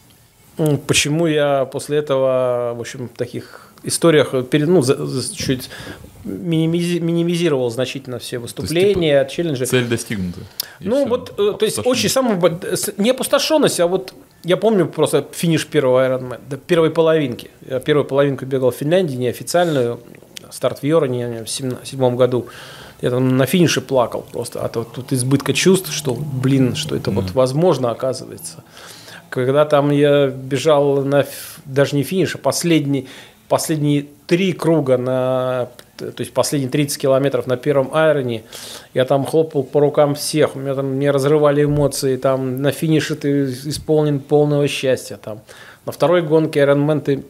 почему я после этого, в общем, в таких историях перед, ну, за, за, чуть минимизи, минимизировал значительно все выступления, то есть, типа, челленджи. Цель достигнута. Ну все. Вот, то есть очень самое, не опустошенность, а вот я помню просто финиш первого Ironman, до первой половинки. Я первую половинку бегал в Финляндии, неофициальную, старт в Йороне в седьмом году. Я там на финише плакал просто от вот, тут избытка чувств, что, блин, что это mm. вот возможно оказывается. Когда там я бежал на, даже не финиш, а последний, последние три круга, на, то есть последние тридцать километров на первом айроне, я там хлопал по рукам всех, у меня там меня разрывали эмоции, там на финише ты исполнен полного счастья, там на второй гонке Ironman ты,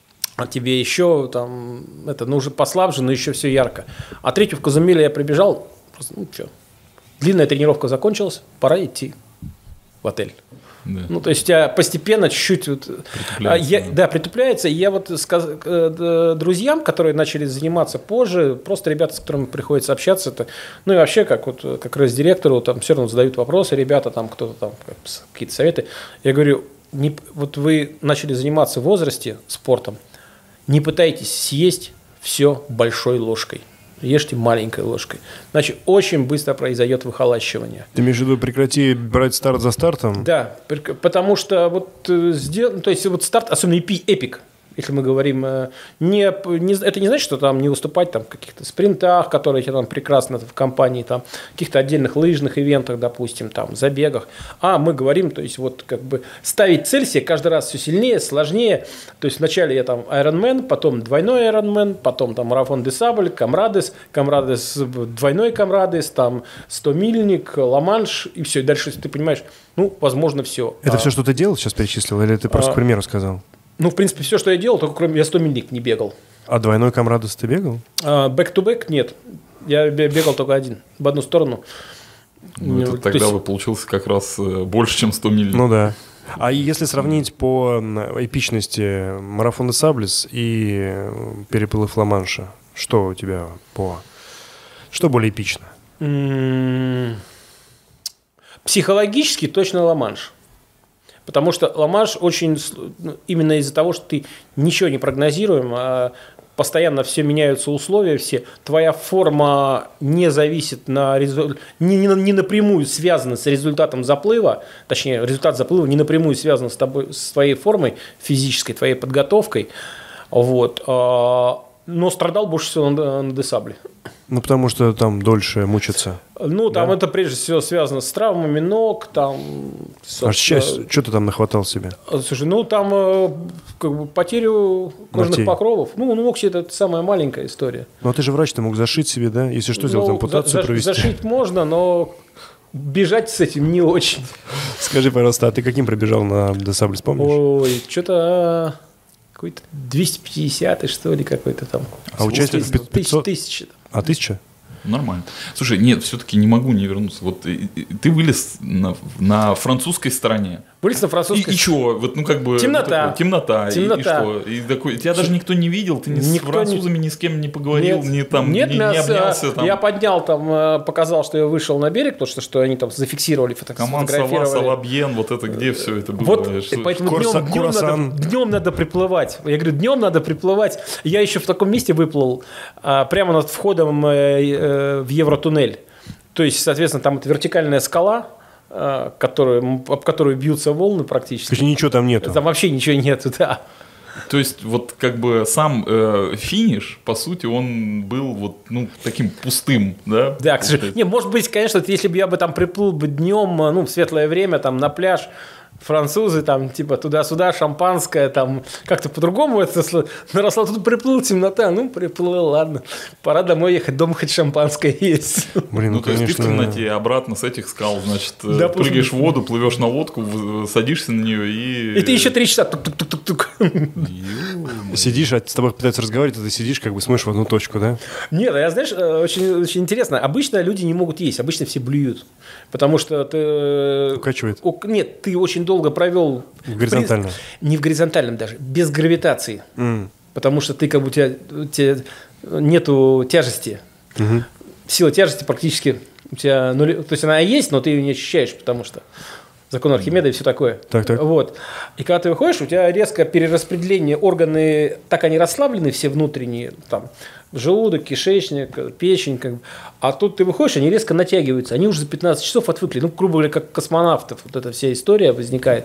а тебе еще там, это, ну уже послабже, но еще все ярко. А третью в Казумиле я прибежал, просто, ну что, длинная тренировка закончилась, пора идти в отель. Да. Ну, то есть у тебя постепенно чуть-чуть вот, притупляется, я, да. да, притупляется. И я вот сказ, друзьям, которые начали заниматься позже, просто ребята, с которыми приходится общаться, это, ну и вообще как вот как раз директору там все равно задают вопросы, ребята там кто-то там какие-то советы. Я говорю, не, вот вы начали заниматься в возрасте спортом, не пытайтесь съесть все большой ложкой. Ешьте маленькой ложкой. Значит, очень быстро произойдет выхолащивание. Ты имеешь в виду, прекрати брать старт за стартом? Да, потому что вот сдел... то есть вот старт, особенно эпик, если мы говорим, не, не, это не значит, что там не выступать там, в каких-то спринтах, которые там прекрасно в компании, там, каких-то отдельных лыжных ивентах, допустим, там, забегах. А мы говорим, то есть вот как бы ставить цель себе каждый раз все сильнее, сложнее. То есть вначале я там Ironman, потом двойной Ironman, потом там марафон де Сабль, Камрадес, Камрадес, двойной Камрадес, там сто-мильник, Ла-Манш, и все. И дальше ты понимаешь, ну, возможно, все. Это а, все, что ты делал, сейчас перечислил, или ты просто, а, к примеру, сказал? Ну, в принципе, все, что я делал, только кроме я сто-мильник не бегал. А двойной Камрадес ты бегал? Бэк-ту-бэк нет. Я бегал только один, в одну сторону. Ну, это тогда есть... бы получился как раз больше, чем сто миль. Ну да. А если сравнить по эпичности марафона Саблес и переплыв Ла-Манша, что у тебя по... Что более эпично? Психологически точно Ла-Манш. Потому что Ла-Манш очень... Именно из-за того, что ты ничего не прогнозируем, а постоянно все меняются условия, все. Твоя форма не зависит на результат, не, не, не напрямую связана с результатом заплыва, точнее, результат заплыва не напрямую связан с тобой, с твоей формой физической, твоей подготовкой. Вот. Но страдал больше всего на, на десабле. Ну, потому что там дольше мучиться. Ну, там да? это прежде всего связано с травмами ног, там... А сейчас, что ты там нахватал себе? Слушай, ну, там как бы потерю кожных Ногтей. покровов. Ну, ну, ногти – это самая маленькая история. Ну, а ты же врач, ты мог зашить себе, да? Если что, сделать ну, ампутацию за, провести. Зашить можно, но бежать с этим не очень. Скажи, пожалуйста, а ты каким пробежал на десабле, помнишь? Ой, что-то... Какой-то двести пятидесятый, что ли, какой-то там. А участников пятьсот? Тысяча. А тысяча? Нормально. Слушай, нет, все-таки не могу не вернуться. Вот и, и, ты вылез на, на французской стороне. Вылез на французской И, и что? Вот, ну, как бы, темнота. Вот такое, темнота. темнота. И, и что? И такой, тебя даже никто не видел, ты ни с французами ни с кем не поговорил, нет, ни, там, нет, не, не обнялся. Там. Я поднял, там, показал, что я вышел на берег, потому что, что они там зафиксировали, Команд Сова, Салабьен, вот это где все это было? Вот, что? Поэтому Корса, днем, днем, надо, днем надо приплывать. Я говорю, днем надо приплывать. Я еще в таком месте выплыл, а, прямо над входом э, э, в Евротуннель. То есть, соответственно, там это вертикальная скала, э, которую, об которую бьются волны практически. То есть ничего там нету? Там вообще ничего нету, да. То есть, вот как бы сам э, финиш, по сути, он был вот, ну, таким пустым, да? Да, к сожалению. Не, может быть, конечно, если бы я бы там приплыл бы днем, ну, в светлое время, там, на пляж, французы, там, типа, туда-сюда, шампанское, там, как-то по-другому это наросло. Тут приплыл, темнота, ну, приплыл, ладно. Пора домой ехать, дома хоть шампанское есть. Блин, ну, ну, то конечно... есть ты в темноте обратно с этих скал, значит, да, прыгаешь в воду, плывешь на лодку, садишься на нее и... И ты еще три часа тук-тук-тук-тук. Сидишь, а с тобой пытаются разговаривать, а ты сидишь, как бы смотришь в одну точку, да? Нет, я, знаешь, очень, очень интересно. Обычно люди не могут есть, обычно все блюют. Потому что ты... Укачивает? Нет, ты очень долго провел... В горизонтальном? В... Не в горизонтальном даже, без гравитации. Mm. Потому что ты как бы у тебя, у тебя нету тяжести. Mm-hmm. Сила тяжести практически у тебя нуль... То есть она есть, но ты ее не ощущаешь, потому что закон Архимеда и все такое. Так, так. Вот. И когда ты выходишь, у тебя резкое перераспределение, органы, так они расслаблены все внутренние, там, желудок, кишечник, печень, как бы. А тут ты выходишь, они резко натягиваются, они уже за пятнадцать часов отвыкли, ну, грубо говоря, как космонавтов, вот эта вся история возникает.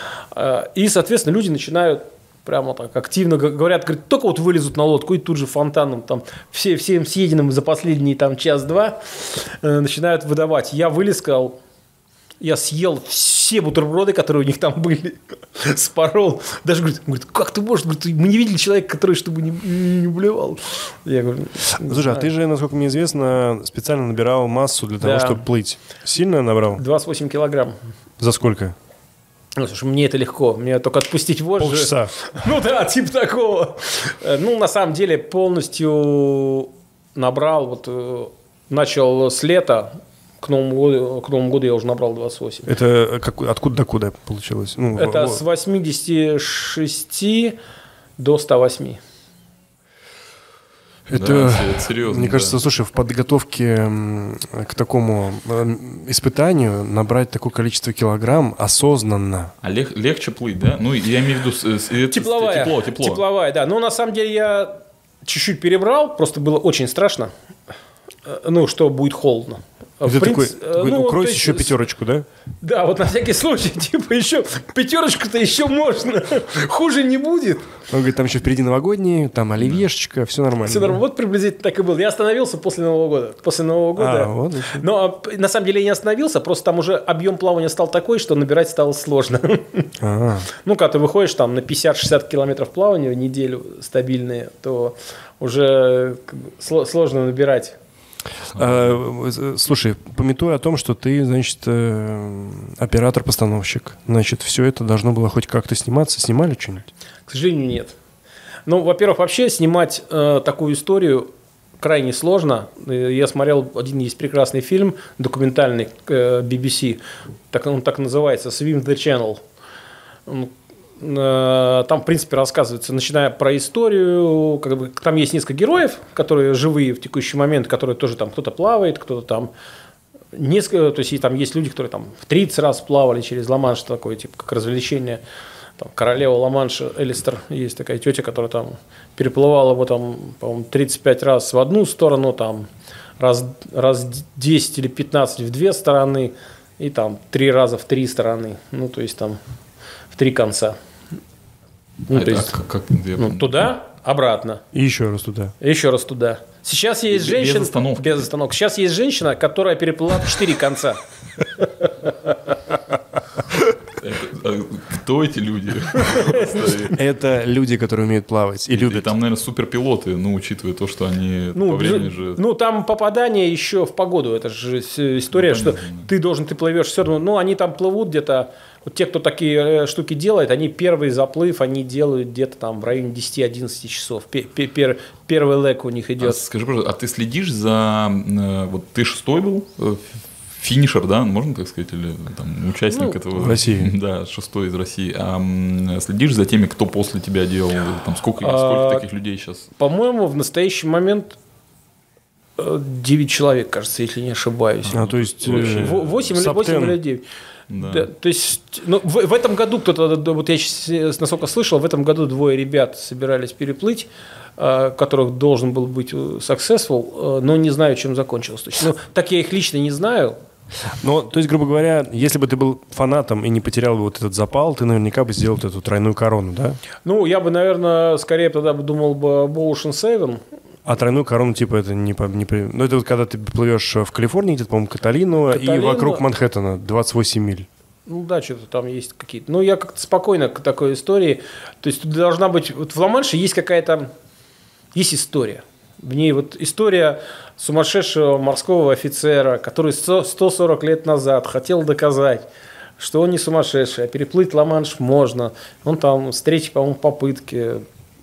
И, соответственно, люди начинают прямо так активно говорят, говорят, только вот вылезут на лодку и тут же фонтаном там все, всем съеденным за последние там час-два э, начинают выдавать. Я вылез, сказал, я съел все бутерброды, которые у них там были, спорол. Даже говорит, говорит, как ты можешь? Говорит, мы не видели человека, который чтобы не, не блевал. Я говорю, слушай, а ты же, насколько мне известно, специально набирал массу для того, да. чтобы плыть. Сильно набрал? двадцать восемь килограмм. За сколько? Ну, слушай, мне это легко. Мне только отпустить вожжи. Полчаса. Ну да, типа такого. Ну, на самом деле, полностью набрал, вот, начал с лета, к Новому году, к Новому году я уже набрал двадцать восемь. Это как, откуда до куда получилось? Ну, это в... с восьмидесяти шести до ста восьми. Это, да, это серьезно. Мне кажется, да. слушай, в подготовке к такому испытанию набрать такое количество килограмм осознанно. А лег, легче плыть, да? Ну, я имею в виду... Тепловая. Тепло, тепло. Тепловая, да. Но на самом деле я чуть-чуть перебрал, просто было очень страшно. Ну, что будет холодно. Это принц... такой, такой ну, укройся есть... еще пятерочку, да? Да, вот на всякий случай, типа еще пятерочку-то еще можно, хуже не будет. Он говорит, там еще впереди новогодние, там оливьешечка, все нормально. Все нормально, вот приблизительно так и было. Я остановился после Нового года. После Нового года. А, вот, но на самом деле я не остановился, просто там уже объем плавания стал такой, что набирать стало сложно. А-а. Ну, когда ты выходишь там на пятьдесят-шестьдесят километров плавания в неделю стабильные, то уже сложно набирать. А, слушай, памятуя о том, что ты, значит, оператор-постановщик, значит, все это должно было хоть как-то сниматься. Снимали что-нибудь? К сожалению, нет. Ну, во-первых, вообще снимать э, такую историю крайне сложно. Я смотрел один есть прекрасный фильм документальный э, би би си, так, он так называется, Swim the Channel. Там, в принципе, рассказывается, начиная про историю, как бы, там есть несколько героев, которые живые в текущий момент, которые тоже там кто-то плавает, кто-то там несколько, то есть и там есть люди, которые там в тридцать раз плавали через Ла-Манш, такое типа как развлечение. Там, королева Ла-Манша Элистер, есть такая тетя, которая там переплывала его там, по-моему, тридцать пять раз в одну сторону, там раз, раз десять или пятнадцать в две стороны, и там три раза в три стороны, ну то есть там в три конца. Ну, а то это, есть, а как, ну, туда, обратно. И еще раз туда. Еще раз туда. Сейчас есть женщина... Без остановки. Без остановки. Сейчас есть женщина, которая переплыла в четыре конца. Кто эти люди? Это люди, которые умеют плавать и любят. И там, наверное, суперпилоты, ну, учитывая то, что они ну, по времени же... Ну, там попадание еще в погоду. Это же история, ну, что да. ты должен, ты плывешь все равно. Ну, они там плывут где-то... Вот те, кто такие штуки делает, они первый заплыв, они делают где-то там в районе десять-одиннадцать часов. Пер, первый лэг у них идет. А скажи, пожалуйста, а ты следишь за... Вот ты шестой был? Финишер, да, можно так сказать, или там, участник ну, этого? В России. Да, шестой из России. А следишь за теми, кто после тебя делал? Там, сколько, сколько а, таких людей сейчас? По-моему, в настоящий момент девять человек, кажется, если не ошибаюсь. А, то есть восемь или девять. Да. Да, то есть, ну, в, в этом году кто-то, вот я сейчас, насколько слышал, в этом году двое ребят собирались переплыть, э, которых должен был быть successful, э, но не знаю, чем закончилось. То есть, ну, так я их лично не знаю. Ну, то есть, грубо говоря, если бы ты был фанатом и не потерял бы вот этот запал, ты наверняка бы сделал вот эту тройную корону, да? Ну, я бы, наверное, скорее тогда бы думал бы об Ocean Seven. А тройную корону, типа, это не... не ну, это вот когда ты плывешь в Калифорнии, где-то, по-моему, Каталину, Каталина, и вокруг Манхэттена двадцать восемь миль. Ну да, что-то там есть какие-то... Ну, я как-то спокойно к такой истории... То есть, тут должна быть... Вот в Ла-Манше есть какая-то... Есть история. В ней вот история сумасшедшего морского офицера, который сто сорок лет назад хотел доказать, что он не сумасшедший, а переплыть Ла-Манш можно. Он там с третьей, по-моему, попытки...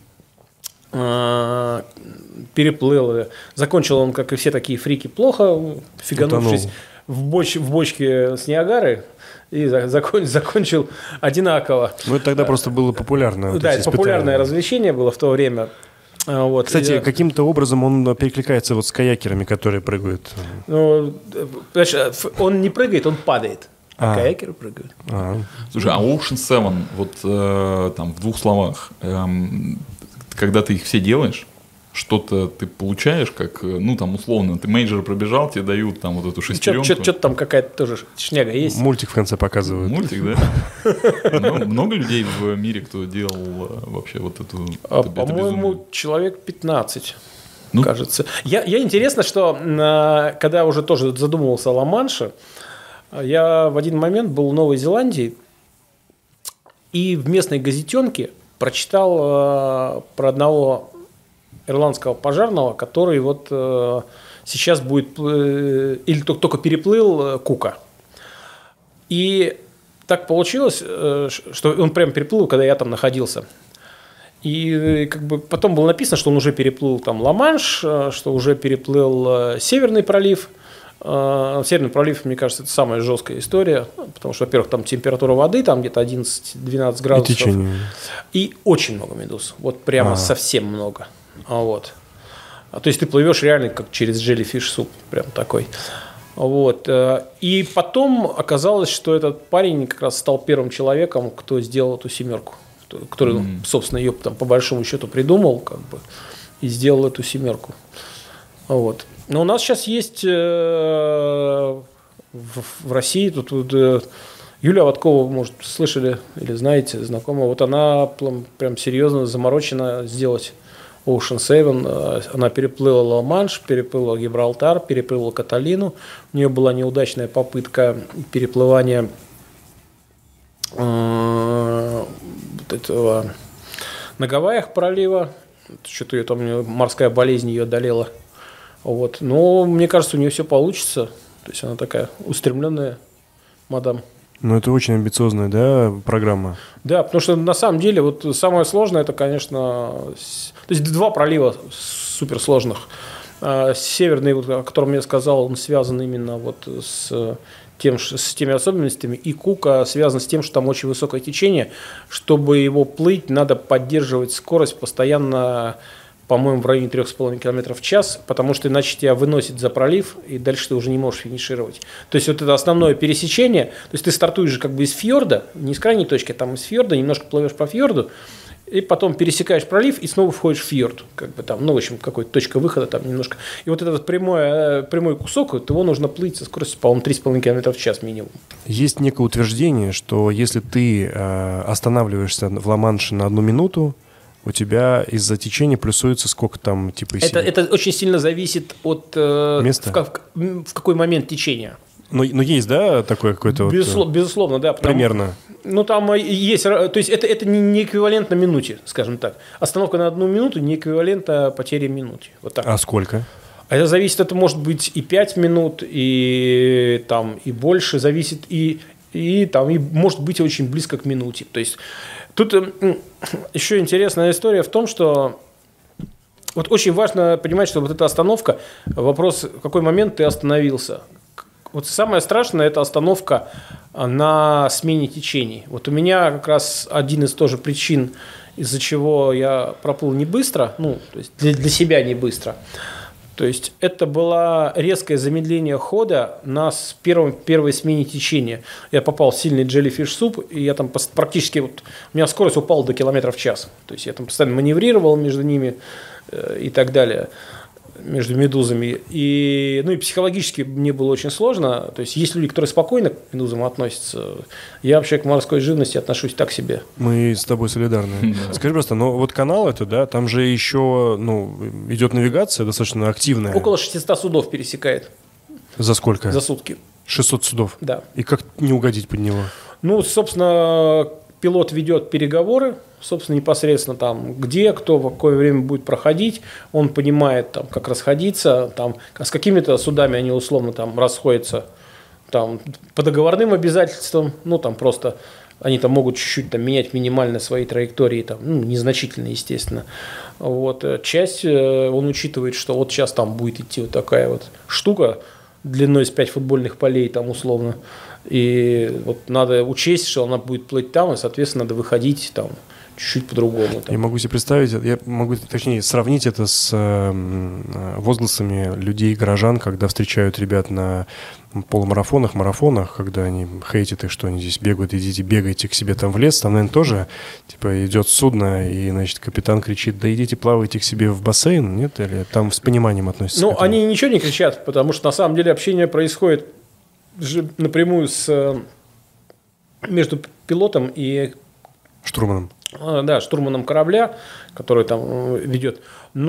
переплыл. Закончил он, как и все такие фрики, плохо, фиганувшись в, боч, в бочке с Ниагары, и закон, закончил одинаково. Ну, это тогда просто было популярно. Да, это популярное развлечение было в то время. Вот. Кстати, и, каким-то образом он перекликается вот с каякерами, которые прыгают. Ну, он не прыгает, он падает. А, а каякеры прыгают. А. Слушай, а Ocean Seven, вот э, там в двух словах, э, когда ты их все делаешь, что-то ты получаешь, как, ну, там, условно, ты мейджор пробежал, тебе дают там вот эту шестеренку. Что-то там какая-то тоже шняга есть. Мультик в конце показывают. Мультик, да? Много людей в мире, кто делал вообще вот эту... По-моему, человек пятнадцать, кажется. Я интересно, что когда уже тоже задумывался о Ла-Манше, я в один момент был в Новой Зеландии, и в местной газетенке прочитал э, про одного ирландского пожарного, который вот э, сейчас будет, э, или только, только переплыл э, Кука. И так получилось, э, что он прям переплыл, когда я там находился. И э, как бы потом было написано, что он уже переплыл там Ла-Манш, э, что уже переплыл э, Северный пролив. Северный пролив, мне кажется, это самая жесткая история, потому что, во-первых, там температура воды, там где-то одиннадцать-двенадцать градусов. И течение. И очень много медуз, вот прямо А-а-а. совсем много. Вот. То есть ты плывешь реально как через jellyfish суп, прям такой. Вот. И потом оказалось, что этот парень как раз стал первым человеком, кто сделал эту семерку, который, mm-hmm. собственно, ее там, по большому счету придумал, как бы, и сделал эту семерку. Вот. Но у нас сейчас есть э, в, в России, тут, тут э, Юлия Ваткова, может, слышали или знаете, знакома, вот она прям, прям серьезно заморочена сделать Ocean Seven. Она переплыла Ла-Манш, переплыла Гибралтар, переплыла Каталину. У нее была неудачная попытка переплывания э, вот этого, на Гавайях пролива. Что-то ее там, морская болезнь ее одолела. Вот. Но мне кажется, у нее все получится. То есть она такая устремленная мадам. Ну, это очень амбициозная, да, программа? Да, потому что на самом деле вот самое сложное, это, конечно, то есть два пролива суперсложных. Северный, вот, о котором я сказал, он связан именно вот с, тем, с теми особенностями. И Кука связан с тем, что там очень высокое течение. Чтобы его плыть, надо поддерживать скорость постоянно, по-моему, в районе трех с половиной километров в час, потому что иначе тебя выносит за пролив, и дальше ты уже не можешь финишировать. То есть вот это основное пересечение, то есть ты стартуешь же как бы из фьорда, не из крайней точки, а там из фьорда, немножко плывешь по фьорду, и потом пересекаешь пролив и снова входишь в фьорд. Как бы там, ну, в общем, какой-то точка выхода там немножко. И вот этот прямой, прямой кусок, вот его нужно плыть со скоростью, по-моему, три с половиной километра в час минимум. Есть некое утверждение, что если ты э, останавливаешься в Ла-Манше на одну минуту, у тебя из-за течения плюсуется сколько там, типа... Это, это очень сильно зависит от... Э, места? В, в, в какой момент течения. Ну, ну есть, да, такое какое-то... Безусловно, вот, безусловно, да. Потому, примерно. Ну, там есть... То есть, это, это не эквивалентно минуте, скажем так. Остановка на одну минуту не эквивалентна потере минуте. Вот так. А сколько? А это зависит, это может быть и пять минут, и, там, и больше. Зависит и, и, там, и может быть очень близко к минуте. То есть... Тут еще интересная история в том, что вот очень важно понимать, что вот эта остановка, вопрос, в какой момент ты остановился. Вот самое страшное – это остановка на смене течений. Вот у меня как раз один из тоже причин, из-за чего я проплыл не быстро, ну, то есть для, для себя не быстро. То есть это было резкое замедление хода на первом, первой смене течения. Я попал в сильный jellyfish суп, и я там практически, вот, у меня скорость упала до километра в час. То есть я там постоянно маневрировал между ними э, и так далее, между медузами. И, ну и психологически мне было очень сложно. То есть есть люди, которые спокойно к медузам относятся. Я вообще к морской живности отношусь так себе. Мы с тобой солидарны. Скажи просто, ну вот канал это, да, там же еще, ну, идет навигация достаточно активная. Около шестисот судов пересекает. За сколько? За сутки. шестьсот судов? Да. И как не угодить под него? Ну, собственно, пилот ведет переговоры, собственно, непосредственно там, где, кто, в какое время будет проходить, он понимает, там, как расходиться, там, с какими-то судами они условно там расходятся там, по договорным обязательствам, ну, там просто они там могут чуть-чуть там, менять минимально свои траектории, там, ну, незначительно, естественно. Вот. Часть он учитывает, что вот сейчас там будет идти вот такая вот штука длиной с пять футбольных полей, там, условно, и вот надо учесть, что она будет плыть там, и, соответственно, надо выходить там чуть-чуть по-другому. Там. Я могу себе представить, я могу, точнее, сравнить это с э, возгласами людей, горожан, когда встречают ребят на полумарафонах, марафонах, когда они хейтят их, что они здесь бегают, идите, бегайте к себе там в лес, там, наверное, тоже, типа, идет судно, и, значит, капитан кричит, да идите плавайте к себе в бассейн, нет? Или там с пониманием относятся? Ну, они ничего не кричат, потому что, на самом деле, общение происходит напрямую с, между пилотом и штурманом. Да, штурманом корабля, который там ведет.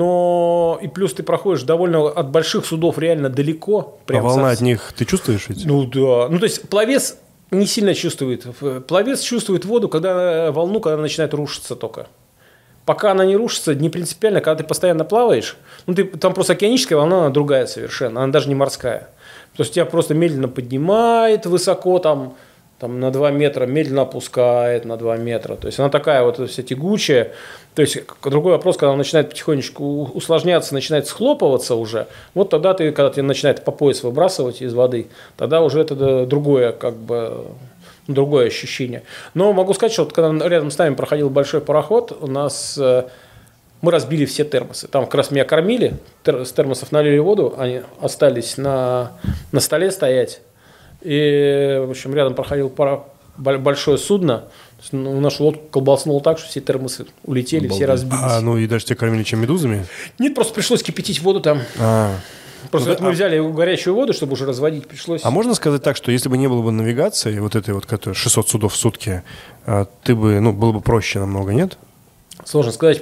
Но и плюс ты проходишь довольно от больших судов реально далеко. А волна от них ты чувствуешь ведь? Ну да. Ну то есть пловец не сильно чувствует. Пловец чувствует воду, когда волну, когда она начинает рушиться только. Пока она не рушится, не принципиально, когда ты постоянно плаваешь, ну ты, там просто океаническая волна, она другая совершенно, она даже не морская. То есть тебя просто медленно поднимает высоко, там, там на два метра, медленно опускает на два метра. То есть она такая вот вся тягучая. То есть другой вопрос, когда она начинает потихонечку усложняться, начинает схлопываться уже, вот тогда ты, когда тебе начинает по пояс выбрасывать из воды, тогда уже это другое, как бы, другое ощущение. Но могу сказать, что вот, когда рядом с нами проходил большой пароход, у нас мы разбили все термосы. Там как раз меня кормили, тер, с термосов налили воду, они остались на, на столе стоять. И, в общем, рядом проходил пара, большое судно. Ну, нашу лодку колбаснуло так, что все термосы улетели, Обалдеть. Все разбились. А, ну и даже тебя кормили чем, медузами? Нет, просто пришлось кипятить воду там. А. Просто ну, мы а... взяли горячую воду, чтобы уже разводить, пришлось. А можно сказать так, что если бы не было бы навигации, вот этой вот, которая шестьсот судов в сутки, ты бы, ну, было бы проще намного, нет? Сложно сказать.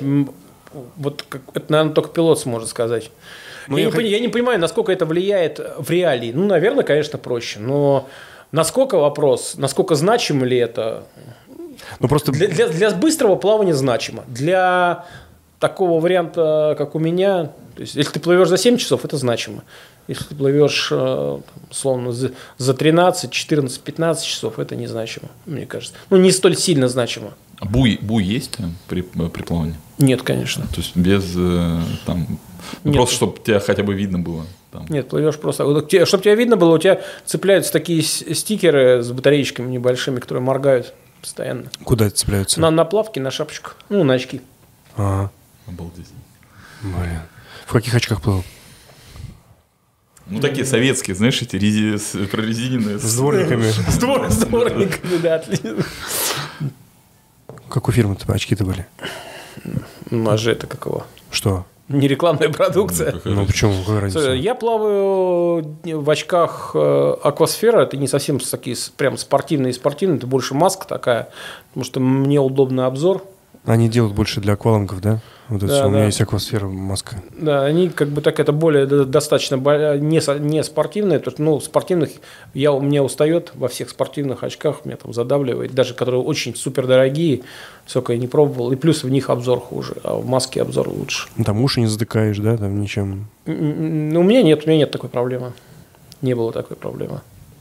Вот это, наверное, только пилот сможет сказать. Я, я, не, хот... я не понимаю, насколько это влияет в реалии. Ну, наверное, конечно, проще. Но насколько вопрос, насколько значимо ли это? Ну, просто... для, для, для быстрого плавания значимо. Для такого варианта, как у меня, то есть, если ты плывешь за семь часов, это значимо. Если ты плывешь, условно, за, за тринадцать, четырнадцать, пятнадцать часов, это незначимо, мне кажется. Ну, не столь сильно значимо. Буй, буй есть при, при плавании? Нет, конечно. То есть без там, ну, просто чтобы тебя хотя бы видно было. Там. Нет, плывешь просто. Чтобы тебя видно было, у тебя цепляются такие стикеры с батареечками небольшими, которые моргают постоянно. Куда это цепляются? На, на плавки, на шапочку, ну, на очки. Ага. Обалдеть. Блин. В каких очках плыл? Ну, такие советские, знаешь, эти рези... прорезиненные. С дворниками. С дворниками, да, отлично. Какой фирмы-то очки-то были? Ну, а же это какого? Что? Не рекламная продукция. Ну, ну почему? Какая разница? Я плаваю в очках Аквасфера. Это не совсем такие прям спортивные-спортивные. Это больше маска такая, потому что мне удобный обзор. Они делают больше для аквалангов, да? Вот это да, все. да. У меня есть Аквасфера маска. Да, они как бы так, это более достаточно не, не спортивные, потому что, ну, спортивных я, у меня устает во всех спортивных очках, меня там задавливает, даже которые очень супер дорогие, сколько я не пробовал, и плюс в них обзор хуже, а в маске обзор лучше. Ну, там уши не затыкаешь, да, там ничем? Ну, у меня нет, у меня нет такой проблемы, не было такой проблемы.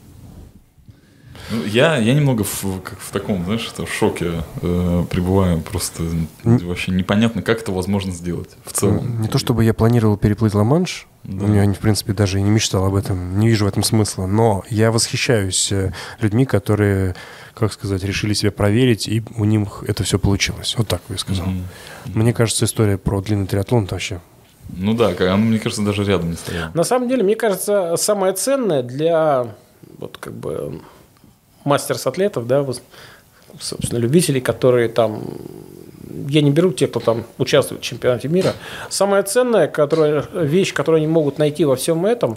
Ну, я, я немного в, как в таком, знаешь, в шоке э, пребываю. Просто mm. вообще непонятно, как это возможно сделать в целом. Не то чтобы я планировал переплыть Ла-Манш, да. Я, в принципе, даже и не мечтал об этом, не вижу в этом смысла. Но я восхищаюсь людьми, которые, как сказать, решили себя проверить, и у них это все получилось. Вот так бы я сказал. Mm-hmm. Мне кажется, история про длинный триатлон вообще... Ну да, она, мне кажется, даже рядом не стояла. На самом деле, мне кажется, самое ценное для вот как бы... мастер-атлетов, да, собственно, любителей, которые там, я не беру тех, кто там участвует в чемпионате мира. Самое ценное, которое, вещь, которую они могут найти во всем этом,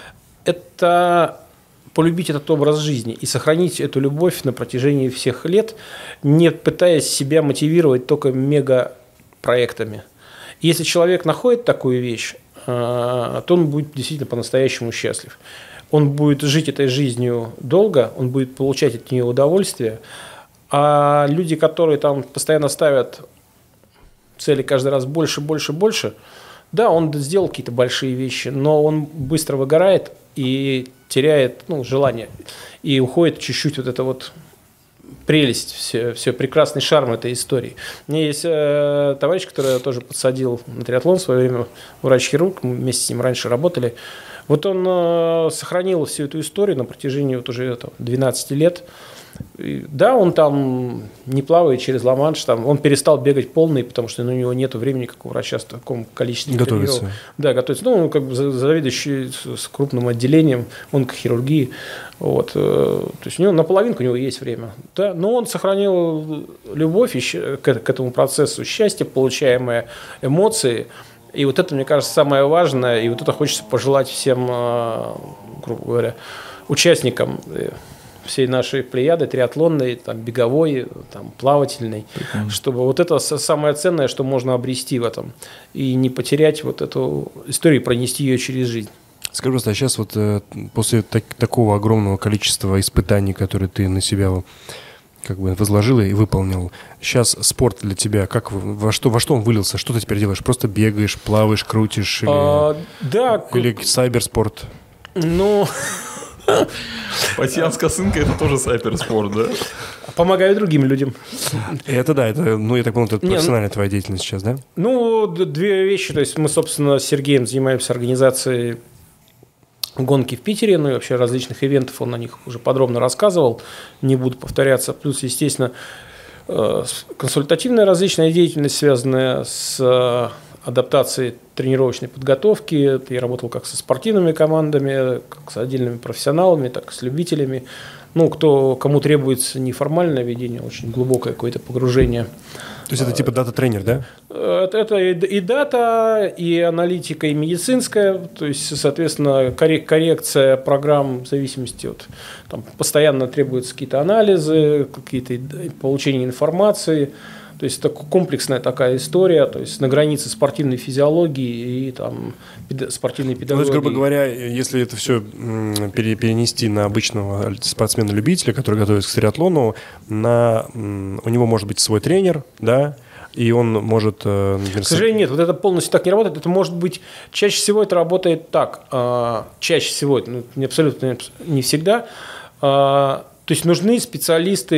это полюбить этот образ жизни и сохранить эту любовь на протяжении всех лет, не пытаясь себя мотивировать только мега-проектами. Если человек находит такую вещь, то он будет действительно по-настоящему счастлив. Он будет жить этой жизнью долго, он будет получать от нее удовольствие. А люди, которые там постоянно ставят цели каждый раз больше, больше, больше, да, он сделал какие-то большие вещи, но он быстро выгорает и теряет, ну, желание. И уходит чуть-чуть вот эта вот прелесть, все, все прекрасный шарм этой истории. У меня есть э, товарищ, который я тоже подсадил на триатлон в свое время, врач-хирург, мы вместе с ним раньше работали. Вот он э, сохранил всю эту историю на протяжении вот уже там, двенадцати лет. И, да, он там не плавает через Ла-Манш, там, он перестал бегать полный, потому что ну, у него нет времени, как у врача, в таком количестве готовится. тренировок. Да, готовится. Ну, он как бы заведующий с крупным отделением онкохирургии. Вот. То есть у него наполовинку у него есть время. Да, но он сохранил любовь к этому процессу, счастье, получаемые эмоции. И вот это, мне кажется, самое важное, и вот это хочется пожелать всем, грубо говоря, участникам всей нашей плеяды, триатлонной, там, беговой, там, плавательной, mm-hmm. чтобы вот это самое ценное, что можно обрести в этом, и не потерять вот эту историю, пронести ее через жизнь. Скажи просто, а сейчас вот после так, такого огромного количества испытаний, которые ты на себя как бы возложил и выполнил. Сейчас спорт для тебя, как, во, что, во что он вылился? Что ты теперь делаешь? Просто бегаешь, плаваешь, крутишь? Или, а, да. Или сайберспорт? Ну... Пасьянс косынка – это тоже сайберспорт, да? Помогаю другим людям. Это да, это, ну, я так понял, это профессиональная твоя деятельность сейчас, да? Ну, две вещи. То есть мы, собственно, с Сергеем занимаемся организацией гонки в Питере, ну и вообще различных ивентов, он о них уже подробно рассказывал, не буду повторяться. Плюс, естественно, консультативная различная деятельность, связанная с адаптацией тренировочной подготовки. Я работал как со спортивными командами, как с отдельными профессионалами, так и с любителями. Ну, кто, кому требуется неформальное ведение, очень глубокое какое-то погружение. То есть это типа дата-тренер, да? Это, это и, и дата, и аналитика, и медицинская. То есть, соответственно, коррекция программ в зависимости от... Там, постоянно требуются какие-то анализы, какие-то получение информации. То есть, это комплексная такая история, то есть, на границе спортивной физиологии и там, спортивной педагогики. То есть, грубо говоря, если это все перенести на обычного спортсмена-любителя, который готовится к триатлону, на, у него может быть свой тренер, да, и он может... Например, к сожалению, нет, вот это полностью так не работает. Это может быть... Чаще всего это работает так. Чаще всего, ну, не абсолютно не всегда. То есть, нужны специалисты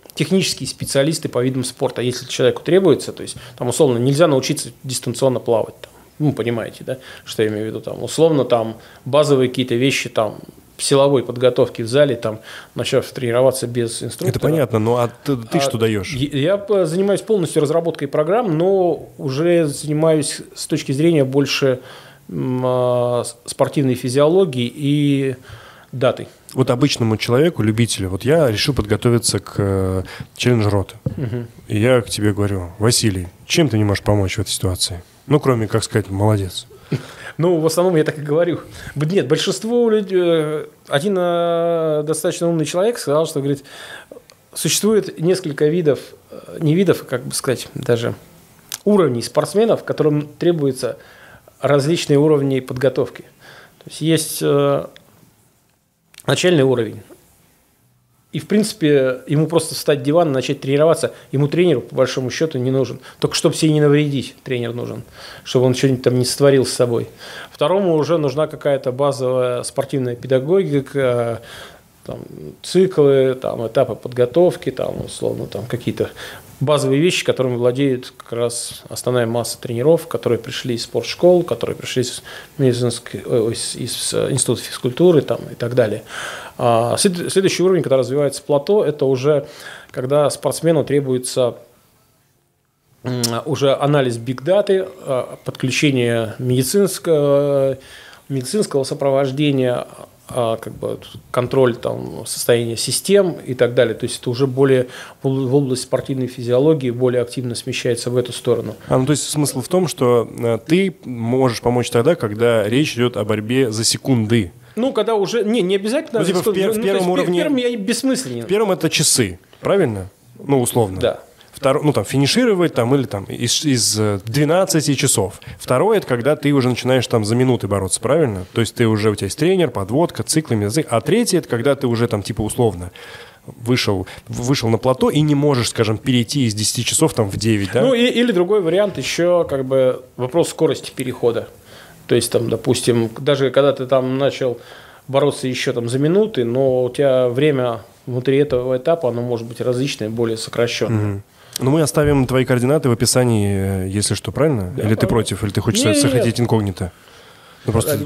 технические специалисты по видам спорта, если человеку требуется, то есть там условно нельзя научиться дистанционно плавать, там, ну, понимаете, да, что я имею в виду, там, условно там базовые какие-то вещи там силовой подготовки в зале, там, начав тренироваться без инструктора. Это понятно, но а ты, ты а, что даешь? Я занимаюсь полностью разработкой программ, но уже занимаюсь с точки зрения больше м, спортивной физиологии и датой. Вот обычному человеку, любителю, вот я решил подготовиться к э, челлендж-роту. Угу. И я к тебе говорю: Василий, чем ты не можешь помочь в этой ситуации? Ну, кроме, как сказать, молодец. Ну, в основном я так и говорю. Нет, большинство людей... Один достаточно умный человек сказал, что, говорит, существует несколько видов, не видов, как бы сказать, даже уровней спортсменов, которым требуются различные уровни подготовки. То есть есть начальный уровень. И, в принципе, ему просто встать с дивана, начать тренироваться, ему тренер, по большому счету, не нужен. Только чтобы себе не навредить, тренер нужен, чтобы он что-нибудь там не сотворил с собой. Второму уже нужна какая-то базовая спортивная педагогика, там, циклы, там, этапы подготовки, там, условно, там, какие-то базовые вещи, которыми владеет как раз основная масса тренеров, которые пришли из спортшкол, которые пришли из, медицинской, из, из института физкультуры там, и так далее. А следующий уровень, когда развивается плато, это уже когда спортсмену требуется уже анализ биг-даты, подключение медицинского, медицинского сопровождения, как бы контроль там, состояния систем и так далее. То есть это уже более в область спортивной физиологии более активно смещается в эту сторону. А, ну, то есть смысл в том, что ты можешь помочь тогда, когда речь идет о борьбе за секунды. Ну, когда уже... Не, не обязательно... Ну, типа в, пер, в первом ну, уровне... В первом я бессмысленен. В первом это часы, правильно? Ну, условно. Да. Второй, ну, там, финишировать там, или там, из, из двенадцати часов. Второе, это когда ты уже начинаешь там за минуты бороться, правильно? То есть ты уже, у тебя есть тренер, подводка, циклами, язык. А третье, это когда ты уже там типа условно вышел, вышел на плато и не можешь, скажем, перейти из десяти часов там в девять, да? Ну, и, или другой вариант еще как бы вопрос скорости перехода. То есть там, допустим, даже когда ты там начал бороться еще там за минуты, но у тебя время внутри этого этапа, оно может быть различное, более сокращенное. Угу. Ну, мы оставим твои координаты в описании, если что, правильно? Да, или ты против, или ты хочешь не, сохранить нет. инкогнито? Ну, просто...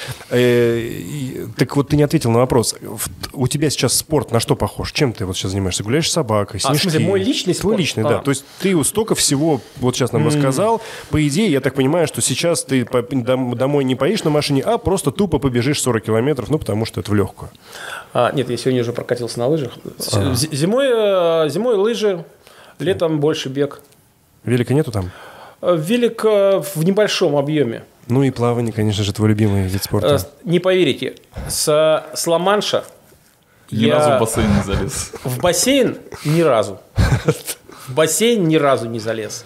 э, так вот, ты не ответил на вопрос. У тебя сейчас спорт на что похож? Чем ты вот сейчас занимаешься? Гуляешь с собакой, снежки? А, в смысле, мой личный спорт? Твой личный, а. да. То есть ты столько всего вот сейчас нам mm. рассказал. По идее, я так понимаю, что сейчас ты домой не поедешь на машине, а просто тупо побежишь сорок километров, ну, потому что это в легкую. А, нет, я сегодня уже прокатился на лыжах. А. Зимой, зимой лыжи, летом больше бег. Велика нету там? Велик в небольшом объеме. Ну и плавание, конечно же, твой любимый вид спорта. Не поверите, с, с Ла-Манша Ни я... разу в бассейн не залез. В бассейн ни разу. В бассейн ни разу не залез.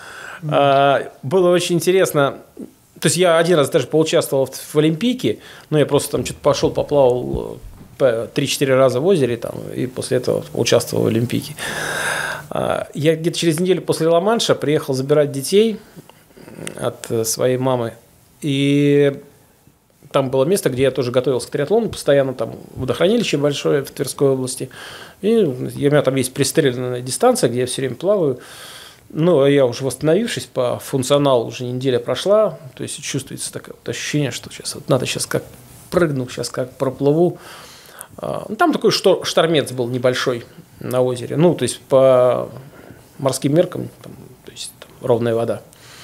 Было очень интересно. То есть я один раз даже поучаствовал в Олимпийке, но я просто там что-то пошел, поплавал три-четыре раза в озере там, и после этого участвовал в Олимпийке. Я где-то через неделю после Ла-Манша приехал забирать детей от своей мамы. И там было место, где я тоже готовился к триатлону, постоянно там водохранилище большое в Тверской области. И у меня там есть пристреленная дистанция, где я все время плаваю. Ну, я уже восстановившись по функционалу, уже неделя прошла. То есть чувствуется такое вот ощущение, что сейчас вот надо сейчас как прыгну, сейчас как проплыву. Там такой штормец был небольшой на озере. Ну, то есть по морским меркам, там, то есть там ровная вода.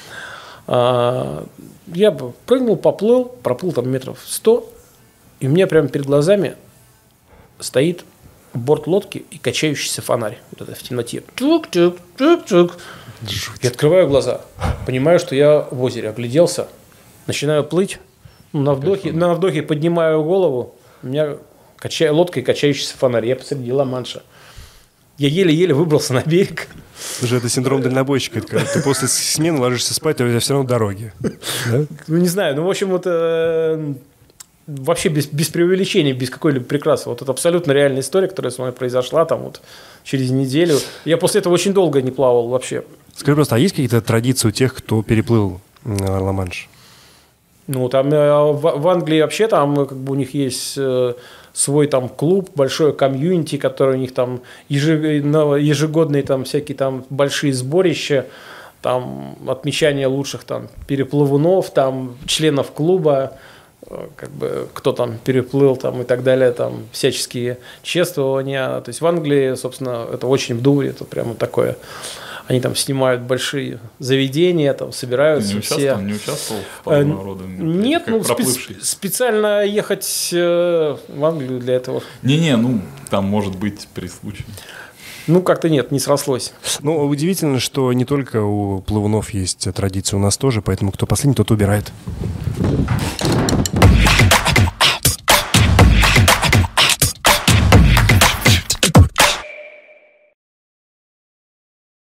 Я прыгнул, поплыл, проплыл там метров сто, и у меня прямо перед глазами стоит борт лодки и качающийся фонарь. Вот это в темноте. Тук-тук-тук-тук. Я открываю глаза, понимаю, что я в озере, огляделся, начинаю плыть, ну, на вдохе, на вдохе поднимаю голову, у меня кача... лодка и качающийся фонарь. Я посреди Ла-Манша. Я еле-еле выбрался на берег. Уже это синдром дальнобойщика. Когда ты после смены ложишься спать, а у тебя все равно дороги. Да? Ну, не знаю. Ну, в общем, вот э, вообще без, без преувеличения, без какой-либо прикрасы. Вот это абсолютно реальная история, которая с мной произошла там вот через неделю. Я после этого очень долго не плавал вообще. Скажи просто, а есть какие-то традиции у тех, кто переплыл Ла-Манш? Ну, там э, в, в Англии вообще там как бы у них есть э, свой там клуб, большое комьюнити, которое у них там ежегодные там всякие там большие сборища, там отмечание лучших там переплывунов, там членов клуба, как бы кто там переплыл там и так далее, там всяческие чествования. То есть в Англии, собственно, это очень в духе, это прямо такое. Они там снимают большие заведения, там собираются не все. Участвовал, не участвовал в подобного рода? Нет, ну специ- специально ехать э, в Англию для этого. Не-не, ну там может быть при случае. Ну, как-то нет, не срослось. Ну, удивительно, что не только у плавунов есть традиция, у нас тоже, поэтому кто последний, тот убирает.